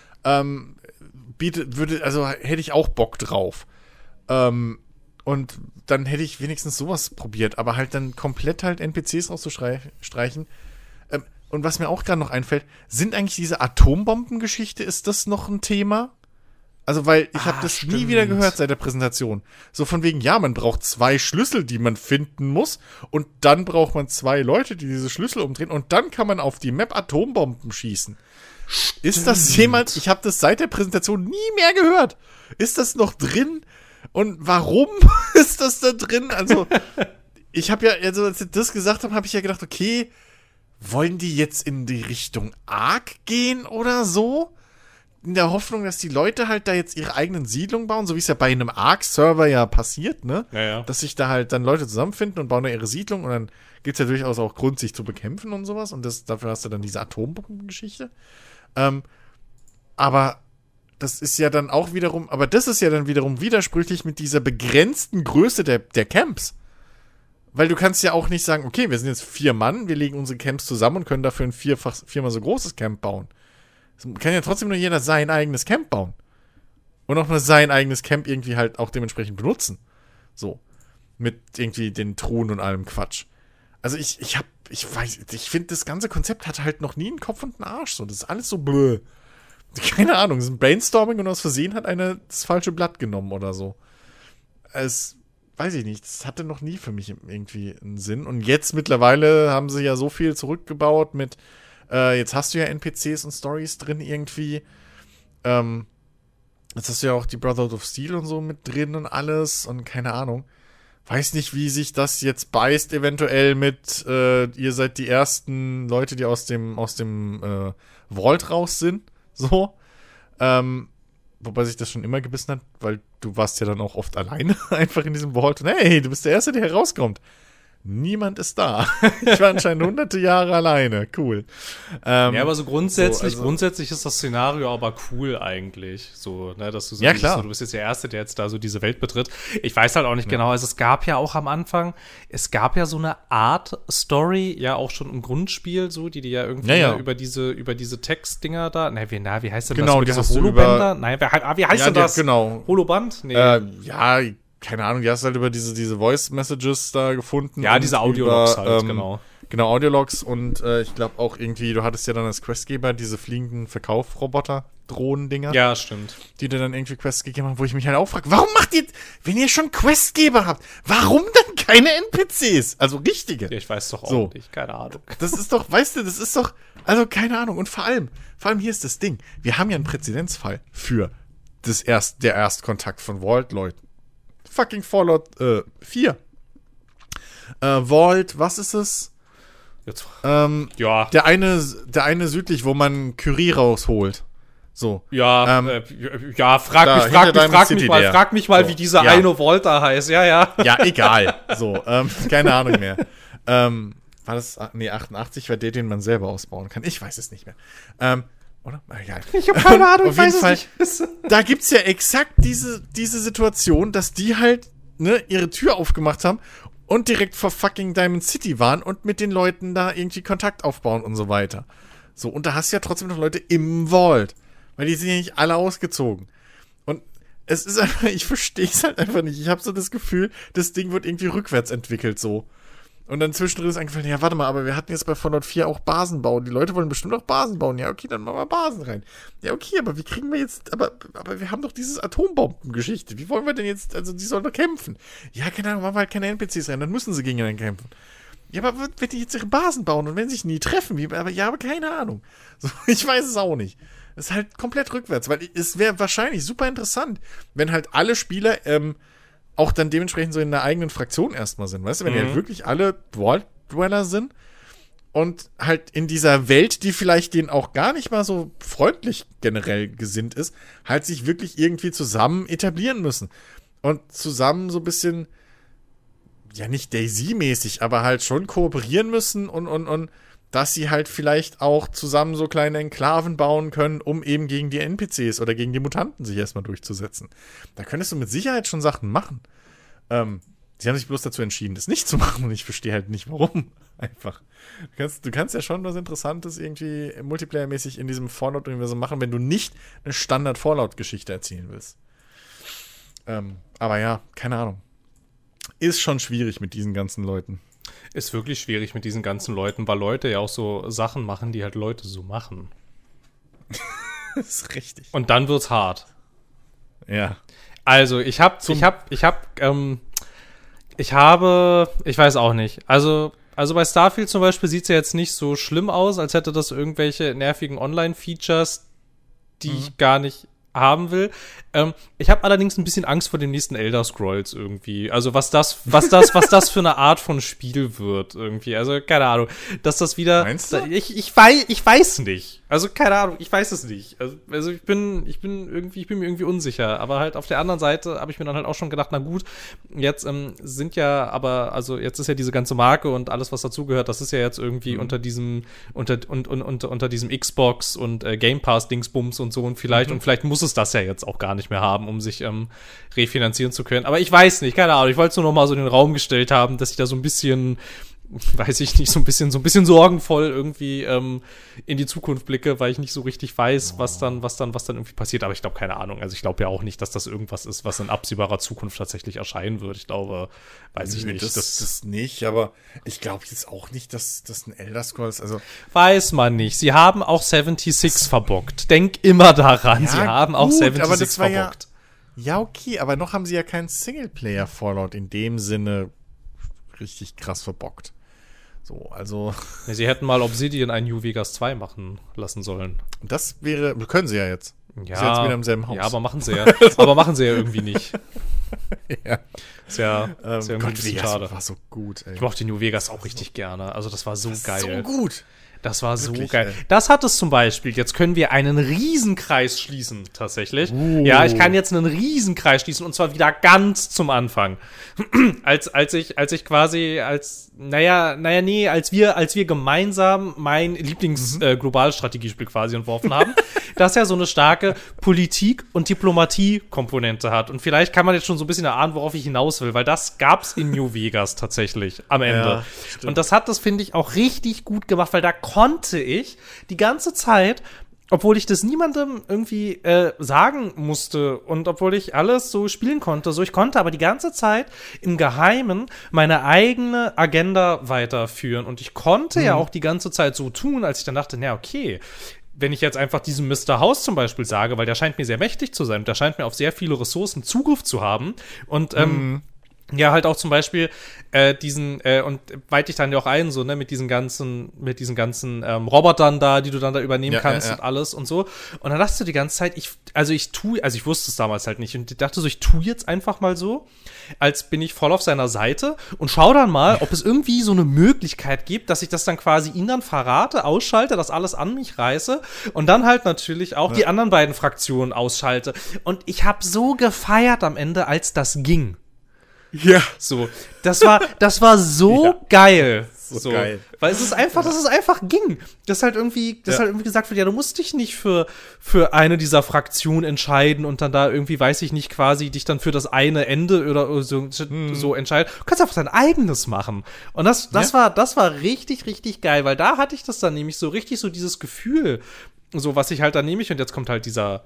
hätte ich auch Bock drauf. Und dann hätte ich wenigstens sowas probiert, aber halt dann komplett halt NPCs rauszustreichen. Und was mir auch gerade noch einfällt, sind eigentlich diese Atombombengeschichte, ist das noch ein Thema? Also, weil ich habe das nie wieder gehört seit der Präsentation. So von wegen, ja, man braucht 2 Schlüssel, die man finden muss, und dann braucht man 2 Leute, die diese Schlüssel umdrehen, und dann kann man auf die Map Atombomben schießen. Ist das jemand? Ich habe das seit der Präsentation nie mehr gehört. Ist das noch drin? Und warum ist das da drin? Also, ich habe ja, also als ich das gesagt habe, habe ich ja gedacht, okay, wollen die jetzt in die Richtung Ark gehen oder so? In der Hoffnung, dass die Leute halt da jetzt ihre eigenen Siedlungen bauen, so wie es ja bei einem Ark-Server ja passiert, ne? Ja. Dass sich da halt dann Leute zusammenfinden und bauen da ihre Siedlung, und dann gibt's ja durchaus auch Grund, sich zu bekämpfen und sowas, und dafür hast du dann diese Atombombengeschichte. Aber das ist ja dann auch wiederum, widersprüchlich mit dieser begrenzten Größe der Camps. Weil du kannst ja auch nicht sagen, okay, wir sind jetzt 4 Mann, wir legen unsere Camps zusammen und können dafür ein 4-mal so großes Camp bauen. Es kann ja trotzdem nur jeder sein eigenes Camp bauen. Und auch nur sein eigenes Camp irgendwie halt auch dementsprechend benutzen. So. Mit irgendwie den Truhen und allem Quatsch. Also ich finde, das ganze Konzept hat halt noch nie einen Kopf und einen Arsch. So, das ist alles so blöd. Keine Ahnung, es ist ein Brainstorming und aus Versehen hat einer das falsche Blatt genommen oder so. Weiß ich nicht, das hatte noch nie für mich irgendwie einen Sinn. Und jetzt mittlerweile haben sie ja so viel zurückgebaut mit, jetzt hast du ja NPCs und Stories drin irgendwie. Jetzt hast du ja auch die Brotherhood of Steel und so mit drin und alles und keine Ahnung. Weiß nicht, wie sich das jetzt beißt, eventuell mit, ihr seid die ersten Leute, die aus dem Vault raus sind. So. Wobei sich das schon immer gebissen hat, weil du warst ja dann auch oft alleine einfach in diesem Vault. Und hey, du bist der Erste, der herauskommt. Niemand ist da. Ich war anscheinend hunderte Jahre alleine. Cool. Ja, aber so grundsätzlich ist das Szenario aber cool eigentlich. So, ne, dass du so, ja, klar. Du bist jetzt der Erste, der jetzt da so diese Welt betritt. Ich weiß halt auch nicht genau. Also es gab ja auch am Anfang, so eine Art Story, ja auch schon im Grundspiel, so, die ja irgendwie über diese Textdinger da, wie heißt denn genau, das? Diese Holobänder? Nein, wie heißt denn das? Genau. Holoband? Nee. Keine Ahnung, die hast du halt über diese Voice-Messages da gefunden. Ja, diese Audiologs halt, genau. Genau, Audiologs, und ich glaube auch irgendwie, du hattest ja dann als Questgeber diese fliegenden Verkaufroboter-Drohnen-Dinger. Ja, stimmt. Die dir dann irgendwie Quests gegeben haben, wo ich mich halt auch frage, warum macht ihr, wenn ihr schon Questgeber habt, warum dann keine NPCs? Also richtige. Ja, ich weiß doch auch nicht, keine Ahnung. Das ist doch, weißt du, also keine Ahnung. Und vor allem hier ist das Ding, wir haben ja einen Präzedenzfall für der Erstkontakt von Vault-Leuten. Fucking Fallout 4. Vault, was ist es? Jetzt, ja. Der eine südlich, wo man Curie rausholt. So. Ja, frag mich mal, so, wie dieser eine Vault da heißt. Ja. Ja, egal. So, keine Ahnung mehr. War das, 88 war der, den man selber ausbauen kann. Ich weiß es nicht mehr. Oder? Egal. Ich habe keine Ahnung, auf jeden Fall, da gibt's ja exakt diese Situation, dass die halt ihre Tür aufgemacht haben und direkt vor fucking Diamond City waren und mit den Leuten da irgendwie Kontakt aufbauen und so weiter. So, und da hast du ja trotzdem noch Leute im Vault. Weil die sind ja nicht alle ausgezogen. Und es ist einfach, ich verstehe es halt einfach nicht. Ich habe so das Gefühl, das Ding wird irgendwie rückwärts entwickelt so. Und dann zwischendrin ist eingefallen, ja, warte mal, aber wir hatten jetzt bei Fallout 4 auch Basen bauen. Die Leute wollen bestimmt auch Basen bauen. Ja, okay, dann machen wir Basen rein. Ja, okay, aber wie kriegen wir jetzt, aber wir haben doch dieses Atombombengeschichte. Wie wollen wir denn jetzt, also die sollen doch kämpfen. Ja, keine Ahnung, machen wir halt keine NPCs rein, dann müssen sie gegeneinander kämpfen. Ja, aber wenn die jetzt ihre Basen bauen und wenn sich nie treffen, aber keine Ahnung. So, ich weiß es auch nicht. Es ist halt komplett rückwärts, weil es wäre wahrscheinlich super interessant, wenn halt alle Spieler, auch dann dementsprechend so in einer eigenen Fraktion erstmal sind, weißt du, wenn die halt wirklich alle Vault-Dweller sind und halt in dieser Welt, die vielleicht denen auch gar nicht mal so freundlich generell gesinnt ist, halt sich wirklich irgendwie zusammen etablieren müssen und zusammen so ein bisschen, ja nicht DayZ-mäßig, aber halt schon kooperieren müssen und dass sie halt vielleicht auch zusammen so kleine Enklaven bauen können, um eben gegen die NPCs oder gegen die Mutanten sich erstmal durchzusetzen. Da könntest du mit Sicherheit schon Sachen machen. Sie haben sich bloß dazu entschieden, das nicht zu machen und ich verstehe halt nicht, warum. Einfach. Du kannst ja schon was Interessantes irgendwie Multiplayer-mäßig in diesem Fallout-Universum machen, wenn du nicht eine Standard-Fallout-Geschichte erzählen willst. Aber ja, keine Ahnung. Ist schon schwierig mit diesen ganzen Leuten. Ist wirklich schwierig mit diesen ganzen Leuten, weil Leute ja auch so Sachen machen, die halt Leute so machen. Das ist richtig. Und dann wird's hart. Ja. Also, ich weiß auch nicht. Also bei Starfield zum Beispiel sieht's ja jetzt nicht so schlimm aus, als hätte das irgendwelche nervigen Online-Features, die ich gar nicht haben will. Ich habe allerdings ein bisschen Angst vor dem nächsten Elder Scrolls irgendwie. Also was das für eine Art von Spiel wird irgendwie. Also keine Ahnung, dass das wieder. Meinst du? Ich weiß nicht. Also keine Ahnung, ich weiß es nicht. Also ich bin mir irgendwie unsicher. Aber halt auf der anderen Seite habe ich mir dann halt auch schon gedacht, na gut, jetzt jetzt ist ja diese ganze Marke und alles, was dazugehört, das ist ja jetzt irgendwie unter diesem Xbox und Game Pass Dingsbums und so und vielleicht muss es das ja jetzt auch gar nicht mehr haben, um sich refinanzieren zu können. Aber ich weiß nicht, keine Ahnung. Ich wollte es nur noch mal so in den Raum gestellt haben, dass ich da so ein bisschen, weiß ich nicht, so ein bisschen sorgenvoll irgendwie in die Zukunft blicke, weil ich nicht so richtig weiß, was dann irgendwie passiert. Aber ich glaube, keine Ahnung. Also ich glaube ja auch nicht, dass das irgendwas ist, was in absehbarer Zukunft tatsächlich erscheinen wird. Ich glaube, weiß ich nicht. Das nicht, aber ich glaube jetzt auch nicht, dass das ein Elder Scrolls, also weiß man nicht. Sie haben auch 76 verbockt. Denk immer daran, ja, sie haben auch gut, 76 aber das war verbockt. Ja, okay, aber noch haben sie ja keinen Singleplayer-Fallout in dem Sinne richtig krass verbockt. So, also. Ja, sie hätten mal Obsidian ein New Vegas 2 machen lassen sollen. Das können sie ja jetzt. Ja, sie jetzt wieder im selben Haus. Ja, aber machen sie ja irgendwie nicht. Ja. Ist ja irgendwie ein bisschen schade. War so gut, ey. Ich mochte New Vegas auch richtig gerne. Also das war so geil. So gut. Das war so Wirklich, geil. ey. Das hat es zum Beispiel. Jetzt können wir einen Riesenkreis schließen, tatsächlich. Ja, ich kann jetzt einen Riesenkreis schließen und zwar wieder ganz zum Anfang. als wir gemeinsam mein Lieblings-Globalstrategiespiel quasi entworfen haben, das ja so eine starke Politik- und Diplomatie-Komponente hat. Und vielleicht kann man jetzt schon so ein bisschen erahnen, worauf ich hinaus will, weil das gab's in New Vegas tatsächlich am Ende. Ja, und das hat das, finde ich, auch richtig gut gemacht, weil da konnte ich die ganze Zeit, obwohl ich das niemandem irgendwie sagen musste und obwohl ich alles so spielen konnte, ich konnte aber die ganze Zeit im Geheimen meine eigene Agenda weiterführen und ich konnte ja auch die ganze Zeit so tun, als ich dann dachte, na okay, wenn ich jetzt einfach diesem Mr. House zum Beispiel sage, weil der scheint mir sehr mächtig zu sein und der scheint mir auf sehr viele Ressourcen Zugriff zu haben und ja, halt auch zum Beispiel und weite ich dann ja auch ein, so, ne, mit diesen ganzen Robotern da, die du dann da übernehmen kannst und alles und so. Und dann dachtest du die ganze Zeit, ich wusste es damals halt nicht und ich dachte so, ich tue jetzt einfach mal so, als bin ich voll auf seiner Seite und schau dann mal, ob es irgendwie so eine Möglichkeit gibt, dass ich das dann quasi ihn dann verrate, ausschalte, das alles an mich reiße und dann halt natürlich auch die anderen beiden Fraktionen ausschalte. Und ich habe so gefeiert am Ende, als das ging. Ja. So, das war so geil. So geil. Weil dass es einfach ging. Dass halt irgendwie gesagt wird, ja, du musst dich nicht für eine dieser Fraktionen entscheiden und dann da irgendwie, weiß ich nicht, quasi dich dann für das eine Ende oder so entscheiden. Du kannst einfach dein eigenes machen. Und das war richtig, richtig geil, weil da hatte ich das dann nämlich so richtig so dieses Gefühl, so, was ich halt dann nehme, und jetzt kommt halt dieser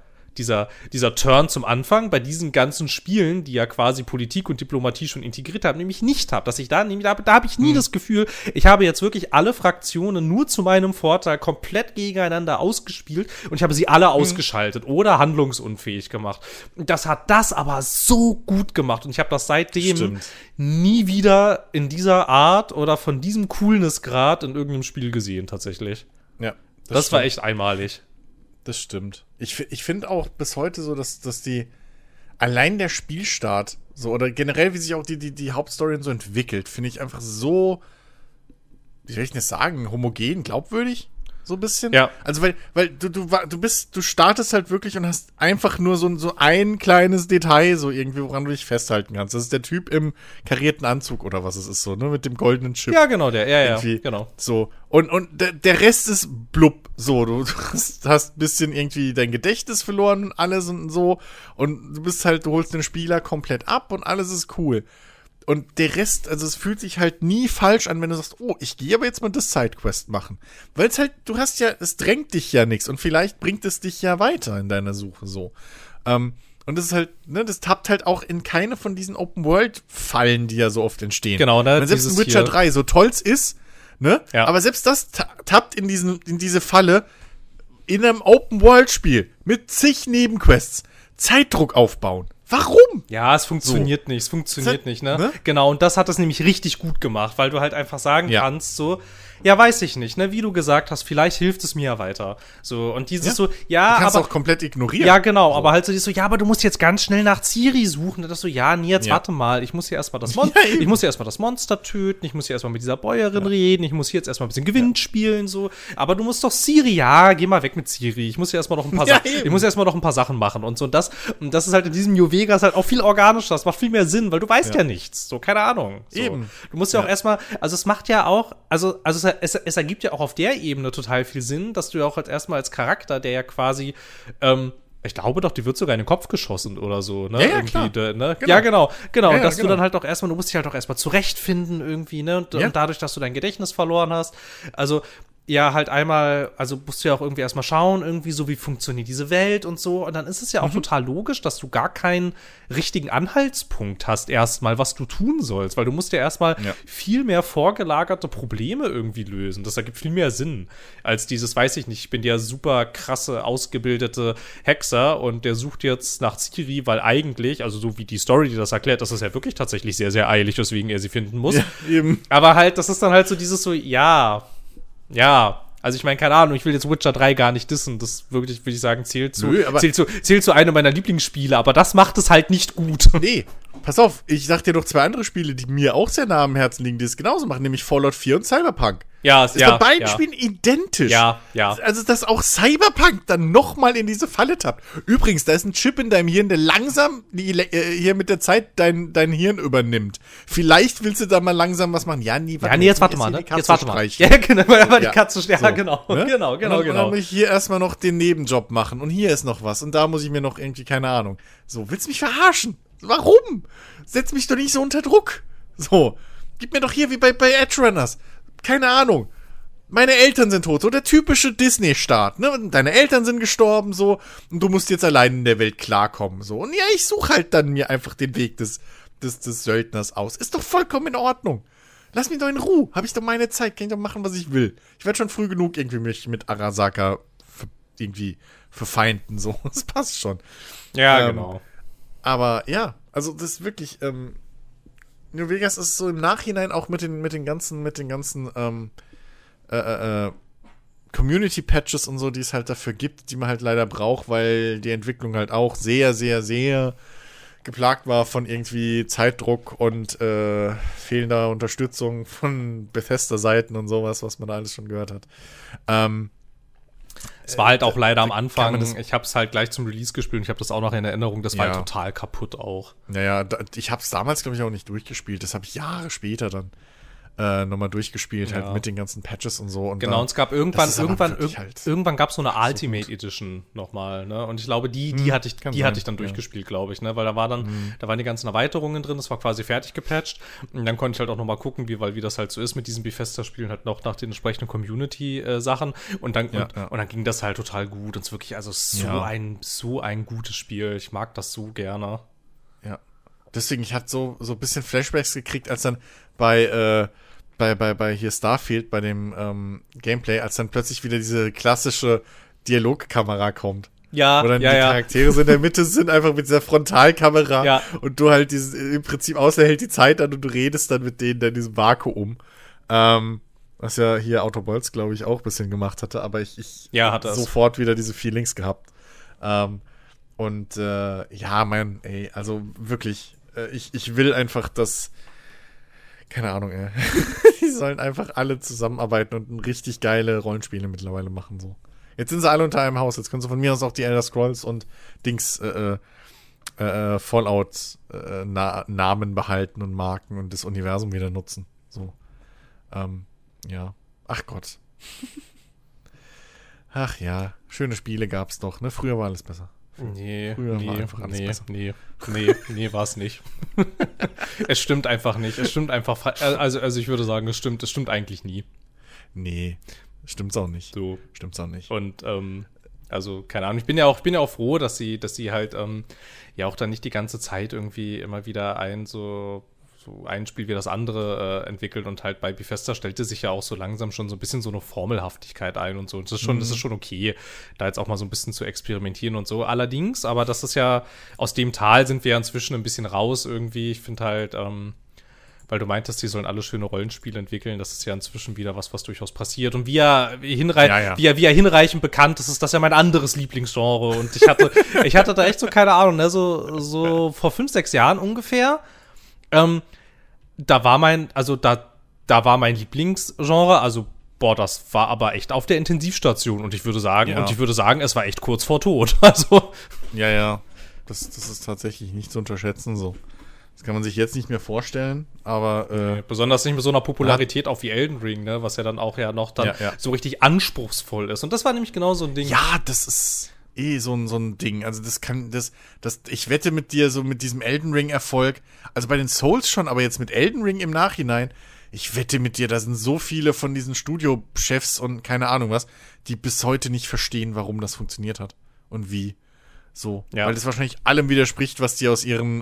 Turn zum Anfang bei diesen ganzen Spielen, die ja quasi Politik und Diplomatie schon integriert haben, nämlich nicht habe. Dass ich da habe ich nie das Gefühl, ich habe jetzt wirklich alle Fraktionen nur zu meinem Vorteil komplett gegeneinander ausgespielt und ich habe sie alle ausgeschaltet oder handlungsunfähig gemacht. Das hat das aber so gut gemacht und ich habe das seitdem nie wieder in dieser Art oder von diesem Coolness-Grad in irgendeinem Spiel gesehen, tatsächlich. Ja. Das war echt einmalig. Das stimmt. Ich finde auch bis heute so, dass die allein der Spielstart so oder generell, wie sich auch die Hauptstory so entwickelt, finde ich einfach so, wie soll ich denn das sagen, homogen, glaubwürdig, so ein bisschen. Ja. Also weil du startest halt wirklich und hast einfach nur so ein kleines Detail so irgendwie, woran du dich festhalten kannst. Das ist der Typ im karierten Anzug oder was es ist so, ne, mit dem goldenen Chip. Ja, genau, genau. So. Und der Rest ist blub. So, du hast ein bisschen irgendwie dein Gedächtnis verloren und alles und so. Und du holst den Spieler komplett ab und alles ist cool. Und der Rest, also es fühlt sich halt nie falsch an, wenn du sagst, oh, ich gehe aber jetzt mal das Sidequest machen. Weil es halt, es drängt dich ja nichts und vielleicht bringt es dich ja weiter in deiner Suche so. Und das ist halt, ne, das tappt halt auch in keine von diesen Open-World-Fallen, die ja so oft entstehen. Genau, ne? Wenn selbst in Witcher 3 so toll's ist, ne? Ja. Aber selbst das tappt in diese Falle in einem Open-World-Spiel mit zig Nebenquests. Zeitdruck aufbauen. Warum? Ja, es funktioniert nicht. Es funktioniert nicht, ne? Genau, und das hat es nämlich richtig gut gemacht, weil du halt einfach sagen kannst, so, ja, weiß ich nicht, ne? Wie du gesagt hast, vielleicht hilft es mir ja weiter. So, und dieses so, ja, du kannst aber auch komplett ignorieren. Ja, genau, so. Aber halt so, ja, aber du musst jetzt ganz schnell nach Ciri suchen. Und das so, ja, nee, jetzt warte mal, ich muss hier erstmal das Monster töten, ich muss hier erstmal mit dieser Bäuerin reden, ich muss hier jetzt erstmal ein bisschen Gewinn spielen, so. Aber du musst doch Ciri, ja, geh mal weg mit Ciri. Ich muss hier erstmal noch ein paar Sachen machen und so. Und das ist halt in diesem New Vegas halt auch viel organischer, das macht viel mehr Sinn, weil du weißt ja nichts. So, keine Ahnung. So. Eben. Du musst ja auch erstmal, also es macht ja auch, es ergibt ja auch auf der Ebene total viel Sinn, dass du ja auch halt erstmal als Charakter, der ja quasi, ich glaube doch, die wird sogar in den Kopf geschossen oder so, ne? Ja, klar. Ne? Genau. Ja, genau. Ja, und dass genau. du dann halt auch erstmal, du musst dich halt auch erstmal zurechtfinden irgendwie, ne? Und dadurch, dass du dein Gedächtnis verloren hast, also ja, halt einmal, also musst du ja auch irgendwie erstmal schauen, irgendwie so, wie funktioniert diese Welt und so. Und dann ist es ja auch total logisch, dass du gar keinen richtigen Anhaltspunkt hast erstmal, was du tun sollst. Weil du musst ja erstmal viel mehr vorgelagerte Probleme irgendwie lösen. Das ergibt viel mehr Sinn als dieses, weiß ich nicht, ich bin der super krasse, ausgebildete Hexer und der sucht jetzt nach Ciri, weil eigentlich, also so wie die Story, die das erklärt, das ist ja wirklich tatsächlich sehr, sehr eilig, weswegen er sie finden muss. Ja, eben. Aber halt, das ist dann halt so dieses so, ja, also ich meine, keine Ahnung, ich will jetzt Witcher 3 gar nicht dissen. Das wirklich, würde ich sagen, zählt zu einem meiner Lieblingsspiele, aber das macht es halt nicht gut. Nee, pass auf, ich sag dir doch 2 andere Spiele, die mir auch sehr nah am Herzen liegen, die es genauso machen, nämlich Fallout 4 und Cyberpunk. Ja, ist bei beiden Spielen identisch. Ja. Also, dass auch Cyberpunk dann nochmal in diese Falle tappt. Übrigens, da ist ein Chip in deinem Hirn, der langsam hier mit der Zeit dein Hirn übernimmt. Vielleicht willst du da mal langsam was machen. Ja, nee, jetzt warte mal, ne? Jetzt warte mal. Ja, genau, aber die Katze so, genau. Ne? Genau. Und dann muss ich hier erstmal noch den Nebenjob machen. Und hier ist noch was. Und da muss ich mir noch irgendwie, keine Ahnung. So, willst du mich verarschen? Warum? Setz mich doch nicht so unter Druck. So, gib mir doch hier wie bei Edge Runners. Keine Ahnung. Meine Eltern sind tot. So der typische Disney-Start. Ne? Deine Eltern sind gestorben, so. Und du musst jetzt allein in der Welt klarkommen, so. Und ja, ich suche halt dann mir einfach den Weg des Söldners aus. Ist doch vollkommen in Ordnung. Lass mich doch in Ruhe. Hab ich doch meine Zeit. Kann ich doch machen, was ich will. Ich werde schon früh genug irgendwie mich mit Arasaka irgendwie verfeinden, so. Das passt schon. Ja, genau. Aber ja, also das ist wirklich, New Vegas ist so im Nachhinein auch mit den ganzen Community-Patches und so, die es halt dafür gibt, die man halt leider braucht, weil die Entwicklung halt auch sehr, sehr, sehr geplagt war von irgendwie Zeitdruck und fehlender Unterstützung von Bethesda-Seiten und sowas, was man da alles schon gehört hat. Es war halt auch leider am Anfang, ich habe es halt gleich zum Release gespielt und ich habe das auch noch in Erinnerung, das war halt total kaputt auch. Naja, ich habe es damals, glaube ich, auch nicht durchgespielt, das habe ich Jahre später dann. nochmal durchgespielt, Ja. halt mit den ganzen Patches und so. Und Genau, und es gab irgendwann halt gab es so eine so Ultimate gut. Edition nochmal, ne? Und ich glaube, die hatte ich kann dann sein, durchgespielt, glaube ich, ne? Weil da waren die ganzen Erweiterungen drin, das war quasi fertig gepatcht. Und dann konnte ich halt auch nochmal gucken, wie das halt so ist mit diesen Bethesda-Spielen, halt noch nach den entsprechenden Community-Sachen. Und dann ging das halt total gut. Und es ist wirklich, also so ein gutes Spiel. Ich mag das so gerne. Ja. Deswegen, ich hatte so ein bisschen Flashbacks gekriegt, als dann bei hier Starfield, bei dem Gameplay, als dann plötzlich wieder diese klassische Dialogkamera kommt. Ja, wo dann die Charaktere so in der Mitte sind, einfach mit dieser Frontalkamera. Ja. Und du halt im Prinzip außer hält die Zeit an und du redest dann mit denen in diesem Vakuum. Was ja hier Autobolts, glaube ich, auch ein bisschen gemacht hatte, aber ich hat das. sofort wieder diese Feelings gehabt. Also wirklich, ich will einfach, dass keine Ahnung, ey. Die sollen einfach alle zusammenarbeiten und richtig geile Rollenspiele mittlerweile machen, so. Jetzt sind sie alle unter einem Haus. Jetzt können sie von mir aus auch die Elder Scrolls und Fallout Namen behalten und Marken und das Universum wieder nutzen. So. Ja. Ach Gott. Ach ja. Schöne Spiele gab's doch, ne? Früher war alles besser. Nee, war es nicht. Es stimmt einfach nicht. Es stimmt einfach, also ich würde sagen, es stimmt eigentlich nie. Nee, stimmt's auch nicht. So. Stimmt's auch nicht. Und, also, keine Ahnung, ich bin ja auch froh, dass sie halt, ja auch dann nicht die ganze Zeit irgendwie immer wieder so ein Spiel wie das andere entwickelt und halt bei Bethesda stellte sich ja auch so langsam schon so ein bisschen so eine Formelhaftigkeit ein und so. Und das ist schon okay, da jetzt auch mal so ein bisschen zu experimentieren und so. Allerdings, aber das ist ja, aus dem Tal sind wir ja inzwischen ein bisschen raus irgendwie. Ich finde halt, weil du meintest, die sollen alle schöne Rollenspiele entwickeln, das ist ja inzwischen wieder was durchaus passiert. Und wie er hinreichend bekannt ist, ist das ja mein anderes Lieblingsgenre. Und ich hatte da echt so, keine Ahnung, ne, so vor 5, 6 Jahren ungefähr, da war mein Lieblingsgenre, also das war aber echt auf der Intensivstation und ich würde sagen, es war echt kurz vor Tod. Also ja, das ist tatsächlich nicht zu unterschätzen so. Das kann man sich jetzt nicht mehr vorstellen, aber besonders nicht mit so einer Popularität auch wie Elden Ring, ne, was ja dann auch noch so richtig anspruchsvoll ist. Und das war nämlich genau so ein Ding. Ja, das ist so ein Ding. Also ich wette mit dir, so mit diesem Elden Ring-Erfolg, also bei den Souls schon, aber jetzt mit Elden Ring im Nachhinein, ich wette mit dir, da sind so viele von diesen Studiochefs und keine Ahnung was, die bis heute nicht verstehen, warum das funktioniert hat und wie. So. Ja. Weil das wahrscheinlich allem widerspricht, was die aus ihren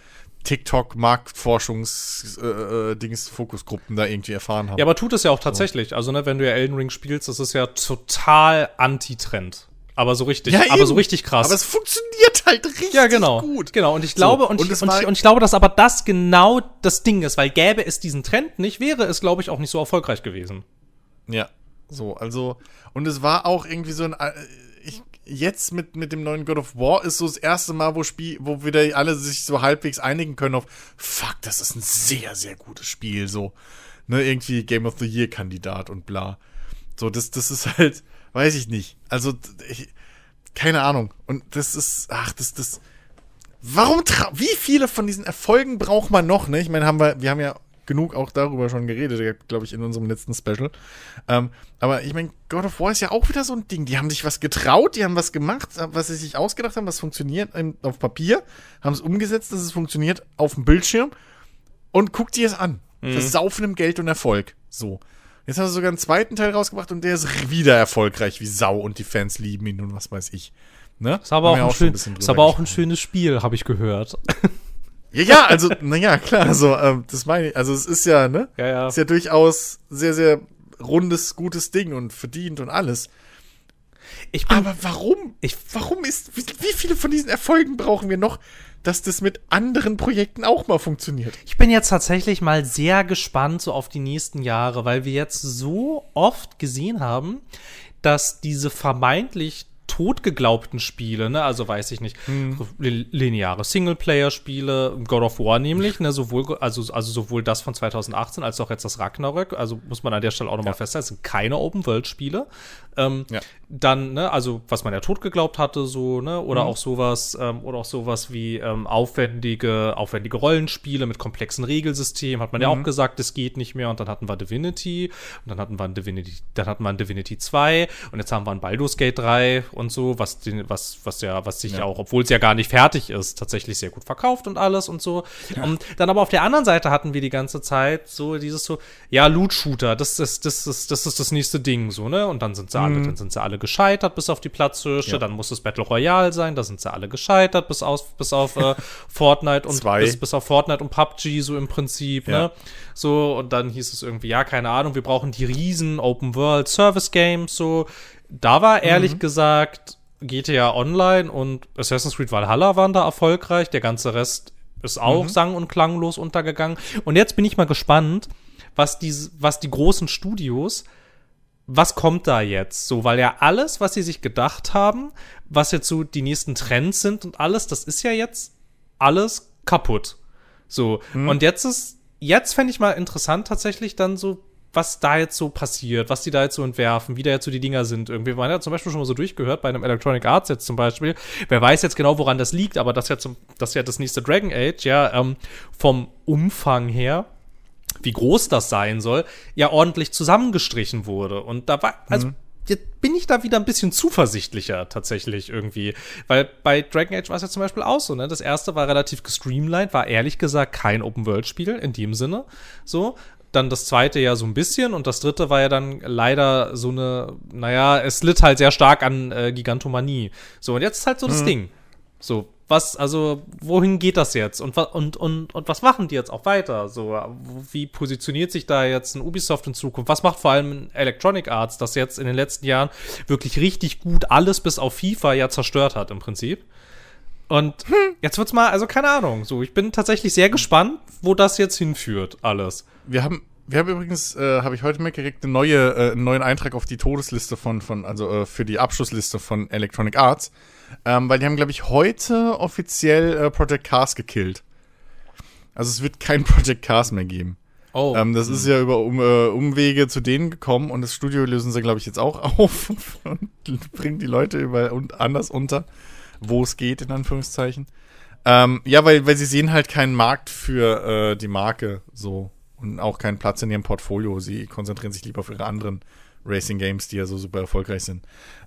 TikTok-Marktforschungs-Fokusgruppen da irgendwie erfahren haben. Ja, aber tut es ja auch tatsächlich. So. Also, ne, wenn du ja Elden Ring spielst, das ist ja total Anti-Trend. Aber so richtig, so richtig krass. Aber es funktioniert halt richtig gut. Genau, und ich glaube, ich glaube, dass aber das genau das Ding ist, weil gäbe es diesen Trend nicht, wäre es, glaube ich, auch nicht so erfolgreich gewesen. Ja, so, also, und es war auch irgendwie so jetzt mit dem neuen God of War ist so das erste Mal, wo wieder alle sich so halbwegs einigen können auf, fuck, das ist ein sehr, sehr gutes Spiel, so, ne, irgendwie Game of the Year Kandidat und bla. So, das ist halt, weiß ich nicht. Also, keine Ahnung. Und das ist, wie viele von diesen Erfolgen braucht man noch, ne? Ich meine, wir haben ja genug auch darüber schon geredet, glaube ich, in unserem letzten Special. Aber ich meine, God of War ist ja auch wieder so ein Ding. Die haben sich was getraut, die haben was gemacht, was sie sich ausgedacht haben, was funktioniert auf Papier, haben es umgesetzt, dass es funktioniert auf dem Bildschirm und guckt dir es an. Versaufenem Geld und Erfolg. So. Jetzt haben sie sogar einen zweiten Teil rausgebracht und der ist wieder erfolgreich wie Sau und die Fans lieben ihn und was weiß ich. Ne? Ist aber auch ein schönes Spiel, habe ich gehört. Ja, also, naja, klar, also, das meine ich, also es ist ja, ne? Ja. Ist ja durchaus sehr, sehr rundes, gutes Ding und verdient und alles. Aber warum? Wie viele von diesen Erfolgen brauchen wir noch, dass das mit anderen Projekten auch mal funktioniert? Ich bin jetzt tatsächlich mal sehr gespannt so auf die nächsten Jahre, weil wir jetzt so oft gesehen haben, dass diese vermeintlich totgeglaubten Spiele, ne, also weiß ich nicht, lineare Singleplayer-Spiele, God of War nämlich, ne, sowohl das von 2018 als auch jetzt das Ragnarök, also muss man an der Stelle auch nochmal festhalten, es sind keine Open-World-Spiele, Dann, ne, also was man ja tot geglaubt hatte, so, ne, oder auch sowas wie aufwendige Rollenspiele mit komplexen Regelsystemen, hat man ja auch gesagt, das geht nicht mehr. Und dann hatten wir Divinity und dann hatten wir ein Divinity 2 und jetzt haben wir ein Baldur's Gate 3 und so, was sich auch, obwohl es ja gar nicht fertig ist, tatsächlich sehr gut verkauft und alles und so. Ja. Und dann aber auf der anderen Seite hatten wir die ganze Zeit so dieses so, ja, Loot-Shooter, das ist das nächste Ding, so, ne? Und dann sind sie alle gescheitert, bis auf die Platzhirsche, dann muss es Battle Royale sein, da sind sie alle gescheitert, bis auf Fortnite und bis auf Fortnite und PUBG, so im Prinzip, ne? So, und dann hieß es irgendwie, ja, keine Ahnung, wir brauchen die riesen Open-World-Service-Games, so. Da war ehrlich gesagt GTA Online und Assassin's Creed Valhalla waren da erfolgreich, der ganze Rest ist auch sang- und klanglos untergegangen. Und jetzt bin ich mal gespannt, was die großen Studios, was kommt da jetzt? So, weil ja alles, was sie sich gedacht haben, was jetzt so die nächsten Trends sind und alles, das ist ja jetzt alles kaputt. So, und jetzt fände ich mal interessant tatsächlich dann so, was da jetzt so passiert, was die da jetzt so entwerfen, wie da jetzt so die Dinger sind. Irgendwie waren ja zum Beispiel schon mal so durchgehört bei einem Electronic Arts jetzt zum Beispiel. Wer weiß jetzt genau, woran das liegt, aber das ja das nächste Dragon Age, vom Umfang her, wie groß das sein soll, ja ordentlich zusammengestrichen wurde. Und da war, also jetzt bin ich da wieder ein bisschen zuversichtlicher tatsächlich irgendwie. Weil bei Dragon Age war es ja zum Beispiel auch so, ne? Das erste war relativ gestreamlined, war ehrlich gesagt kein Open-World-Spiel in dem Sinne. So. Dann das zweite ja so ein bisschen und das dritte war ja dann leider so eine, naja, es litt halt sehr stark an Gigantomanie. So, und jetzt ist halt so das Ding. So, wohin geht das jetzt? Und was machen die jetzt auch weiter? So, wie positioniert sich da jetzt ein Ubisoft in Zukunft? Was macht vor allem Electronic Arts, das jetzt in den letzten Jahren wirklich richtig gut alles bis auf FIFA ja zerstört hat im Prinzip? Und jetzt wird's mal, also keine Ahnung, so, ich bin tatsächlich sehr gespannt, wo das jetzt hinführt, alles. Wir haben übrigens, habe ich heute mitgekriegt, einen neuen Eintrag auf die Todesliste für die Abschlussliste von Electronic Arts, weil die haben, glaube ich, heute offiziell Project Cars gekillt. Also es wird kein Project Cars mehr geben. Oh. Das ist ja über Umwege zu denen gekommen und das Studio lösen sie, glaube ich, jetzt auch auf und bringen die Leute überall anders unter, wo es geht, in Anführungszeichen. Weil sie sehen halt keinen Markt für die Marke so und auch keinen Platz in ihrem Portfolio. Sie konzentrieren sich lieber auf ihre anderen Racing-Games, die ja so super erfolgreich sind.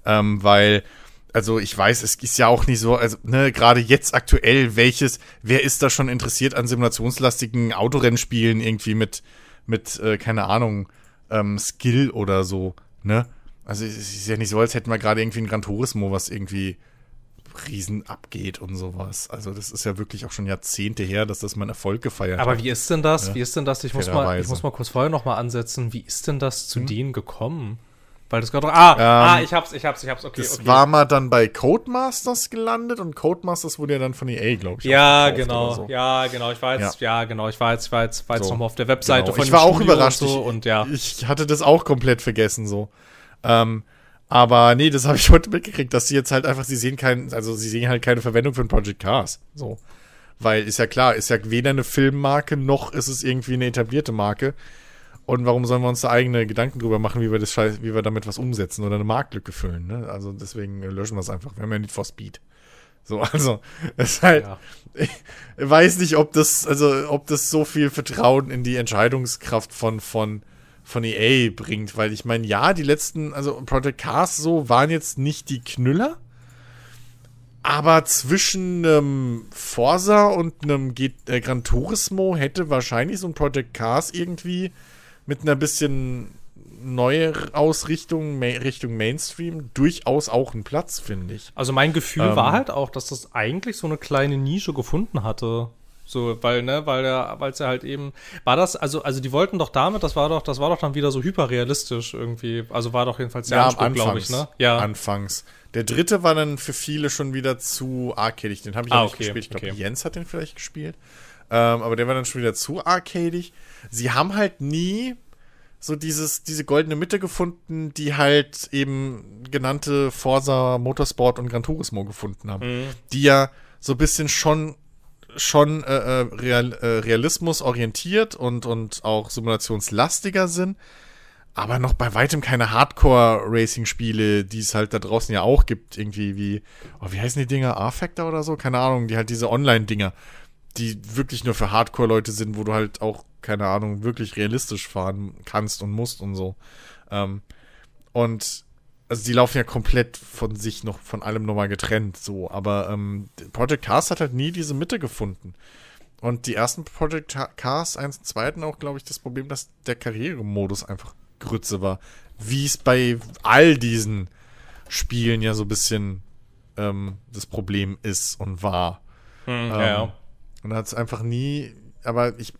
Also ich weiß, es ist ja auch nicht so, also ne, gerade jetzt aktuell, wer ist da schon interessiert an simulationslastigen Autorennspielen irgendwie mit keine Ahnung, Skill oder so, ne? Also es ist ja nicht so, als hätten wir gerade irgendwie ein Gran Turismo, was irgendwie riesen abgeht und sowas. Also das ist ja wirklich auch schon Jahrzehnte her, dass das mal einen Erfolg gefeiert hat. Aber wie ist denn das? Ja. Wie ist denn das? Ich muss mal kurz vorher noch mal ansetzen. Wie ist denn das zu denen gekommen? Weil das gerade ich hab's. Okay, das war mal dann bei Codemasters gelandet und Codemasters wurde ja dann von EA, glaube ich. Ja, genau. So. Ja, genau. Ich war jetzt so, nochmal auf der Webseite von Ich war auch überrascht. Und ja. Ich hatte das auch komplett vergessen, so. Aber nee, das habe ich heute mitgekriegt, dass sie jetzt halt einfach, sie sehen halt keine Verwendung für ein Project Cars. So. Weil ist ja klar, ist ja weder eine Filmmarke, noch ist es irgendwie eine etablierte Marke. Und warum sollen wir uns da eigene Gedanken drüber machen, wie wir damit was umsetzen oder eine Marktlücke füllen, ne? Also deswegen löschen wir es einfach. Wir haben ja Need for Speed. So, also, es ist halt, ich weiß nicht, ob das so viel Vertrauen in die Entscheidungskraft von EA bringt, weil ich meine, ja, die letzten, also Project Cars so, waren jetzt nicht die Knüller, aber zwischen einem Forza und einem Gran Turismo hätte wahrscheinlich so ein Project Cars irgendwie mit einer bisschen neue Ausrichtung, Richtung Mainstream, durchaus auch einen Platz, finde ich. Also mein Gefühl war halt auch, dass das eigentlich so eine kleine Nische gefunden hatte. So, weil es ja halt eben, war das, also die wollten doch damit, das war doch dann wieder so hyperrealistisch irgendwie, also war doch jedenfalls der Anspruch, glaube ich, ne? Ja, anfangs. Der dritte war dann für viele schon wieder zu arcadig, den habe ich auch nicht gespielt, ich glaube, Jens hat den vielleicht gespielt, aber der war dann schon wieder zu arcadig. Sie haben halt nie so diese goldene Mitte gefunden, die halt eben genannte Forza, Motorsport und Gran Turismo gefunden haben, die ja so ein bisschen schon realismusorientiert und auch simulationslastiger sind, aber noch bei weitem keine Hardcore-Racing-Spiele, die es halt da draußen ja auch gibt, irgendwie wie heißen die Dinger? R-Factor oder so? Keine Ahnung, die halt diese Online-Dinger, die wirklich nur für Hardcore-Leute sind, wo du halt auch, keine Ahnung, wirklich realistisch fahren kannst und musst und so. Und also die laufen ja komplett von sich noch, von allem nochmal getrennt, so. Aber Project Cars hat halt nie diese Mitte gefunden. Und die ersten Project Cars 1 und 2 auch, glaube ich, das Problem, dass der Karrieremodus einfach Grütze war. Wie es bei all diesen Spielen ja so ein bisschen das Problem ist und war. Ja. Und da hat es einfach nie, aber ich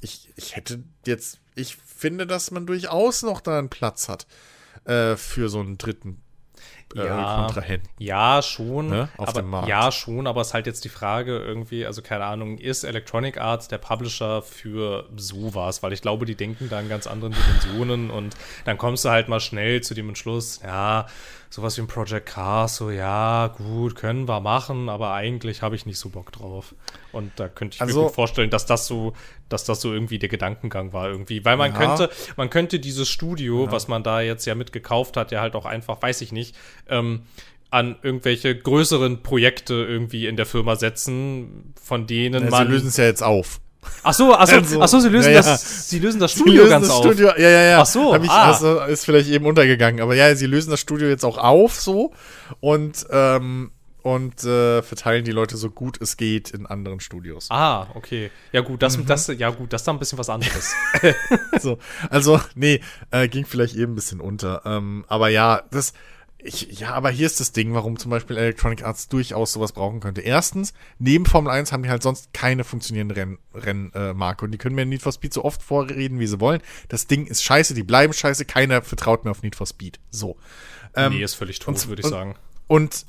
finde, dass man durchaus noch da einen Platz hat für so einen dritten Kontrahenten. Ja, schon. Ne? Auf dem Markt. Ja, schon, aber es ist halt jetzt die Frage irgendwie, also keine Ahnung, ist Electronic Arts der Publisher für sowas? Weil ich glaube, die denken da in ganz anderen Dimensionen und dann kommst du halt mal schnell zu dem Entschluss, ja, sowas wie ein Project Cars, so ja, gut, können wir machen, aber eigentlich habe ich nicht so Bock drauf. Und da könnte ich mir gut vorstellen, dass das so irgendwie der Gedankengang war irgendwie. Weil man könnte dieses Studio, was man da jetzt ja mitgekauft hat, ja halt auch einfach, weiß ich nicht, an irgendwelche größeren Projekte irgendwie in der Firma setzen, von denen man... Sie lösen es ja jetzt auf. Ach so, sie lösen das Studio ganz auf. Ja. Ach so, ist vielleicht eben untergegangen. Aber ja, sie lösen das Studio jetzt auch auf, so. Und verteilen die Leute so gut es geht in anderen Studios. Ah, okay. Ja gut, das ist dann ein bisschen was anderes. So, also, nee, ging vielleicht eben ein bisschen unter. Aber ja, aber hier ist das Ding, warum zum Beispiel Electronic Arts durchaus sowas brauchen könnte. Erstens, neben Formel 1 haben die halt sonst keine funktionierende Rennmarke. Und die können mir Need for Speed so oft vorreden, wie sie wollen. Das Ding ist scheiße, die bleiben scheiße, keiner vertraut mehr auf Need for Speed. So. Nee, ist völlig tot, würde ich sagen. Und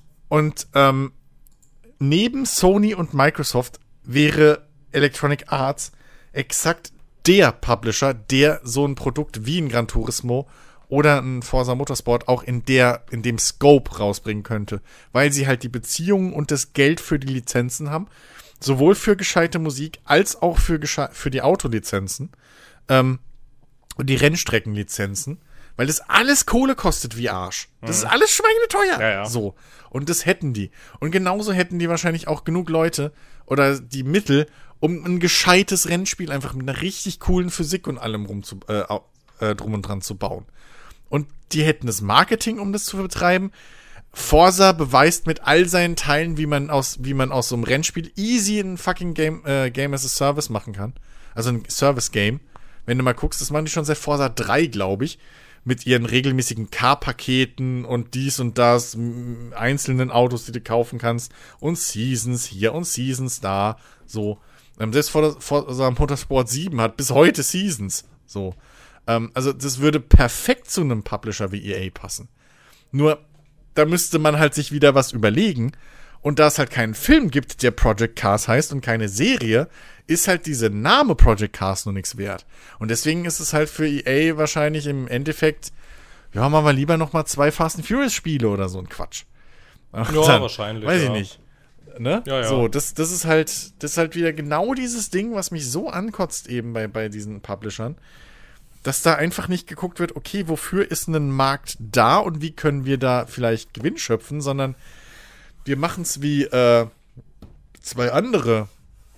neben Sony und Microsoft wäre Electronic Arts exakt der Publisher, der so ein Produkt wie ein Gran Turismo oder ein Forza Motorsport auch in dem Scope rausbringen könnte, weil sie halt die Beziehungen und das Geld für die Lizenzen haben, sowohl für gescheite Musik als auch für die Autolizenzen und die Rennstreckenlizenzen, weil das alles Kohle kostet wie Arsch. Das ist alles schweineteuer. Ja. So. Und das hätten die. Und genauso hätten die wahrscheinlich auch genug Leute oder die Mittel, um ein gescheites Rennspiel einfach mit einer richtig coolen Physik und allem drum und dran zu bauen. Und die hätten das Marketing, um das zu betreiben. Forza beweist mit all seinen Teilen, wie man aus so einem Rennspiel easy ein fucking Game as a Service machen kann. Also ein Service-Game. Wenn du mal guckst, das machen die schon seit Forza 3, glaube ich. Mit ihren regelmäßigen Car-Paketen und dies und das, einzelnen Autos, die du kaufen kannst. Und Seasons hier und Seasons da. So. Selbst Forza Motorsport 7 hat bis heute Seasons. So. Also das würde perfekt zu einem Publisher wie EA passen. Nur, da müsste man halt sich wieder was überlegen. Und da es halt keinen Film gibt, der Project Cars heißt und keine Serie, ist halt dieser Name Project Cars nur nichts wert. Und deswegen ist es halt für EA wahrscheinlich im Endeffekt, ja, machen wir lieber noch mal 2 Fast and Furious Spiele oder so ein Quatsch. Ja, dann, wahrscheinlich. Weiß ich nicht. Ne? Ja. So, das ist halt wieder genau dieses Ding, was mich so ankotzt eben bei diesen Publishern, dass da einfach nicht geguckt wird, okay, wofür ist ein Markt da und wie können wir da vielleicht Gewinn schöpfen, sondern wir machen es wie 2 andere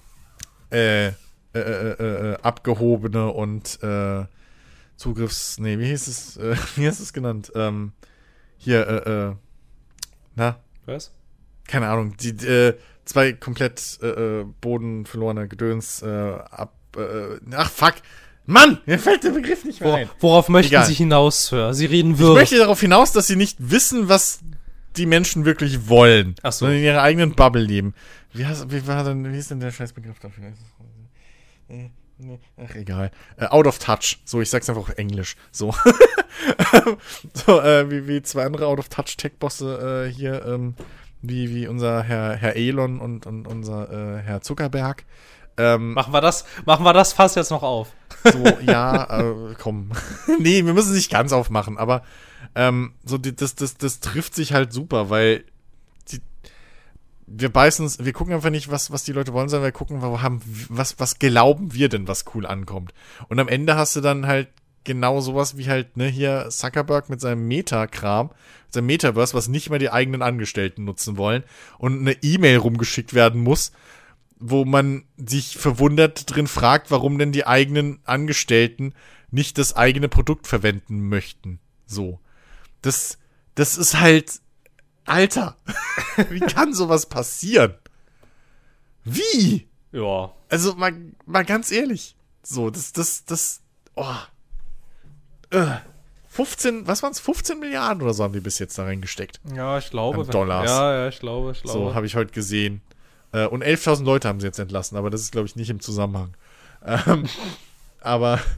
abgehobene und wie hast es genannt? Was? Keine Ahnung, die 2 komplett bodenverlorene Gedöns ach, fuck! Mann, mir fällt der Begriff nicht mehr ein. Worauf möchten Sie hinaus, Sir? Sie reden wirr. Ich möchte darauf hinaus, dass sie nicht wissen, was die Menschen wirklich wollen. Ach so. Sondern in ihrer eigenen Bubble leben. Wie ist denn der Scheißbegriff dafür? Ach, egal. Out of touch. So, ich sag's einfach auf Englisch. So. Wie 2 andere Out of touch Tech-Bosse hier, wie unser Herr Elon und unser Herr Zuckerberg. Machen wir das Fass jetzt noch auf. So, ja, komm. Nee, wir müssen es nicht ganz aufmachen, aber das trifft sich halt super, weil wir gucken einfach nicht, was die Leute wollen, sondern wir gucken, was glauben wir denn, was cool ankommt. Und am Ende hast du dann halt genau sowas wie halt, ne, hier Zuckerberg mit seinem Meta-Kram, seinem Metaverse, was nicht mal die eigenen Angestellten nutzen wollen und eine E-Mail rumgeschickt werden muss, wo man sich verwundert drin fragt, warum denn die eigenen Angestellten nicht das eigene Produkt verwenden möchten. So. Das ist halt, Alter, wie kann sowas passieren? Wie? Ja. Also mal ganz ehrlich. So, 15, was waren's? 15 Milliarden oder so haben die bis jetzt da reingesteckt. Ja, ich glaube. Dollars. Ja, ich glaube. So, habe ich heute gesehen. Und 11.000 Leute haben sie jetzt entlassen, aber das ist, glaube ich, nicht im Zusammenhang. Aber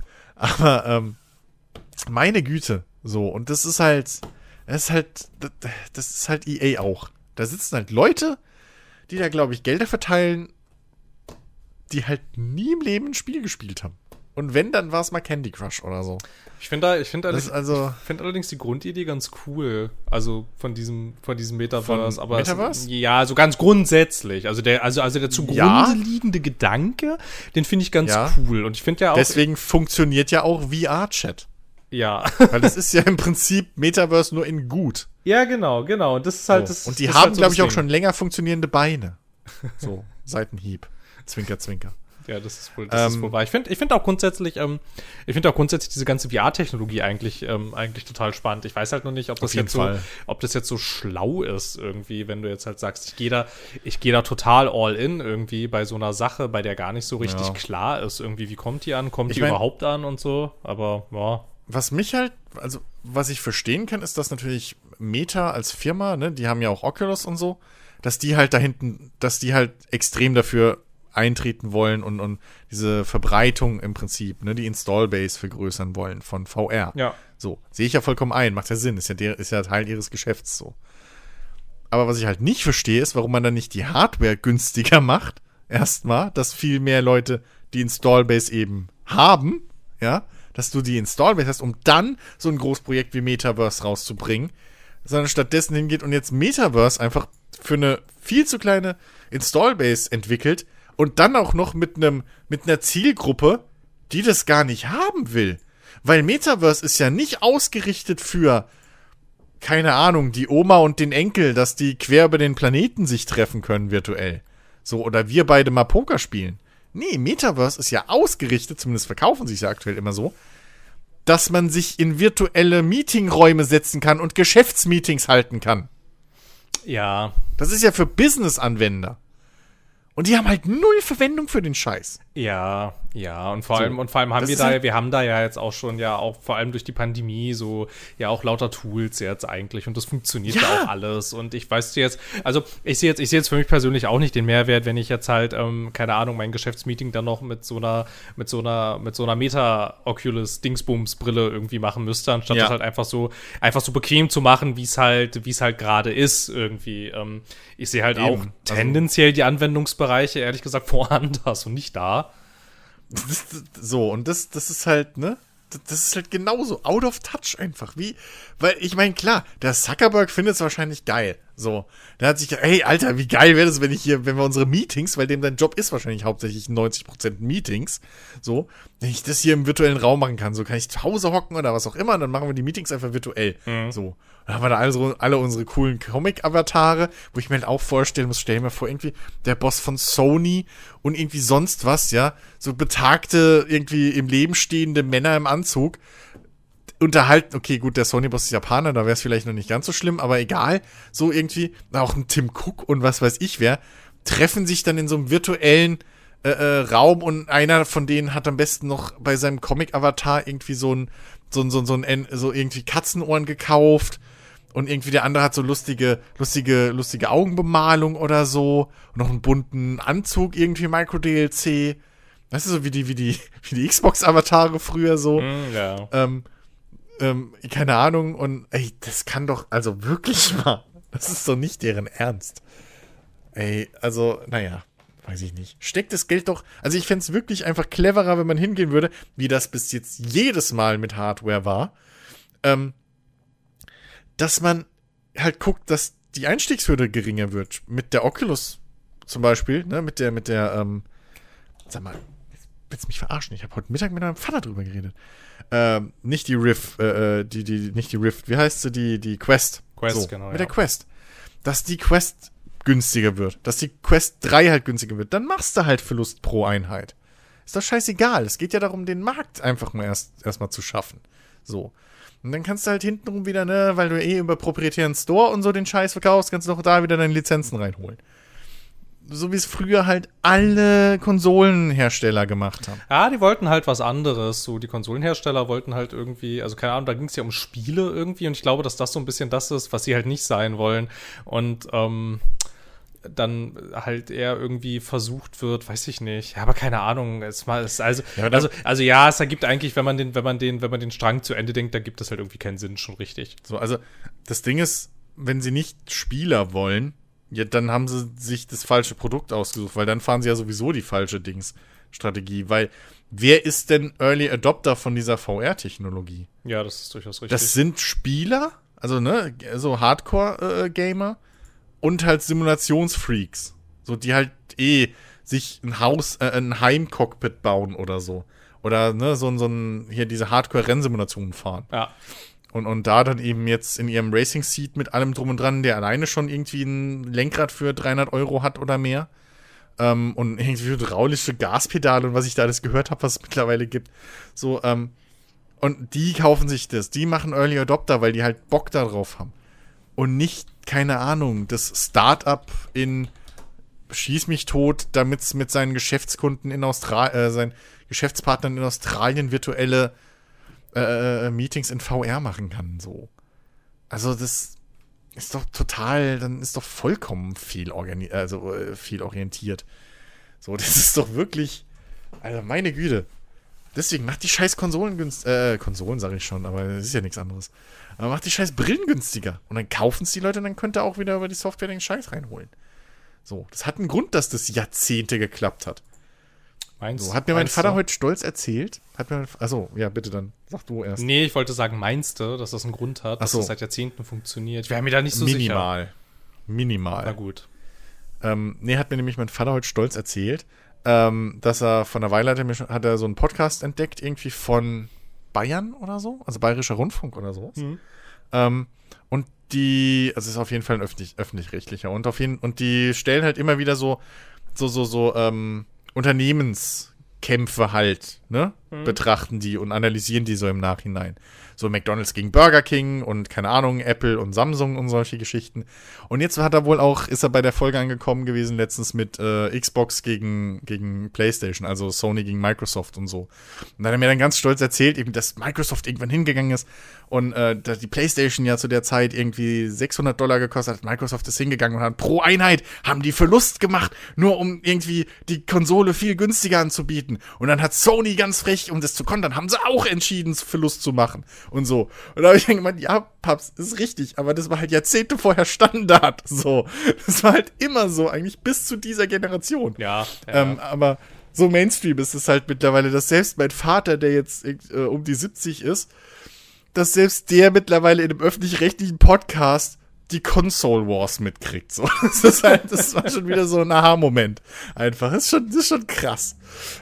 meine Güte. So, und das ist halt EA auch. Da sitzen halt Leute, die da, glaube ich, Gelder verteilen, die halt nie im Leben ein Spiel gespielt haben. Und wenn, dann war es mal Candy Crush oder so. Ich finde allerdings die Grundidee ganz cool. Also von diesem Metaverse. Aber Metaverse? Ja, so ganz grundsätzlich. Also der zugrunde liegende Gedanke, den finde ich ganz cool. Und ich finde ja auch. Deswegen funktioniert ja auch VR-Chat. Ja. Weil das ist ja im Prinzip Metaverse nur in gut. Ja, genau. Und das ist halt so. das. Und die das haben, halt so glaube ich, auch Ding. schon länger funktionierende Beine. So, Seitenhieb. Zwinker, zwinker. Ja, das ist wohl wahr. Ich finde auch grundsätzlich diese ganze VR-Technologie eigentlich total spannend. Ich weiß halt noch nicht, ob das jetzt so schlau ist irgendwie, wenn du jetzt halt sagst, ich gehe da total all in irgendwie bei so einer Sache, bei der gar nicht so richtig klar ist irgendwie, wie kommt die an, kommt die überhaupt an und so, aber ja. Was ich verstehen kann, ist, dass natürlich Meta als Firma, ne, die haben ja auch Oculus und so, dass die halt extrem dafür eintreten wollen und diese Verbreitung im Prinzip, ne, die Installbase vergrößern wollen von VR. Ja. So, sehe ich ja vollkommen ein, macht ja Sinn, ist ja Teil ihres Geschäfts so. Aber was ich halt nicht verstehe, ist, warum man dann nicht die Hardware günstiger macht, erstmal, dass viel mehr Leute die Installbase eben haben, ja, dass du die Installbase hast, um dann so ein Großprojekt wie Metaverse rauszubringen, sondern stattdessen hingeht und jetzt Metaverse einfach für eine viel zu kleine Installbase entwickelt und dann auch noch mit einer Zielgruppe, die das gar nicht haben will. Weil Metaverse ist ja nicht ausgerichtet für, keine Ahnung, die Oma und den Enkel, dass die quer über den Planeten sich treffen können virtuell. So, oder wir beide mal Poker spielen. Nee, Metaverse ist ja ausgerichtet, zumindest verkaufen sie es ja aktuell immer so, dass man sich in virtuelle Meetingräume setzen kann und Geschäftsmeetings halten kann. Ja. Das ist ja für Business-Anwender. Und die haben halt null Verwendung für den Scheiß. Ja, und vor allem haben wir haben da ja jetzt auch schon vor allem durch die Pandemie so auch lauter Tools jetzt eigentlich und das funktioniert ja auch alles und ich weiß jetzt, also ich sehe jetzt für mich persönlich auch nicht den Mehrwert, wenn ich jetzt halt, keine Ahnung, mein Geschäftsmeeting dann noch mit so einer Meta-Oculus-Dingsbums-Brille irgendwie machen müsste, anstatt das halt einfach so bequem zu machen, wie es halt gerade ist irgendwie. Ich sehe halt eben auch tendenziell die Anwendungsbereiche, ehrlich gesagt, woanders und nicht da. So, und das ist halt, ne? Das ist halt genauso out of touch einfach. Weil ich meine, klar, der Zuckerberg findet es wahrscheinlich geil. So, der hat sich gedacht, hey, Alter, wie geil wäre das, wenn wir unsere Meetings, weil dem sein Job ist wahrscheinlich hauptsächlich 90% Meetings, so, wenn ich das hier im virtuellen Raum machen kann, so kann ich zu Hause hocken oder was auch immer, und dann machen wir die Meetings einfach virtuell. So. Dann haben wir da alle unsere coolen Comic-Avatare, wo ich mir halt auch vorstellen muss, stell mir vor, irgendwie der Boss von Sony und irgendwie sonst was, ja, so betagte, irgendwie im Leben stehende Männer im Anzug unterhalten, okay, gut, der Sony-Boss ist Japaner, da wäre es vielleicht noch nicht ganz so schlimm, aber egal, so irgendwie, auch ein Tim Cook und was weiß ich wer, treffen sich dann in so einem virtuellen Raum und einer von denen hat am besten noch bei seinem Comic-Avatar irgendwie so irgendwie Katzenohren gekauft und irgendwie der andere hat so lustige Augenbemalung oder so und noch einen bunten Anzug, irgendwie Micro-DLC. Weißt du, so wie die Xbox-Avatare früher so. Ja. Keine Ahnung, und ey, das kann doch, also wirklich mal, das ist doch nicht deren Ernst. Ey, also, naja, weiß ich nicht. Steckt das Geld doch, also ich fände es wirklich einfach cleverer, wenn man hingehen würde, wie das bis jetzt jedes Mal mit Hardware war, dass man halt guckt, dass die Einstiegshürde geringer wird. Mit der Oculus zum Beispiel, ne, mit der, sag mal, willst mich verarschen? Ich habe heute Mittag mit meinem Vater drüber geredet. Nicht die Rift, nicht die Rift, wie heißt sie? Die Quest. Quest, so, genau. Mit der Quest. Dass die Quest günstiger wird. Dass die Quest 3 halt günstiger wird. Dann machst du halt Verlust pro Einheit. Ist doch scheißegal. Es geht ja darum, den Markt einfach mal erstmal zu schaffen. So. Und dann kannst du halt hintenrum wieder, ne, weil du über proprietären Store und so den Scheiß verkaufst, kannst du noch da wieder deine Lizenzen reinholen. So wie es früher halt alle Konsolenhersteller gemacht haben. Ja, die wollten halt was anderes. So, die Konsolenhersteller wollten halt irgendwie, also keine Ahnung, da ging es ja um Spiele irgendwie und ich glaube, dass das so ein bisschen das ist, was sie halt nicht sein wollen. Und dann halt eher irgendwie versucht wird, weiß ich nicht. Ja, aber keine Ahnung. Es ergibt eigentlich, wenn man den Strang zu Ende denkt, dann gibt es halt irgendwie keinen Sinn, schon richtig. So, also das Ding ist, wenn sie nicht Spieler wollen, ja, dann haben sie sich das falsche Produkt ausgesucht, weil dann fahren sie ja sowieso die falsche Strategie, weil wer ist denn Early Adopter von dieser VR-Technologie? Ja, das ist durchaus richtig. Das sind Spieler, also ne, so Hardcore-Gamer und halt Simulationsfreaks, so die halt sich ein Heimcockpit bauen oder so. Oder ne, so ein hier diese Hardcore-Rennsimulationen fahren. Ja. Und da dann eben jetzt in ihrem Racing-Seat mit allem drum und dran, der alleine schon irgendwie ein Lenkrad für 300 € hat oder mehr. Und irgendwie hydraulische Gaspedale und was ich da alles gehört habe, was es mittlerweile gibt. So, und die kaufen sich das. Die machen Early Adopter, weil die halt Bock darauf haben. Und nicht, keine Ahnung, das Start-up in Schieß mich tot, damit es mit seinen Geschäftskunden seinen Geschäftspartnern in Australien virtuelle Meetings in VR machen kann, so. Also das ist doch dann ist doch vollkommen viel orientiert. So, das ist doch wirklich, also meine Güte. Deswegen macht die scheiß Konsolen Konsolen sage ich schon, aber das ist ja nichts anderes. Aber macht die scheiß Brillen günstiger. Und dann kaufen es die Leute und dann könnt ihr auch wieder über die Software den Scheiß reinholen. So, das hat einen Grund, dass das Jahrzehnte geklappt hat. Hat mir mein Vater heute stolz erzählt. Achso, ja, bitte dann. Sag du erst. Nee, ich wollte sagen, meinst du, dass das einen Grund hat, dass das seit Jahrzehnten funktioniert? Ich wäre mir da nicht so sicher. Minimal. Na gut. Hat mir nämlich mein Vater heute stolz erzählt, dass er von einer Weile hat er so einen Podcast entdeckt, irgendwie von Bayern oder so, also Bayerischer Rundfunk oder so. Und also ist auf jeden Fall ein öffentlich-rechtlicher und die stellen halt immer wieder so Unternehmenskämpfe halt, ne? Betrachten die und analysieren die so im Nachhinein. So McDonald's gegen Burger King und keine Ahnung, Apple und Samsung und solche Geschichten. Und jetzt ist er bei der Folge angekommen gewesen letztens mit Xbox gegen PlayStation, also Sony gegen Microsoft und so. Und dann hat er mir dann ganz stolz erzählt, eben, dass Microsoft irgendwann hingegangen ist und dass die PlayStation ja zu der Zeit irgendwie $600 gekostet hat. Microsoft ist hingegangen und hat pro Einheit haben die Verlust gemacht, nur um irgendwie die Konsole viel günstiger anzubieten. Und dann hat Sony ganz frech, um das zu kontern, haben sie auch entschieden, Verlust zu machen. Und so. Und da habe ich dann gemeint, ja, Paps, ist richtig, aber das war halt Jahrzehnte vorher Standard. So. Das war halt immer so, eigentlich bis zu dieser Generation. Ja. Aber so Mainstream ist es halt mittlerweile, dass selbst mein Vater, der jetzt um die 70 ist, dass selbst der mittlerweile in einem öffentlich-rechtlichen Podcast die Console Wars mitkriegt. So. Das war schon wieder so ein Aha-Moment. Einfach. Das ist schon krass.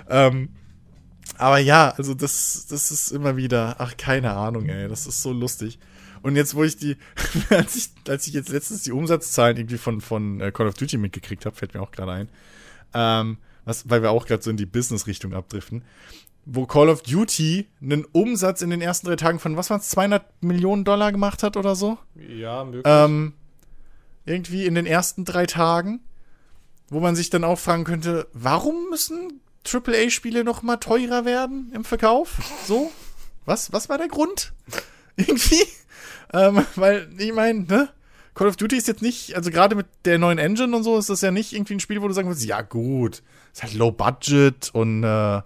Aber ja, also das ist immer wieder, keine Ahnung, ey, das ist so lustig. Und jetzt, wo ich als ich jetzt letztens die Umsatzzahlen irgendwie von Call of Duty mitgekriegt habe, fällt mir auch gerade ein, weil wir auch gerade so in die Business-Richtung abdriften, wo Call of Duty einen Umsatz in den ersten 3 Tagen von, was waren es, $200 Millionen gemacht hat oder so? Ja, möglich. Irgendwie in den ersten 3 Tagen, wo man sich dann auch fragen könnte, warum müssen AAA-Spiele noch mal teurer werden im Verkauf? So? Was war der Grund? Irgendwie? Weil, ich meine, ne? Call of Duty ist jetzt nicht, also gerade mit der neuen Engine und so, ist das ja nicht irgendwie ein Spiel, wo du sagen würdest, ja gut, ist halt Low Budget und, ne,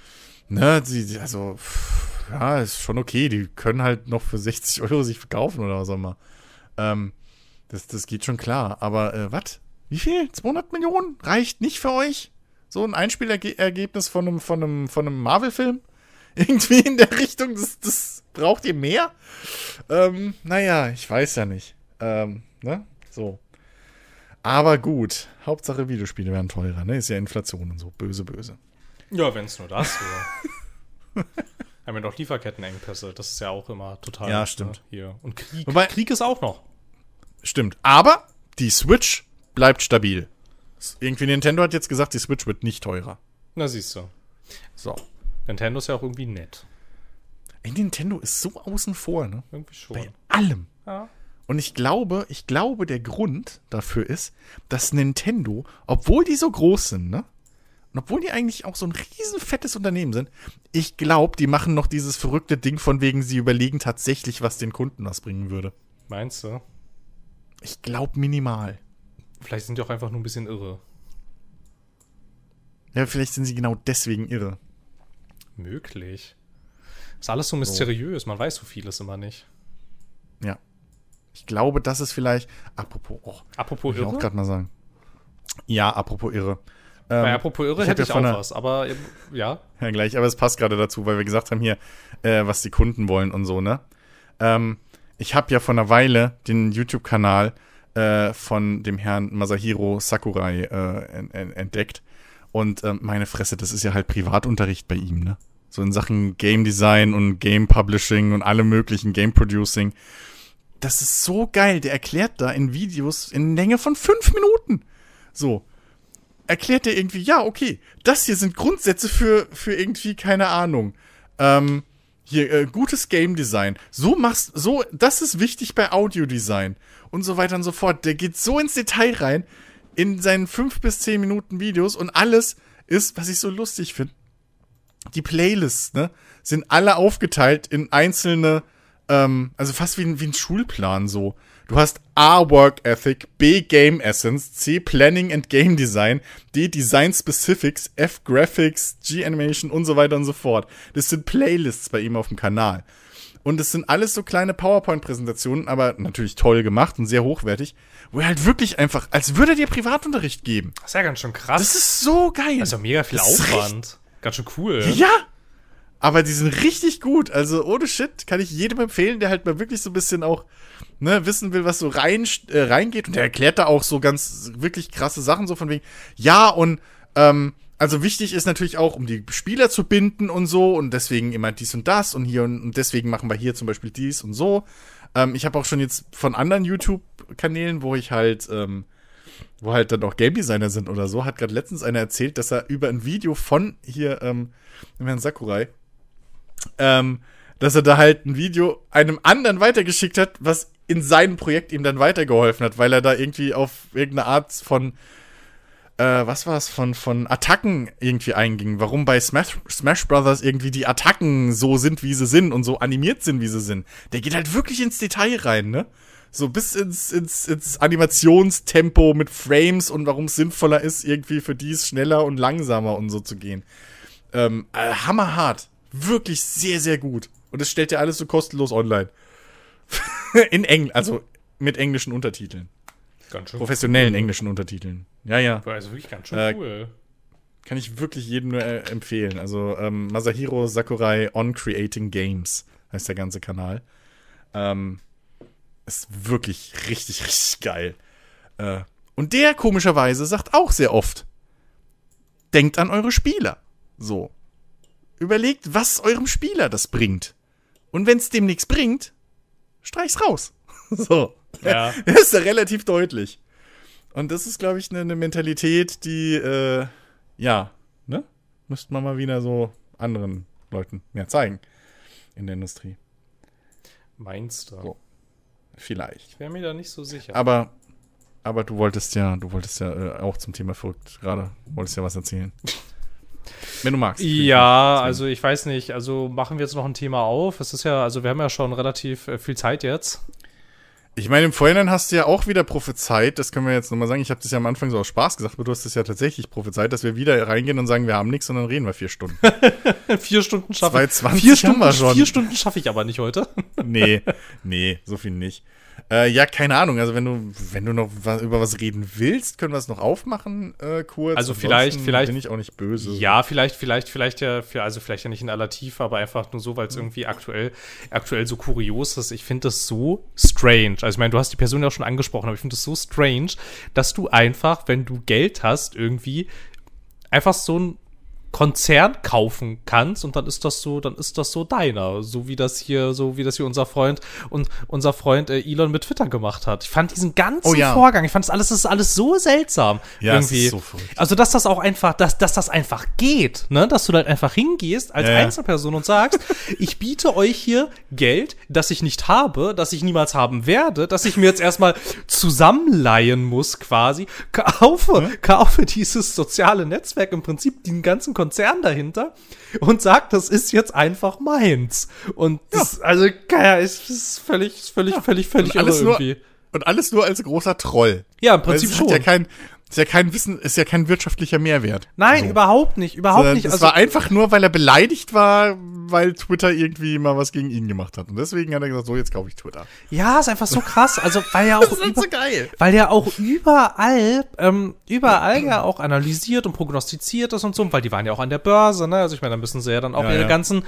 ja, ist schon okay, die können halt noch für 60 € sich verkaufen oder was auch immer. Das geht schon klar, aber, was? Wie viel? 200 Millionen? Reicht nicht für euch? So ein Einspielergebnis von einem Marvel-Film? Irgendwie in der Richtung, das braucht ihr mehr? Naja, ich weiß ja nicht. Ne? So. Aber gut. Hauptsache Videospiele werden teurer, ne? Ist ja Inflation und so. Böse, böse. Ja, wenn es nur das wäre. Haben wir doch Lieferkettenengpässe. Das ist ja auch immer total. Ja, stimmt. Hier. Und Krieg. Wobei- Krieg ist auch noch. Stimmt. Aber die Switch bleibt stabil. Irgendwie Nintendo hat jetzt gesagt, die Switch wird nicht teurer. Na, siehst du. So. Nintendo ist ja auch irgendwie nett. Ey, Nintendo ist so außen vor, ne? Irgendwie schon. Bei allem. Ja. Und ich glaube, der Grund dafür ist, dass Nintendo, obwohl die so groß sind, ne? Und obwohl die eigentlich auch so ein riesen fettes Unternehmen sind, ich glaube, die machen noch dieses verrückte Ding von wegen, sie überlegen tatsächlich, was den Kunden was bringen würde. Meinst du? Ich glaube minimal. Vielleicht sind die auch einfach nur ein bisschen irre. Ja, vielleicht sind sie genau deswegen irre. Möglich. Ist alles so mysteriös. Man weiß so vieles immer nicht. Ja. Ich glaube, das ist vielleicht. Apropos Apropos will ich irre? auch gerade mal sagen. Ja, apropos irre. Apropos irre ich hätte hab ich ja auch von der- was. Aber ja. Ja, gleich, aber es passt gerade dazu, weil wir gesagt haben hier, was die Kunden wollen und so, ne? Ich habe ja vor einer Weile den YouTube-Kanal von dem Herrn Masahiro Sakurai entdeckt. Und meine Fresse, das ist ja halt Privatunterricht bei ihm, ne? So in Sachen Game Design und Game Publishing und alle möglichen Game Producing. Das ist so geil. Der erklärt da in Videos in Länge von 5 Minuten. So. Erklärt er irgendwie, ja, okay, das hier sind Grundsätze für irgendwie, keine Ahnung. Hier, gutes Game Design. Das ist wichtig bei Audiodesign. Und so weiter und so fort. Der geht so ins Detail rein in seinen 5 bis 10 Minuten Videos und alles ist, was ich so lustig finde. Die Playlists, ne, sind alle aufgeteilt in einzelne, also fast wie ein Schulplan so. Du hast A, Work Ethic, B, Game Essence, C, Planning and Game Design, D, Design Specifics, F, Graphics, G, Animation und so weiter und so fort. Das sind Playlists bei ihm auf dem Kanal. Und es sind alles so kleine PowerPoint-Präsentationen, aber natürlich toll gemacht und sehr hochwertig, wo er halt wirklich einfach, als würde er dir Privatunterricht geben. Das ist ja ganz schön krass. Das ist so geil. Also mega viel Das ist Aufwand. Ganz schön cool. Ja, aber die sind richtig gut. Also ohne Shit kann ich jedem empfehlen, der halt mal wirklich so ein bisschen auch wissen will, was so reingeht. Und der erklärt da auch so ganz wirklich krasse Sachen, so von wegen, ja, und also wichtig ist natürlich auch, um die Spieler zu binden und so. Und deswegen immer dies und das und hier und deswegen machen wir hier zum Beispiel dies und so. Ich habe auch schon jetzt von anderen YouTube-Kanälen, wo halt dann auch Game Designer sind oder so, hat gerade letztens einer erzählt, dass er über ein Video von hier, dem Herrn Sakurai, dass er da halt ein Video einem anderen weitergeschickt hat, was in seinem Projekt ihm dann weitergeholfen hat, weil er da irgendwie auf irgendeine Art von von Attacken irgendwie einging. Warum bei Smash Brothers irgendwie die Attacken so sind, wie sie sind und so animiert sind, wie sie sind. Der geht halt wirklich ins Detail rein, ne? So bis ins Animationstempo mit Frames und warum es sinnvoller ist, irgendwie für dies schneller und langsamer und so zu gehen. Hammerhart. Wirklich sehr, sehr gut. Und das stellt ja alles so kostenlos online. Also mit englischen Untertiteln. Ganz schön Professionellen englischen Untertiteln. Ja. Also wirklich ganz schön cool. Kann ich wirklich jedem nur empfehlen. Also Masahiro Sakurai on Creating Games heißt der ganze Kanal. Ist wirklich richtig, richtig geil. Und der komischerweise sagt auch sehr oft, denkt an eure Spieler. So. Überlegt, was eurem Spieler das bringt. Und wenn es dem nichts bringt, streich's raus. So. Ja. Das ist ja relativ deutlich. Und das ist, glaube ich, eine Mentalität, die, müsste man mal wieder so anderen Leuten mehr zeigen in der Industrie. Meinst du? So. Vielleicht. Ich wäre mir da nicht so sicher. Aber du wolltest ja auch zum Thema verrückt gerade, wolltest ja was erzählen. Wenn du magst. Ja, also ich weiß nicht, also machen wir jetzt noch ein Thema auf. Es ist ja, also wir haben ja schon relativ viel Zeit jetzt. Ich meine, im Vorhinein hast du ja auch wieder prophezeit, das können wir jetzt nochmal sagen, ich habe das ja am Anfang so aus Spaß gesagt, aber du hast das ja tatsächlich prophezeit, dass wir wieder reingehen und sagen, wir haben nichts und dann reden wir 4 Stunden. 4 Stunden schaffe ich. 2,20 haben wir schon. 4 Stunden schaffe ich aber nicht heute. Nee, so viel nicht. Ja, keine Ahnung, also wenn du noch über was reden willst, können wir es noch aufmachen, kurz. Also Ansonsten vielleicht bin ich auch nicht böse. Ja, vielleicht ja, vielleicht ja nicht in aller Tiefe, aber einfach nur so, weil es irgendwie aktuell so kurios ist. Ich finde das so strange. Also ich meine, du hast die Person ja auch schon angesprochen, aber ich finde das so strange, dass du einfach, wenn du Geld hast, irgendwie einfach so ein Konzern kaufen kannst und dann ist das so deiner, so wie das hier unser Freund Elon mit Twitter gemacht hat. Ich fand diesen ganzen Vorgang, das ist alles so seltsam irgendwie. Das ist so verrückt. Also, dass das auch einfach, dass das einfach geht, ne, dass du halt einfach hingehst als Einzelperson und sagst, ich biete euch hier Geld, das ich nicht habe, das ich niemals haben werde, dass ich mir jetzt erstmal zusammenleihen muss quasi, kaufe dieses soziale Netzwerk, im Prinzip den ganzen Konzern dahinter und sagt, das ist jetzt einfach meins. Und das, also, ist völlig und alles irgendwie. Und alles nur als großer Troll. Ja, im Prinzip schon. Ist ja kein wirtschaftlicher Mehrwert. Nein, so. Überhaupt nicht. Das war einfach nur, weil er beleidigt war, weil Twitter irgendwie mal was gegen ihn gemacht hat. Und deswegen hat er gesagt, so, jetzt kaufe ich Twitter. Ja, ist einfach so krass. Also, weil ja auch das ist so geil. Weil ja auch überall ja auch analysiert und prognostiziert ist und so, weil die waren ja auch an der Börse, ne? Also ich meine, da müssen sie ja dann auch ihre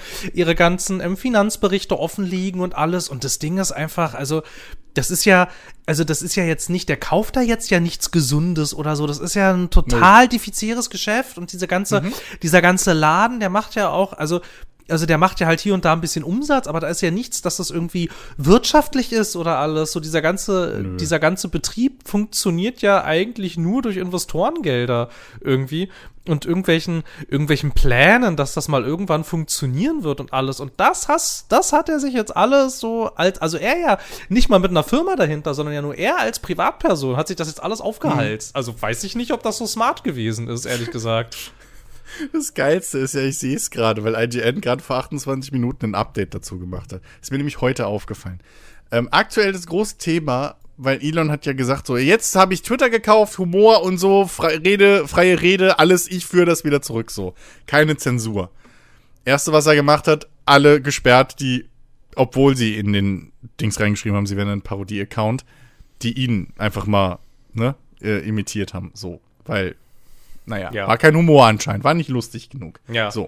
ganzen Finanzberichte offenlegen und alles. Und das Ding ist einfach, das ist ja jetzt nicht, der kauft da jetzt ja nichts Gesundes oder so. Das ist ja ein total diffizieres Geschäft und dieser ganze Laden, der macht ja auch, also der macht ja halt hier und da ein bisschen Umsatz, aber da ist ja nichts, dass das irgendwie wirtschaftlich ist oder alles. So dieser ganze Betrieb funktioniert ja eigentlich nur durch Investorengelder irgendwie und irgendwelchen Plänen, dass das mal irgendwann funktionieren wird und alles. Und das hat er sich jetzt alles so also er ja nicht mal mit einer Firma dahinter, sondern ja nur er als Privatperson hat sich das jetzt alles aufgeheizt. Also weiß ich nicht, ob das so smart gewesen ist, ehrlich gesagt. Das Geilste ist ja, ich sehe es gerade, weil IGN gerade vor 28 Minuten ein Update dazu gemacht hat. Ist mir nämlich heute aufgefallen. Aktuell das große Thema, weil Elon hat ja gesagt, so, jetzt habe ich Twitter gekauft, Humor und so, freie Rede, alles, ich führe das wieder zurück, so. Keine Zensur. Erste, was er gemacht hat, alle gesperrt, die, obwohl sie in den Dings reingeschrieben haben, sie wären ein Parodie-Account, die ihn einfach mal, imitiert haben, so. Weil war kein Humor anscheinend, war nicht lustig genug. Ja. So.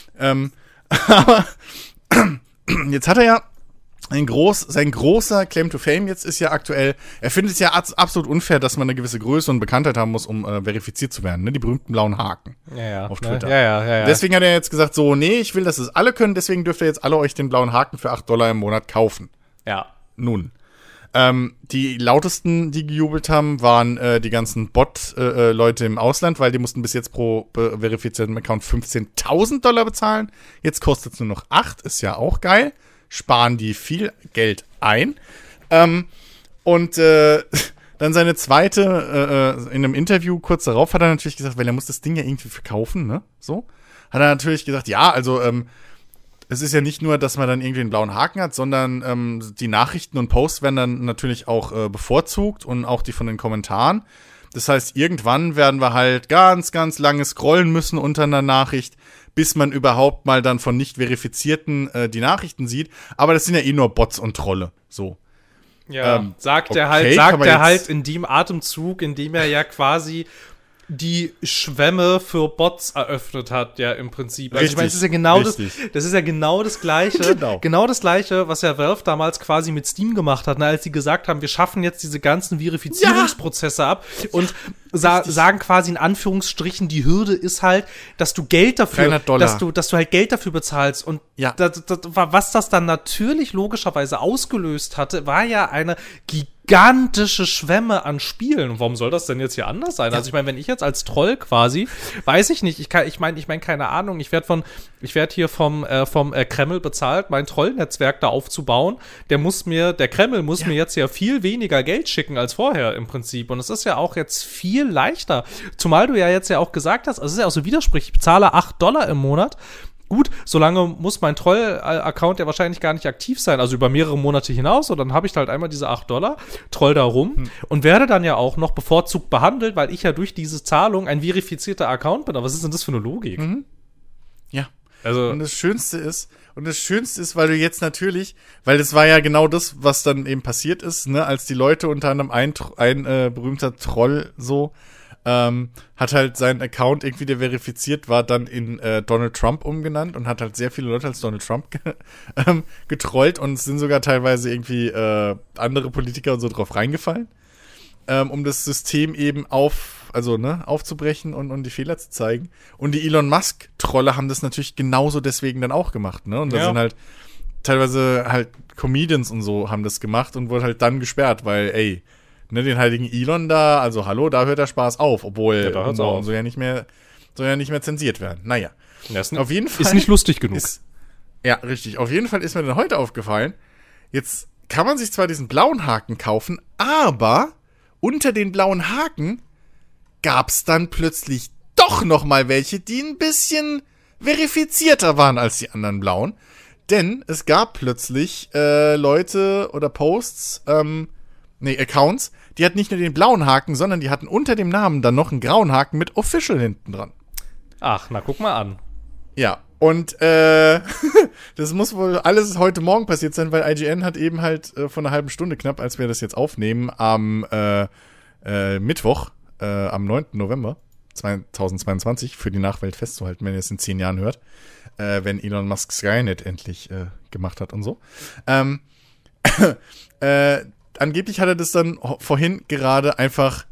Aber jetzt hat er ja sein großer Claim to Fame jetzt ist ja aktuell, er findet es ja absolut unfair, dass man eine gewisse Größe und Bekanntheit haben muss, um verifiziert zu werden, ne? Die berühmten blauen Haken auf Twitter. Ja. Deswegen hat er jetzt gesagt, so, nee, ich will, dass es alle können, deswegen dürft ihr jetzt alle euch den blauen Haken für $8 im Monat kaufen. Ja. Nun. Die lautesten, die gejubelt haben, waren die ganzen Bot-Leute im Ausland, weil die mussten bis jetzt pro verifizierten Account $15.000 bezahlen. Jetzt kostet es nur noch 8, ist ja auch geil. Sparen die viel Geld ein. Und dann seine zweite, in einem Interview kurz darauf hat er natürlich gesagt, weil er muss das Ding ja irgendwie verkaufen, ne? So. Hat er natürlich gesagt, ja, also, es ist ja nicht nur, dass man dann irgendwie einen blauen Haken hat, sondern die Nachrichten und Posts werden dann natürlich auch bevorzugt und auch die von den Kommentaren. Das heißt, irgendwann werden wir halt ganz, ganz lange scrollen müssen unter einer Nachricht, bis man überhaupt mal dann von nicht verifizierten die Nachrichten sieht. Aber das sind ja eh nur Bots und Trolle. So. Ja, sagt er halt in dem Atemzug, in dem er ja quasi die Schwämme für Bots eröffnet hat, ja, im Prinzip. Also ich meine, das ist ja genau das Gleiche, genau das Gleiche, was ja Valve damals quasi mit Steam gemacht hat, ne, als sie gesagt haben, wir schaffen jetzt diese ganzen Verifizierungsprozesse ab und sagen quasi in Anführungsstrichen, die Hürde ist halt, dass du Geld dafür, dass du halt Geld dafür bezahlst und was das dann natürlich logischerweise ausgelöst hatte, war ja eine gigantische Schwämme an Spielen. Und warum soll das denn jetzt hier anders sein? Ja. Also ich meine, wenn ich jetzt als Troll quasi, weiß ich nicht, ich meine, keine Ahnung, ich werde hier vom Kreml bezahlt, mein Trollnetzwerk da aufzubauen. Der Kreml muss mir jetzt ja viel weniger Geld schicken als vorher im Prinzip. Und es ist ja auch jetzt viel leichter. Zumal du ja jetzt ja auch gesagt hast, also es ist ja auch so widersprüchlich, ich bezahle $8 im Monat. Gut, solange muss mein Troll-Account ja wahrscheinlich gar nicht aktiv sein, also über mehrere Monate hinaus, und dann habe ich halt einmal diese $8, troll da rum und werde dann ja auch noch bevorzugt behandelt, weil ich ja durch diese Zahlung ein verifizierter Account bin. Aber was ist denn das für eine Logik? Mhm. Ja. Also, und das Schönste ist, weil du jetzt natürlich, weil das war ja genau das, was dann eben passiert ist, ne, als die Leute unter anderem ein berühmter Troll so hat halt seinen Account irgendwie, der verifiziert war, dann in Donald Trump umgenannt und hat halt sehr viele Leute als Donald Trump getrollt und es sind sogar teilweise irgendwie andere Politiker und so drauf reingefallen, um das System eben auf aufzubrechen und die Fehler zu zeigen. Und die Elon Musk-Trolle haben das natürlich genauso deswegen dann auch gemacht, ne? Und da sind halt teilweise halt Comedians und so haben das gemacht und wurde halt dann gesperrt, weil, den heiligen Elon da, also hallo, da hört der Spaß auf, obwohl soll ja nicht mehr zensiert werden. Naja. Auf jeden Fall ist nicht lustig genug. Ja, richtig. Auf jeden Fall ist mir dann heute aufgefallen, jetzt kann man sich zwar diesen blauen Haken kaufen, aber unter den blauen Haken gab's dann plötzlich doch noch mal welche, die ein bisschen verifizierter waren als die anderen blauen. Denn es gab plötzlich Leute oder Posts, Accounts, die hatten nicht nur den blauen Haken, sondern die hatten unter dem Namen dann noch einen grauen Haken mit Official hinten dran. Ach, na guck mal an. Ja, und das muss wohl alles heute Morgen passiert sein, weil IGN hat eben halt vor einer halben Stunde knapp, als wir das jetzt aufnehmen, am Mittwoch, am 9. November 2022, für die Nachwelt festzuhalten, wenn ihr es in 10 Jahren hört, wenn Elon Musk Skynet endlich gemacht hat und so. Angeblich hat er das dann vorhin gerade einfach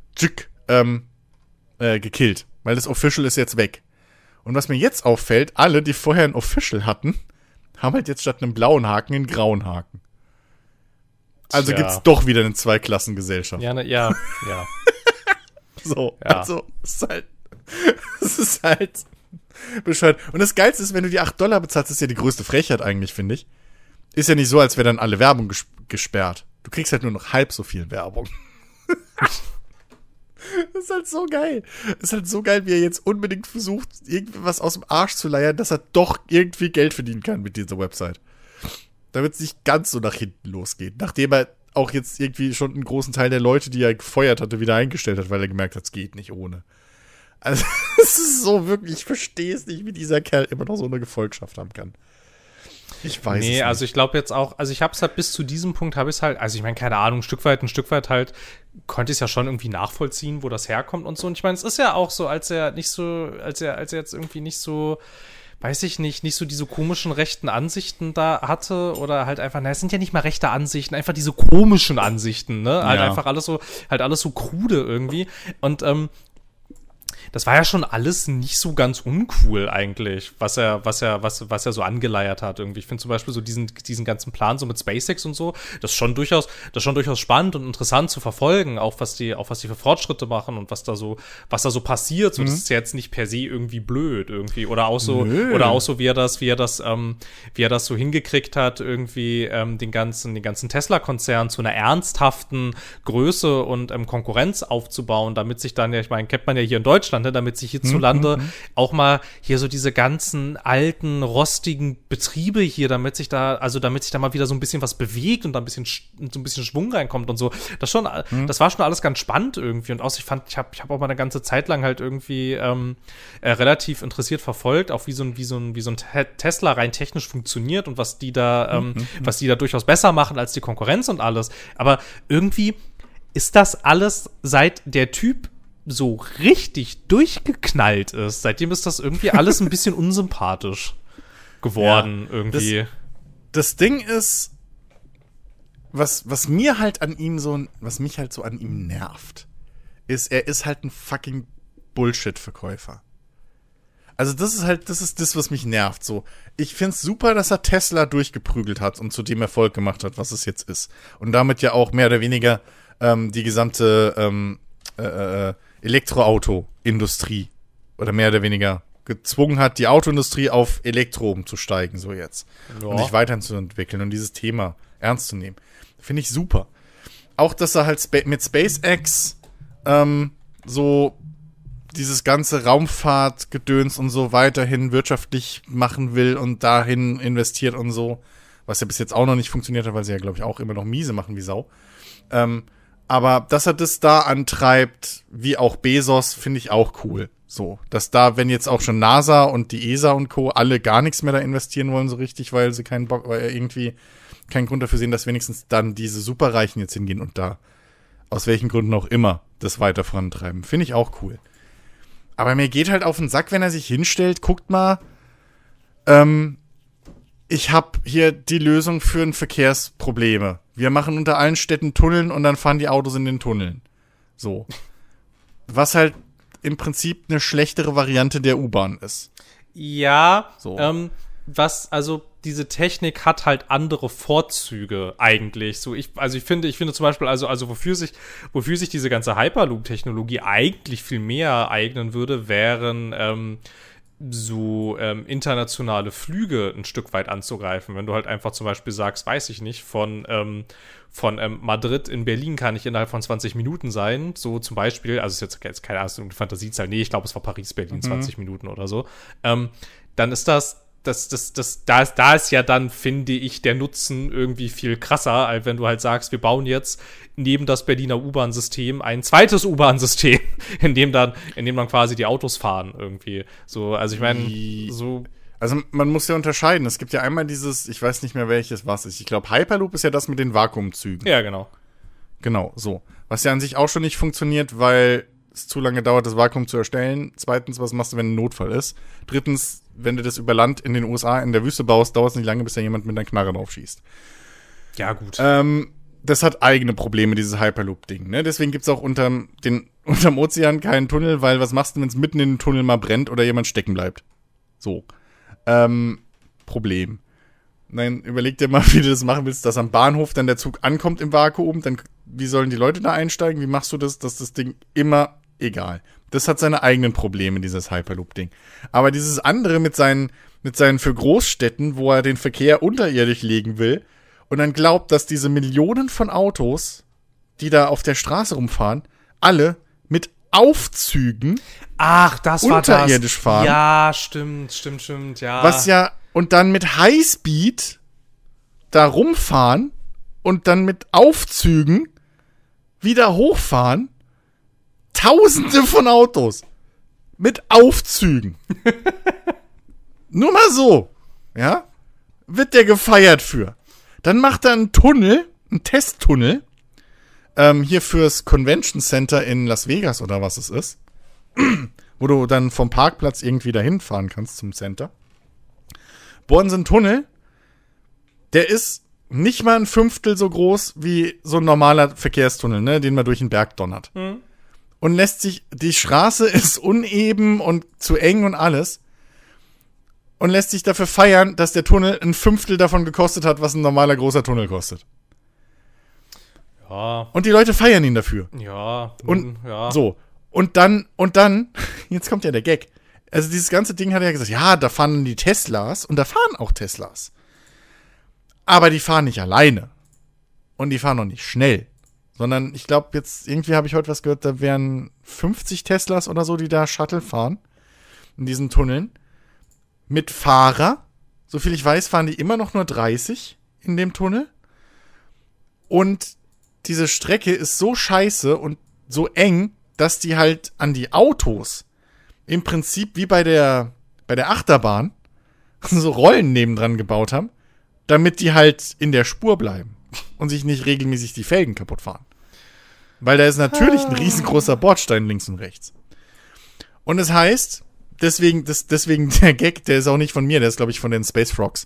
gekillt, weil das Official ist jetzt weg. Und was mir jetzt auffällt, alle, die vorher ein Official hatten, haben halt jetzt statt einem blauen Haken einen grauen Haken. Also gibt's doch wieder eine Zweiklassengesellschaft. Ja. So, ja. Also, es ist halt bescheuert. Und das Geilste ist, wenn du die $8 bezahlst, ist ja die größte Frechheit eigentlich, finde ich. Ist ja nicht so, als wäre dann alle Werbung gesperrt. Du kriegst halt nur noch halb so viel Werbung. Das ist halt so geil. Das ist halt so geil, wie er jetzt unbedingt versucht, irgendwas aus dem Arsch zu leiern, dass er doch irgendwie Geld verdienen kann mit dieser Website. Damit es nicht ganz so nach hinten losgeht. Nachdem er auch jetzt irgendwie schon einen großen Teil der Leute, die er gefeuert hatte, wieder eingestellt hat, weil er gemerkt hat, es geht nicht ohne. Also, es ist so wirklich, ich verstehe es nicht, wie dieser Kerl immer noch so eine Gefolgschaft haben kann. Ich weiß es nicht. Also ich glaube jetzt auch, also ich habe es halt bis zu diesem Punkt, also ich meine, keine Ahnung, ein Stück weit halt, konnte ich es ja schon irgendwie nachvollziehen, wo das herkommt und so. Und ich meine, es ist ja auch so, als er jetzt irgendwie nicht so, weiß ich nicht so diese komischen rechten Ansichten da hatte oder halt einfach, es sind ja nicht mal rechte Ansichten, einfach diese komischen Ansichten, ne? Halt einfach alles so krude irgendwie. Und das war ja schon alles nicht so ganz uncool eigentlich, was er so angeleiert hat irgendwie. Ich finde zum Beispiel so diesen ganzen Plan so mit SpaceX und so, das ist schon durchaus spannend und interessant zu verfolgen, auch was die für Fortschritte machen und was da so passiert. So, das ist ja jetzt nicht per se irgendwie blöd irgendwie oder auch so wie er das so hingekriegt hat, irgendwie den ganzen Tesla-Konzern zu einer ernsthaften Größe und Konkurrenz aufzubauen, damit sich dann, ich meine, kennt man ja hier in Deutschland, damit sich hierzulande auch mal hier so diese ganzen alten, rostigen Betriebe hier, damit sich da mal wieder so ein bisschen was bewegt und da so ein bisschen Schwung reinkommt und so. Das war schon alles ganz spannend irgendwie. Und auch ich hab auch mal eine ganze Zeit lang halt irgendwie relativ interessiert verfolgt, auch wie so ein Tesla rein technisch funktioniert und was die da durchaus besser machen als die Konkurrenz und alles. Aber irgendwie ist das alles, seit der Typ so richtig durchgeknallt ist. Seitdem ist das irgendwie alles ein bisschen unsympathisch geworden, irgendwie. Das Ding ist, was mich halt an ihm nervt, ist, er ist halt ein fucking Bullshit-Verkäufer. Also das ist das, was mich nervt, so. Ich find's super, dass er Tesla durchgeprügelt hat und zu dem Erfolg gemacht hat, was es jetzt ist. Und damit ja auch mehr oder weniger die gesamte Elektroauto-Industrie oder mehr oder weniger gezwungen hat, die Autoindustrie auf Elektro umzusteigen, so jetzt. Ja. Und sich weiterzuentwickeln und dieses Thema ernst zu nehmen. Finde ich super. Auch, dass er halt mit SpaceX so dieses ganze Raumfahrtgedöns und so weiterhin wirtschaftlich machen will und dahin investiert und so, was ja bis jetzt auch noch nicht funktioniert hat, weil sie ja, glaube ich, auch immer noch miese machen wie Sau. Aber dass er das da antreibt, wie auch Bezos, finde ich auch cool. So, dass da, wenn jetzt auch schon NASA und die ESA und Co. alle gar nichts mehr da investieren wollen so richtig, weil sie irgendwie keinen Grund dafür sehen, dass wenigstens dann diese Superreichen jetzt hingehen und da, aus welchen Gründen auch immer, das weiter vorantreiben. Finde ich auch cool. Aber mir geht halt auf den Sack, wenn er sich hinstellt, guckt mal, ich habe hier die Lösung für Verkehrsprobleme. Wir machen unter allen Städten Tunneln und dann fahren die Autos in den Tunneln. So. was halt im Prinzip eine schlechtere Variante der U-Bahn ist. Ja, So. also diese Technik hat halt andere Vorzüge eigentlich. So, ich finde zum Beispiel, also wofür sich diese ganze Hyperloop-Technologie eigentlich viel mehr eignen würde, wären internationale Flüge ein Stück weit anzugreifen. Wenn du halt einfach zum Beispiel sagst, weiß ich nicht, von Madrid in Berlin kann ich innerhalb von 20 Minuten sein. So zum Beispiel, also ist jetzt keine Ahnung, die Fantasiezahl, nee, ich glaube, es war Paris-Berlin, 20 Minuten oder so. Dann ist da ist ja dann, finde ich, der Nutzen irgendwie viel krasser, als wenn du halt sagst, wir bauen jetzt neben das Berliner U-Bahn-System ein zweites U-Bahn-System, in dem dann quasi die Autos fahren irgendwie. So, also ich meine, so. Also man muss ja unterscheiden. Es gibt ja einmal dieses, ich weiß nicht mehr welches was ist. Ich glaube, Hyperloop ist ja das mit den Vakuumzügen. Ja, genau. Genau, so. Was ja an sich auch schon nicht funktioniert, weil es zu lange dauert, das Vakuum zu erstellen. Zweitens, was machst du, wenn ein Notfall ist? Drittens, wenn du das über Land in den USA in der Wüste baust, dauert es nicht lange, bis da jemand mit einer Knarre drauf schießt. Ja, gut. Das hat eigene Probleme, dieses Hyperloop-Ding. Ne? Deswegen gibt's auch unterm Ozean keinen Tunnel, weil was machst du, wenn es mitten in den Tunnel mal brennt oder jemand stecken bleibt? So. Problem. Nein, überleg dir mal, wie du das machen willst, dass am Bahnhof dann der Zug ankommt im Vakuum, dann wie sollen die Leute da einsteigen? Wie machst du das, dass das Ding immer egal? Das hat seine eigenen Probleme, dieses Hyperloop-Ding. Aber dieses andere mit seinen für Großstädten, wo er den Verkehr unterirdisch legen will und dann glaubt, dass diese Millionen von Autos, die da auf der Straße rumfahren, alle mit Aufzügen das war unterirdisch fahren. Ja, stimmt, ja. Was ja, und dann mit Highspeed da rumfahren und dann mit Aufzügen wieder hochfahren. Tausende von Autos mit Aufzügen. Nur mal so, ja, wird der gefeiert für. Dann macht er einen Tunnel, einen Testtunnel, hier fürs Convention Center in Las Vegas oder was es ist, wo du dann vom Parkplatz irgendwie dahin fahren kannst zum Center. Bohren sie einen Tunnel, der ist nicht mal ein Fünftel so groß wie so ein normaler Verkehrstunnel, ne, den man durch den Berg donnert. Und die Straße ist uneben und zu eng und alles. Und lässt sich dafür feiern, dass der Tunnel ein Fünftel davon gekostet hat, was ein normaler großer Tunnel kostet. Ja. Und die Leute feiern ihn dafür. Ja. Und ja. so. Und dann, jetzt kommt ja der Gag. Also dieses ganze Ding hat er ja gesagt, ja, da fahren die Teslas und da fahren auch Teslas. Aber die fahren nicht alleine. Und die fahren auch nicht schnell. Sondern ich glaube jetzt, irgendwie habe ich heute was gehört, da wären 50 Teslas oder so, die da Shuttle fahren. In diesen Tunneln. Mit Fahrer. Soviel ich weiß, fahren die immer noch nur 30 in dem Tunnel. Und diese Strecke ist so scheiße und so eng, dass die halt an die Autos im Prinzip wie bei der Achterbahn so Rollen nebendran gebaut haben, damit die halt in der Spur bleiben und sich nicht regelmäßig die Felgen kaputt fahren. Weil da ist natürlich ein riesengroßer Bordstein links und rechts. Und es heißt, deswegen der Gag, der ist auch nicht von mir, der ist, glaube ich, von den Space Frogs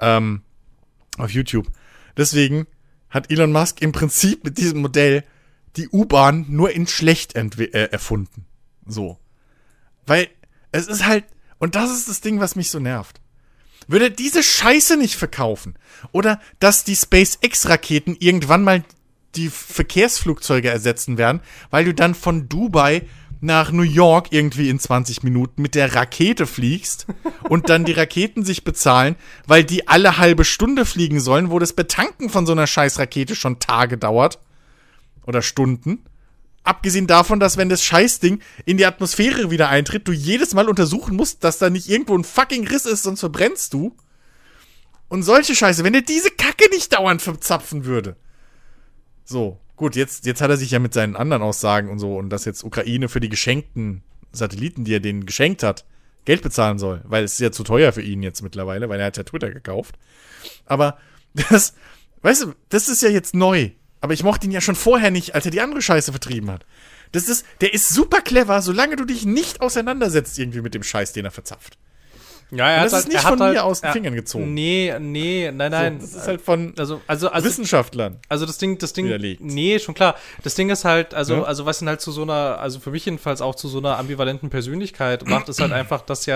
auf YouTube. Deswegen hat Elon Musk im Prinzip mit diesem Modell die U-Bahn nur in schlecht erfunden. So. Weil es ist halt, und das ist das Ding, was mich so nervt. Würde er diese Scheiße nicht verkaufen, oder dass die SpaceX-Raketen irgendwann mal die Verkehrsflugzeuge ersetzen werden, weil du dann von Dubai nach New York irgendwie in 20 Minuten mit der Rakete fliegst und dann die Raketen sich bezahlen, weil die alle halbe Stunde fliegen sollen, wo das Betanken von so einer Scheißrakete schon Tage dauert oder Stunden. Abgesehen davon, dass wenn das Scheißding in die Atmosphäre wieder eintritt, du jedes Mal untersuchen musst, dass da nicht irgendwo ein fucking Riss ist, sonst verbrennst du. Und solche Scheiße, wenn der diese Kacke nicht dauernd verzapfen würde. So, gut, jetzt hat er sich ja mit seinen anderen Aussagen und so und dass jetzt Ukraine für die geschenkten Satelliten, die er denen geschenkt hat, Geld bezahlen soll, weil es ist ja zu teuer für ihn jetzt mittlerweile, weil er hat ja Twitter gekauft. Aber das, weißt du, das ist ja jetzt neu. Aber ich mochte ihn ja schon vorher nicht, als er die andere Scheiße vertrieben hat. Der ist super clever, solange du dich nicht auseinandersetzt irgendwie mit dem Scheiß, den er verzapft. Ja, das ist nicht von mir aus den Fingern gezogen. Nee, nein. So, das ist halt von also Wissenschaftlern. Also das Ding, widerlegt. nee, schon klar. Das Ding ist halt, also was ihn halt zu so einer, also für mich jedenfalls auch zu so einer ambivalenten Persönlichkeit macht, ist halt einfach, dass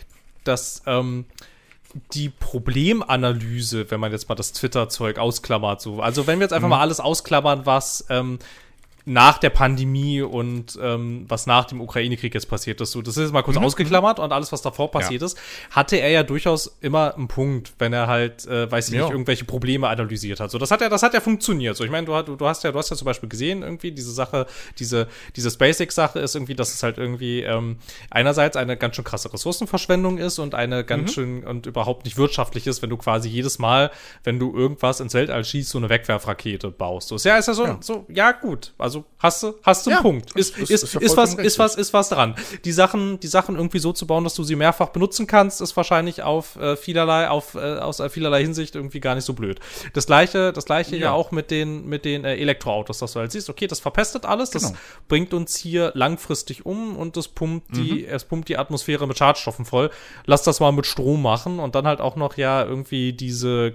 die Problemanalyse, wenn man jetzt mal das Twitter-Zeug ausklammert, so. Also wenn wir jetzt einfach mal alles ausklammern, was nach der Pandemie und was nach dem Ukraine-Krieg jetzt passiert ist. So, das ist jetzt mal kurz ausgeklammert und alles, was davor passiert ist, hatte er ja durchaus immer einen Punkt, wenn er halt, weiß ich nicht, irgendwelche Probleme analysiert hat. So, das hat ja funktioniert. So, ich meine, du hast ja zum Beispiel gesehen, irgendwie, diese Sache, diese SpaceX-Sache ist irgendwie, dass es halt irgendwie einerseits eine ganz schön krasse Ressourcenverschwendung ist und eine ganz schön und überhaupt nicht wirtschaftlich ist, wenn du quasi jedes Mal, wenn du irgendwas ins Weltall schießt, so eine Wegwerfrakete baust. So, ist ja so, ja, gut. Also hast du einen Punkt. Ist was dran. Die Sachen irgendwie so zu bauen, dass du sie mehrfach benutzen kannst, ist wahrscheinlich aus vielerlei Hinsicht irgendwie gar nicht so blöd. Das gleiche ja auch mit den Elektroautos, dass du halt siehst, okay, das verpestet alles, das bringt uns hier langfristig um und es pumpt die Atmosphäre mit Schadstoffen voll. Lass das mal mit Strom machen und dann halt auch noch irgendwie diese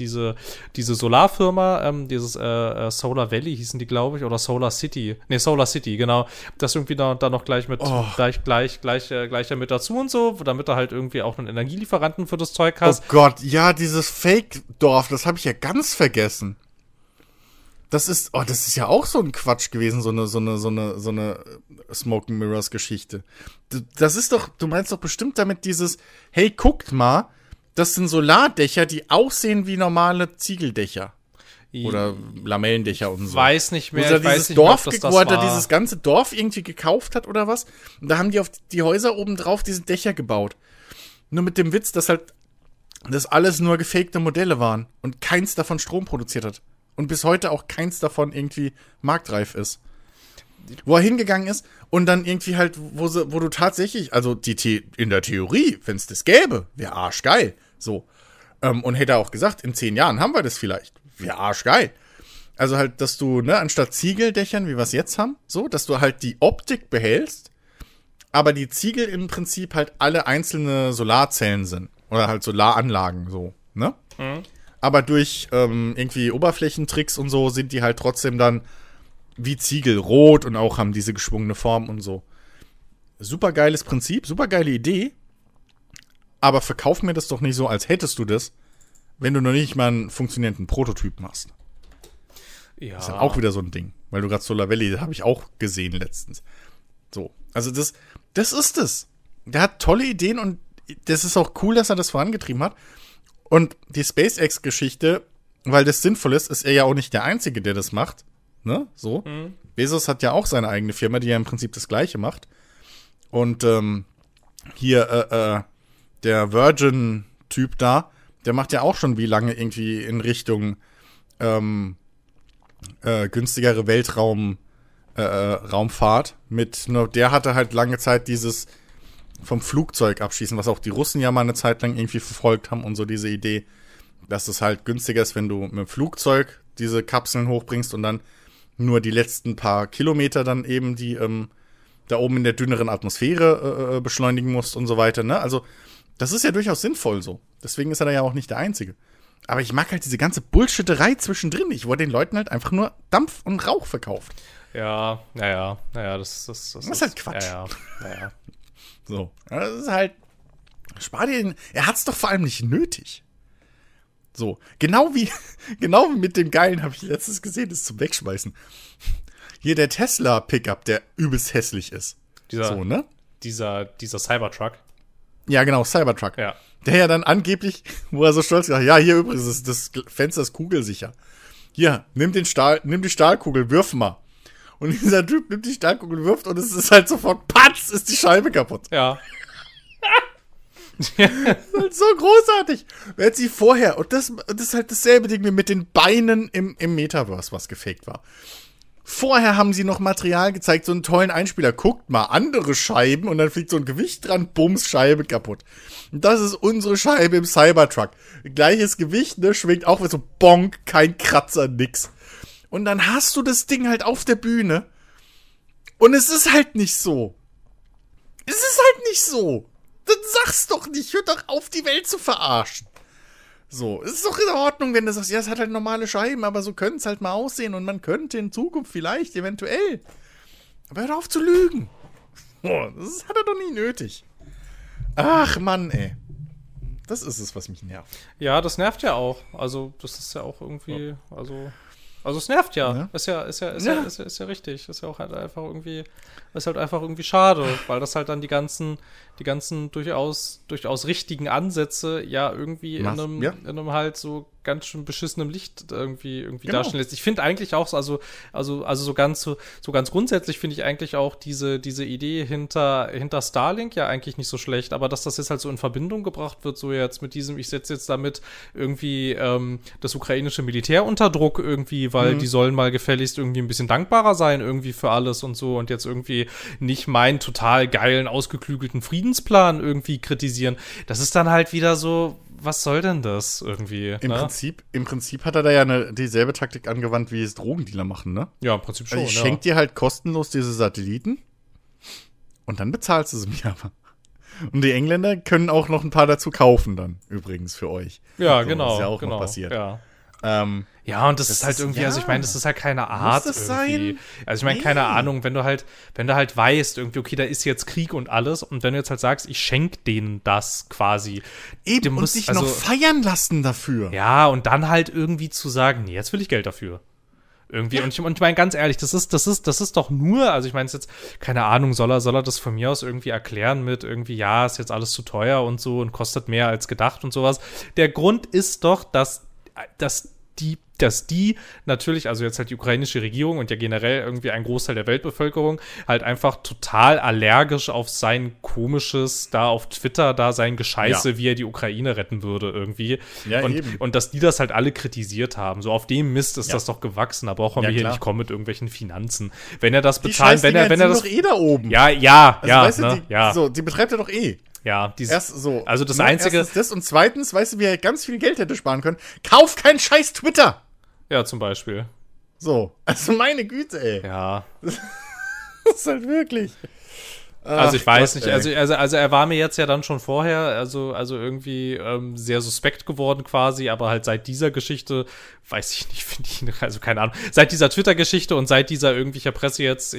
Solarfirma, dieses Solar Valley hießen die, glaube ich, oder Solar City, genau. Das irgendwie da noch gleich mit gleich damit dazu und so, damit du halt irgendwie auch einen Energielieferanten für das Zeug hast. Oh Gott, ja, dieses Fake-Dorf, das habe ich ja ganz vergessen. Das ist ja auch so ein Quatsch gewesen, so eine Smoke and Mirrors Geschichte. Das ist doch, du meinst doch bestimmt damit dieses, hey, guckt mal, das sind Solardächer, die aussehen wie normale Ziegeldächer. Oder Lamellendächer und so. Weiß nicht mehr. Wo er dieses ganze Dorf irgendwie gekauft hat oder was. Und da haben die auf die Häuser oben drauf diese Dächer gebaut. Nur mit dem Witz, dass halt das alles nur gefakte Modelle waren und keins davon Strom produziert hat. Und bis heute auch keins davon irgendwie marktreif ist. Wo er hingegangen ist und dann irgendwie halt, wo du tatsächlich, also in der Theorie, wenn es das gäbe, wäre arschgeil. So. Und hätte auch gesagt, in 10 Jahren haben wir das vielleicht. Wäre arschgeil. Also halt, dass du, anstatt Ziegeldächern, wie wir es jetzt haben, so, dass du halt die Optik behältst, aber die Ziegel im Prinzip halt alle einzelne Solarzellen sind. Oder halt Solaranlagen, so, ne? Aber durch irgendwie Oberflächentricks und so sind die halt trotzdem dann wie Ziegel rot und auch haben diese geschwungene Form und so. Super geiles Prinzip, super geile Idee. Aber verkauf mir das doch nicht so, als hättest du das, wenn du noch nicht mal einen funktionierenden Prototypen hast. Ja. Das ist ja auch wieder so ein Ding. Weil du gerade Solar Valley, das habe ich auch gesehen letztens. So, also das ist es. Der hat tolle Ideen und das ist auch cool, dass er das vorangetrieben hat. Und die SpaceX-Geschichte, weil das sinnvoll ist er ja auch nicht der Einzige, der das macht. Ne? So. Bezos hat ja auch seine eigene Firma, die ja im Prinzip das Gleiche macht. Und hier der Virgin-Typ da, der macht ja auch schon wie lange irgendwie in Richtung günstigere Raumfahrt der hatte halt lange Zeit dieses vom Flugzeug abschießen, was auch die Russen ja mal eine Zeit lang irgendwie verfolgt haben und so diese Idee, dass es halt günstiger ist, wenn du mit dem Flugzeug diese Kapseln hochbringst und dann nur die letzten paar Kilometer dann eben die da oben in der dünneren Atmosphäre beschleunigen musst und so weiter, ne? Also, das ist ja durchaus sinnvoll so. Deswegen ist er da ja auch nicht der Einzige. Aber ich mag halt diese ganze Bullshitterei zwischendrin nicht, wo er den Leuten halt einfach nur Dampf und Rauch verkauft. Ja, das ist halt Quatsch. Ja. So, das ist halt, spar dir er hat's doch vor allem nicht nötig. So, genau wie mit dem Geilen, habe ich letztens gesehen, ist zum Wegschmeißen. Hier der Tesla-Pickup, der übelst hässlich ist. Dieser Cybertruck. Ja, genau, Cybertruck. Ja. Der ja dann angeblich, wo er so stolz sagt, ja, hier übrigens, das Fenster ist kugelsicher. Hier, nimm die Stahlkugel, wirf mal. Und dieser Typ nimmt die Stahlkugel, wirft und es ist halt sofort, patz, ist die Scheibe kaputt. Ja. Das ist halt so großartig. Wer hat sie vorher, und das ist halt dasselbe Ding wie mit den Beinen im Metaverse, was gefaked war. Vorher haben sie noch Material gezeigt, so einen tollen Einspieler. Guckt mal, andere Scheiben und dann fliegt so ein Gewicht dran, bums, Scheibe kaputt. Und das ist unsere Scheibe im Cybertruck. Gleiches Gewicht, ne, schwingt auch so bonk, kein Kratzer, nix. Und dann hast du das Ding halt auf der Bühne und es ist halt nicht so. Es ist halt nicht so. Dann sag's doch nicht. Hör doch auf, die Welt zu verarschen. So, es ist doch in Ordnung, wenn du sagst, ja, es hat halt normale Scheiben, aber so könnte es halt mal aussehen und man könnte in Zukunft vielleicht, eventuell. Aber hör doch auf zu lügen. Oh, das hat er doch nie nötig. Ach, Mann, ey. Das ist es, was mich nervt. Ja, das nervt ja auch. Also, das ist ja auch irgendwie, also es nervt ja. Ja. Ist ja richtig. Ist ja auch halt einfach irgendwie, ist halt einfach irgendwie schade, weil das halt dann die ganzen durchaus richtigen Ansätze ja irgendwie in einem halt so ganz schön beschissenem Licht irgendwie darstellen lässt. Ich finde eigentlich auch so, so ganz grundsätzlich finde ich eigentlich auch diese Idee hinter Starlink ja eigentlich nicht so schlecht, aber dass das jetzt halt so in Verbindung gebracht wird, so jetzt mit diesem, ich setze jetzt damit irgendwie das ukrainische Militär unter Druck irgendwie, weil die sollen mal gefälligst irgendwie ein bisschen dankbarer sein irgendwie für alles und so und jetzt irgendwie nicht meinen total geilen, ausgeklügelten Friedensplan irgendwie kritisieren. Das ist dann halt wieder so, was soll denn das irgendwie? Im Prinzip hat er da ja dieselbe Taktik angewandt, wie es Drogendealer machen, ne? Ja, im Prinzip schon. Also ich schenke dir halt kostenlos diese Satelliten und dann bezahlst du sie mir aber. Und die Engländer können auch noch ein paar dazu kaufen dann, übrigens, für euch. Ja, so, genau. Das ist ja auch genau, mal passiert. Ja. Ja, und das ist halt irgendwie, also ich meine, das ist halt keine Art das irgendwie. sein? Also ich meine, keine Ahnung, wenn du halt weißt, irgendwie, okay, da ist jetzt Krieg und alles, und wenn du jetzt halt sagst, ich schenke denen das quasi. Eben, und dich noch feiern lassen dafür. Ja, und dann halt irgendwie zu sagen, nee, jetzt will ich Geld dafür. Irgendwie, ja. Und ich meine, ganz ehrlich, das ist doch nur, also ich meine, es jetzt, keine Ahnung, soll er das von mir aus irgendwie erklären mit irgendwie, ja, ist jetzt alles zu teuer und so und kostet mehr als gedacht und sowas. Der Grund ist doch, dass die natürlich, also jetzt halt die ukrainische Regierung und ja generell irgendwie ein Großteil der Weltbevölkerung halt einfach total allergisch auf sein komisches, da auf Twitter, da sein Gescheiße, wie er die Ukraine retten würde irgendwie. Ja, eben. Und dass die das halt alle kritisiert haben. So auf dem Mist ist das doch gewachsen. Da braucht man mir hier nicht kommen mit irgendwelchen Finanzen. Wenn er das bezahlt, wenn er das. Die sind doch da oben. Ja, also, weißt du, So, die betreibt er doch eh. Ja, also das Einzige. Erstens das und zweitens, weißt du, wie er ganz viel Geld hätte sparen können? Kauf kein scheiß Twitter! Ja, zum Beispiel. So, also meine Güte, ey. Ja. Das ist halt wirklich. Also ich weiß nicht, also er war mir jetzt ja dann schon vorher, also irgendwie sehr suspekt geworden quasi, aber halt seit dieser Geschichte, weiß ich nicht, finde ich, also keine Ahnung, seit dieser Twitter-Geschichte und seit dieser irgendwie, ich erpresse jetzt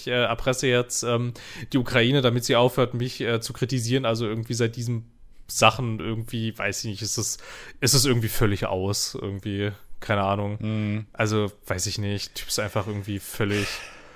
die Ukraine, damit sie aufhört, mich zu kritisieren, also irgendwie seit diesen Sachen irgendwie, weiß ich nicht, ist es irgendwie völlig aus, irgendwie, keine Ahnung. Also, weiß ich nicht, Typ ist einfach irgendwie völlig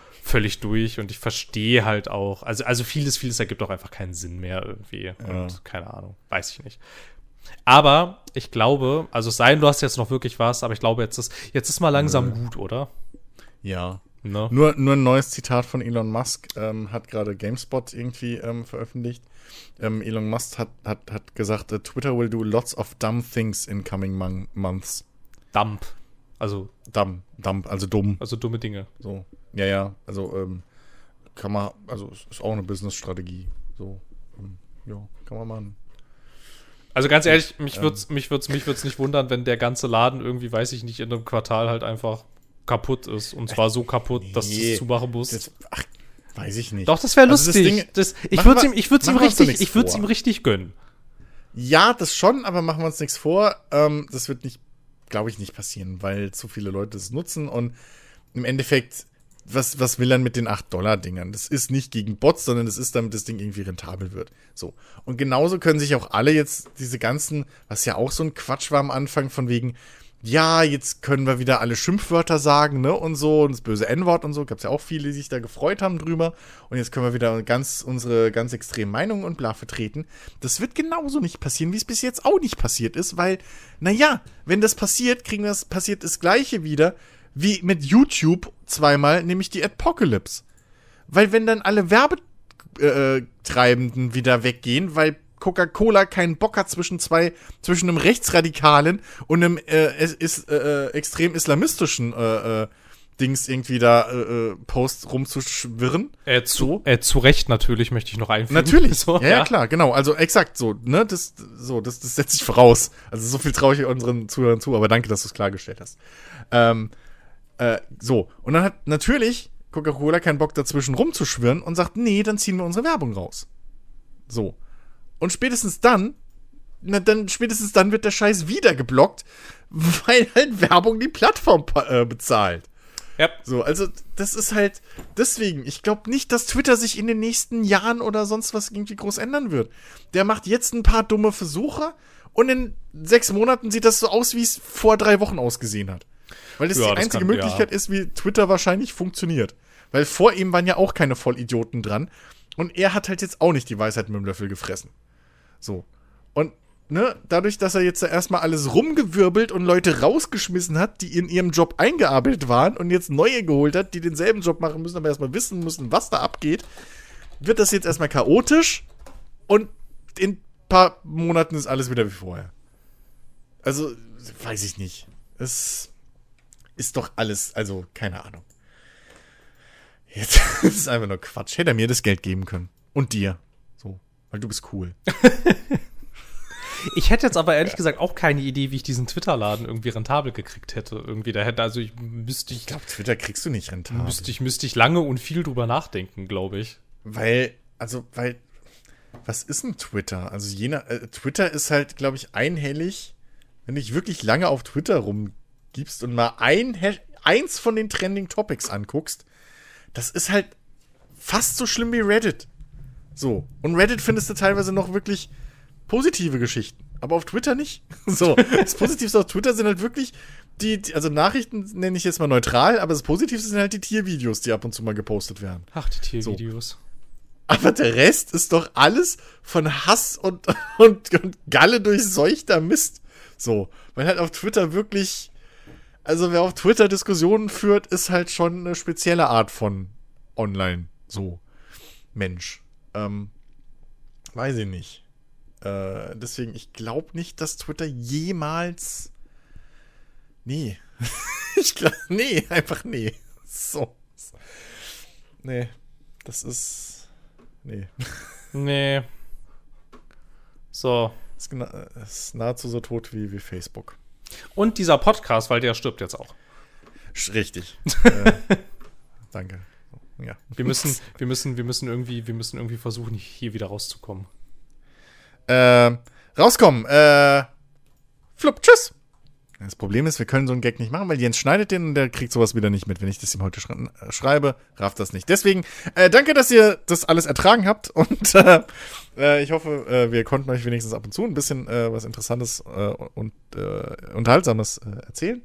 durch und ich verstehe halt auch, also vieles ergibt auch einfach keinen Sinn mehr irgendwie und keine Ahnung, weiß ich nicht. Aber ich glaube, also es sei denn, du hast jetzt noch wirklich was, aber ich glaube, jetzt ist mal langsam gut, oder? Ja. Ne? Nur ein neues Zitat von Elon Musk hat gerade GameSpot irgendwie veröffentlicht. Elon Musk hat gesagt, Twitter will do lots of dumb things in coming months. Dump. Also dumb, also dumm. Also dumme Dinge. So. Ja, also kann man, also ist auch eine Business-Strategie. So, ja, kann man machen. Also ganz ehrlich, mich würd's nicht wundern, wenn der ganze Laden irgendwie, weiß ich nicht, in einem Quartal halt einfach kaputt ist. Und zwar so kaputt, dass du es zumachen musst. Weiß ich nicht. Doch, das wäre lustig. Ich würde es ihm richtig gönnen. Ja, das schon, aber machen wir uns nichts vor. Das wird nicht, glaube ich, nicht passieren, weil zu viele Leute es nutzen und im Endeffekt, was will er mit den $8-Dingern? Das ist nicht gegen Bots, sondern das ist, damit das Ding irgendwie rentabel wird. So. Und genauso können sich auch alle jetzt diese ganzen, was ja auch so ein Quatsch war am Anfang, von wegen, ja, jetzt können wir wieder alle Schimpfwörter sagen, ne, und so, und das böse N-Wort und so, gab's ja auch viele, die sich da gefreut haben drüber, und jetzt können wir wieder unsere ganz extremen Meinungen und bla vertreten. Das wird genauso nicht passieren, wie es bis jetzt auch nicht passiert ist, weil, naja, wenn das passiert, passiert das Gleiche wieder, wie mit YouTube zweimal, nämlich die Adpocalypse. Weil wenn dann alle Werbetreibenden wieder weggehen, weil Coca-Cola keinen Bock hat zwischen einem Rechtsradikalen und einem extrem islamistischen Dings irgendwie da Post rumzuschwirren. Zu Recht natürlich, möchte ich noch einfügen. Natürlich, so, ja, klar, genau. Also exakt so, ne, das setze ich voraus. Also so viel traue ich unseren Zuhörern zu, aber danke, dass du es klargestellt hast. So, und dann hat natürlich Coca-Cola keinen Bock dazwischen rumzuschwirren und sagt, nee, dann ziehen wir unsere Werbung raus. So. Und spätestens dann wird der Scheiß wieder geblockt, weil halt Werbung die Plattform bezahlt. Ja. So, also das ist halt, deswegen, ich glaube nicht, dass Twitter sich in den nächsten Jahren oder sonst was irgendwie groß ändern wird. Der macht jetzt ein paar dumme Versuche und in 6 Monaten sieht das so aus, wie es vor 3 Wochen ausgesehen hat. Weil das die einzige Möglichkeit ist, wie Twitter wahrscheinlich funktioniert. Weil vor ihm waren ja auch keine Vollidioten dran. Und er hat halt jetzt auch nicht die Weisheit mit dem Löffel gefressen. So. Und, ne, dadurch, dass er jetzt da erstmal alles rumgewirbelt und Leute rausgeschmissen hat, die in ihrem Job eingearbeitet waren und jetzt neue geholt hat, die denselben Job machen müssen, aber erstmal wissen müssen, was da abgeht, wird das jetzt erstmal chaotisch und in ein paar Monaten ist alles wieder wie vorher. Also, weiß ich nicht. Es ist doch alles, also, keine Ahnung. Jetzt das ist einfach nur Quatsch. Hätte er mir das Geld geben können. Und dir. So. Weil du bist cool. Ich hätte jetzt aber ehrlich gesagt auch keine Idee, wie ich diesen Twitter-Laden irgendwie rentabel gekriegt hätte. Irgendwie, da hätte, also ich glaube, Twitter kriegst du nicht rentabel. Müsste ich lange und viel drüber nachdenken, glaube ich. Weil, was ist denn Twitter? Also Twitter ist halt, glaube ich, einhellig, wenn du dich wirklich lange auf Twitter rumgibst und mal eins von den Trending Topics anguckst, das ist halt fast so schlimm wie Reddit. So. Und Reddit findest du teilweise noch wirklich positive Geschichten. Aber auf Twitter nicht. So. Das Positivste auf Twitter sind halt wirklich also Nachrichten nenne ich jetzt mal neutral, aber das Positivste sind halt die Tiervideos, die ab und zu mal gepostet werden. Ach, die Tiervideos. So. Aber der Rest ist doch alles von Hass und Galle durchseuchter Mist. So. Weil halt auf Twitter wirklich, also wer auf Twitter Diskussionen führt, ist halt schon eine spezielle Art von Online, so, Mensch. Weiß ich nicht. Deswegen, ich glaube nicht, dass Twitter jemals. Nee. Nee, einfach nee. So. Nee. Das ist. Nee. Nee. So. Das ist nahezu so tot wie Facebook. Und dieser Podcast, weil der stirbt jetzt auch. Richtig. Danke. Ja. Wir müssen irgendwie versuchen, hier wieder rauszukommen. Rauskommen. Flupp, tschüss. Das Problem ist, wir können so einen Gag nicht machen, weil Jens schneidet den und der kriegt sowas wieder nicht mit. Wenn ich das ihm heute schreibe, rafft das nicht. Deswegen, danke, dass ihr das alles ertragen habt und ich hoffe, wir konnten euch wenigstens ab und zu ein bisschen was Interessantes und Unterhaltsames erzählen.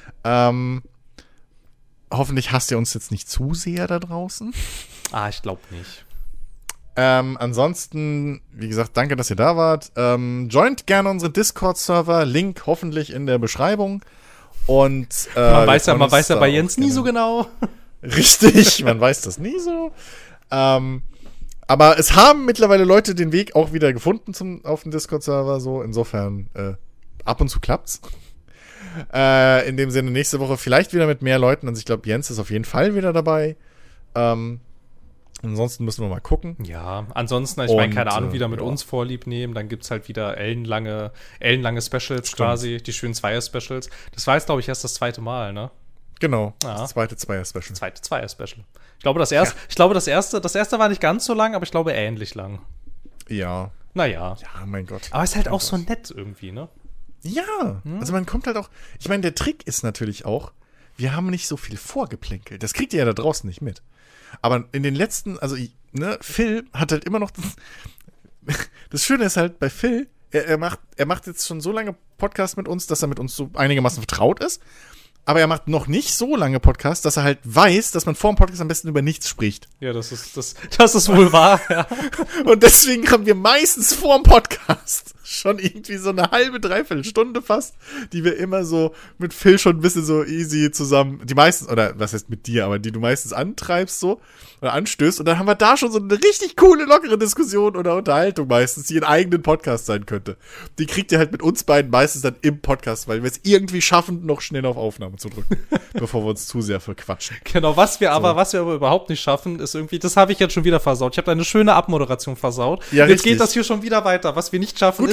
Hoffentlich hasst ihr uns jetzt nicht zu sehr da draußen. Ich glaube nicht. Ansonsten, wie gesagt, danke, dass ihr da wart. Joint gerne unseren Discord-Server, Link hoffentlich in der Beschreibung. Und man weiß ja bei Jens nie so genau. Richtig, man weiß das nie so. Aber es haben mittlerweile Leute den Weg auch wieder gefunden auf den Discord-Server. So, insofern ab und zu klappt's. In dem Sinne, nächste Woche vielleicht wieder mit mehr Leuten. Also ich glaube, Jens ist auf jeden Fall wieder dabei. Ansonsten müssen wir mal gucken. Ja, ansonsten, ich meine, keine Ahnung, wieder mit uns Vorlieb nehmen. Dann gibt's halt wieder ellenlange Specials. Stimmt. Quasi, die schönen Zweier-Specials. Das war jetzt, glaube ich, erst das 2. Mal, ne? Genau, das zweite Zweier-Special. Zweite Zweier-Special. Ich glaube, das erste war nicht ganz so lang, aber ich glaube ähnlich lang. Ja. Naja. Ja, mein Gott. Aber es ist halt auch so nett irgendwie, ne? Ja, also man kommt halt auch, ich meine, der Trick ist natürlich auch, wir haben nicht so viel vorgeplänkelt. Das kriegt ihr ja da draußen nicht mit. Aber in den letzten, Phil hat halt immer noch das Schöne ist halt bei Phil, er macht jetzt schon so lange Podcast mit uns, dass er mit uns so einigermaßen vertraut ist. Aber er macht noch nicht so lange Podcasts, dass er halt weiß, dass man vor dem Podcast am besten über nichts spricht. Ja, das ist wohl wahr, ja. Und deswegen haben wir meistens vor dem Podcast schon irgendwie so eine halbe, dreiviertel Stunde fast, die wir immer so mit Phil schon ein bisschen so easy zusammen, die meistens, oder was heißt mit dir, aber die du meistens antreibst so, oder anstößt. Und dann haben wir da schon so eine richtig coole, lockere Diskussion oder Unterhaltung meistens, die ein eigenen Podcast sein könnte. Die kriegt ihr halt mit uns beiden meistens dann im Podcast, weil wir es irgendwie schaffen, noch schnell auf Aufnahme zu drücken, bevor wir uns zu sehr verquatschen. Genau, was wir aber überhaupt nicht schaffen, ist irgendwie, das habe ich jetzt schon wieder versaut. Ich habe da eine schöne Abmoderation versaut. Ja, jetzt geht das hier schon wieder weiter. Was wir nicht schaffen, Gut,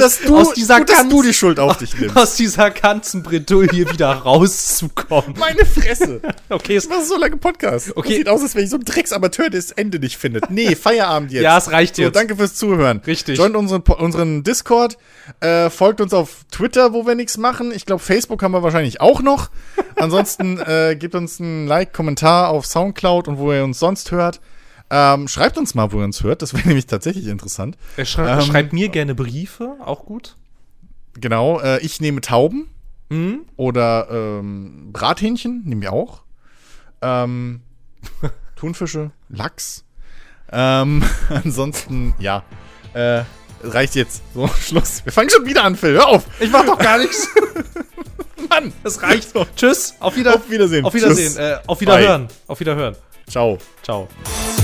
dass du die Schuld auf dich nimmst. Aus dieser ganzen Bredouille wieder rauszukommen. Meine Fresse. Okay, Das war so lange Podcast. Okay. Das sieht aus, als wäre ich so ein Drecksamateur, der das Ende nicht findet. Nee, Feierabend jetzt. Ja, es reicht so, jetzt. danke fürs Zuhören. Richtig. Joint unseren Discord, folgt uns auf Twitter, wo wir nichts machen. Ich glaube, Facebook haben wir wahrscheinlich auch noch. Ansonsten gebt uns ein Like, Kommentar auf Soundcloud und wo ihr uns sonst hört. Schreibt uns mal, wo ihr uns hört. Das wäre nämlich tatsächlich interessant. Schreibt mir gerne Briefe, auch gut. Genau, ich nehme Tauben. Mhm. Oder Brathähnchen, nehmen wir auch. Thunfische, Lachs. Ansonsten, ja. Reicht jetzt. So, Schluss. Wir fangen schon wieder an, Phil. Hör auf. Ich mach doch gar nichts. Mann. Es reicht. So. Tschüss. Auf Wiedersehen. Auf Wiedersehen. Tschüss. Auf Wiederhören. Auf Wiederhören. Ciao. Ciao.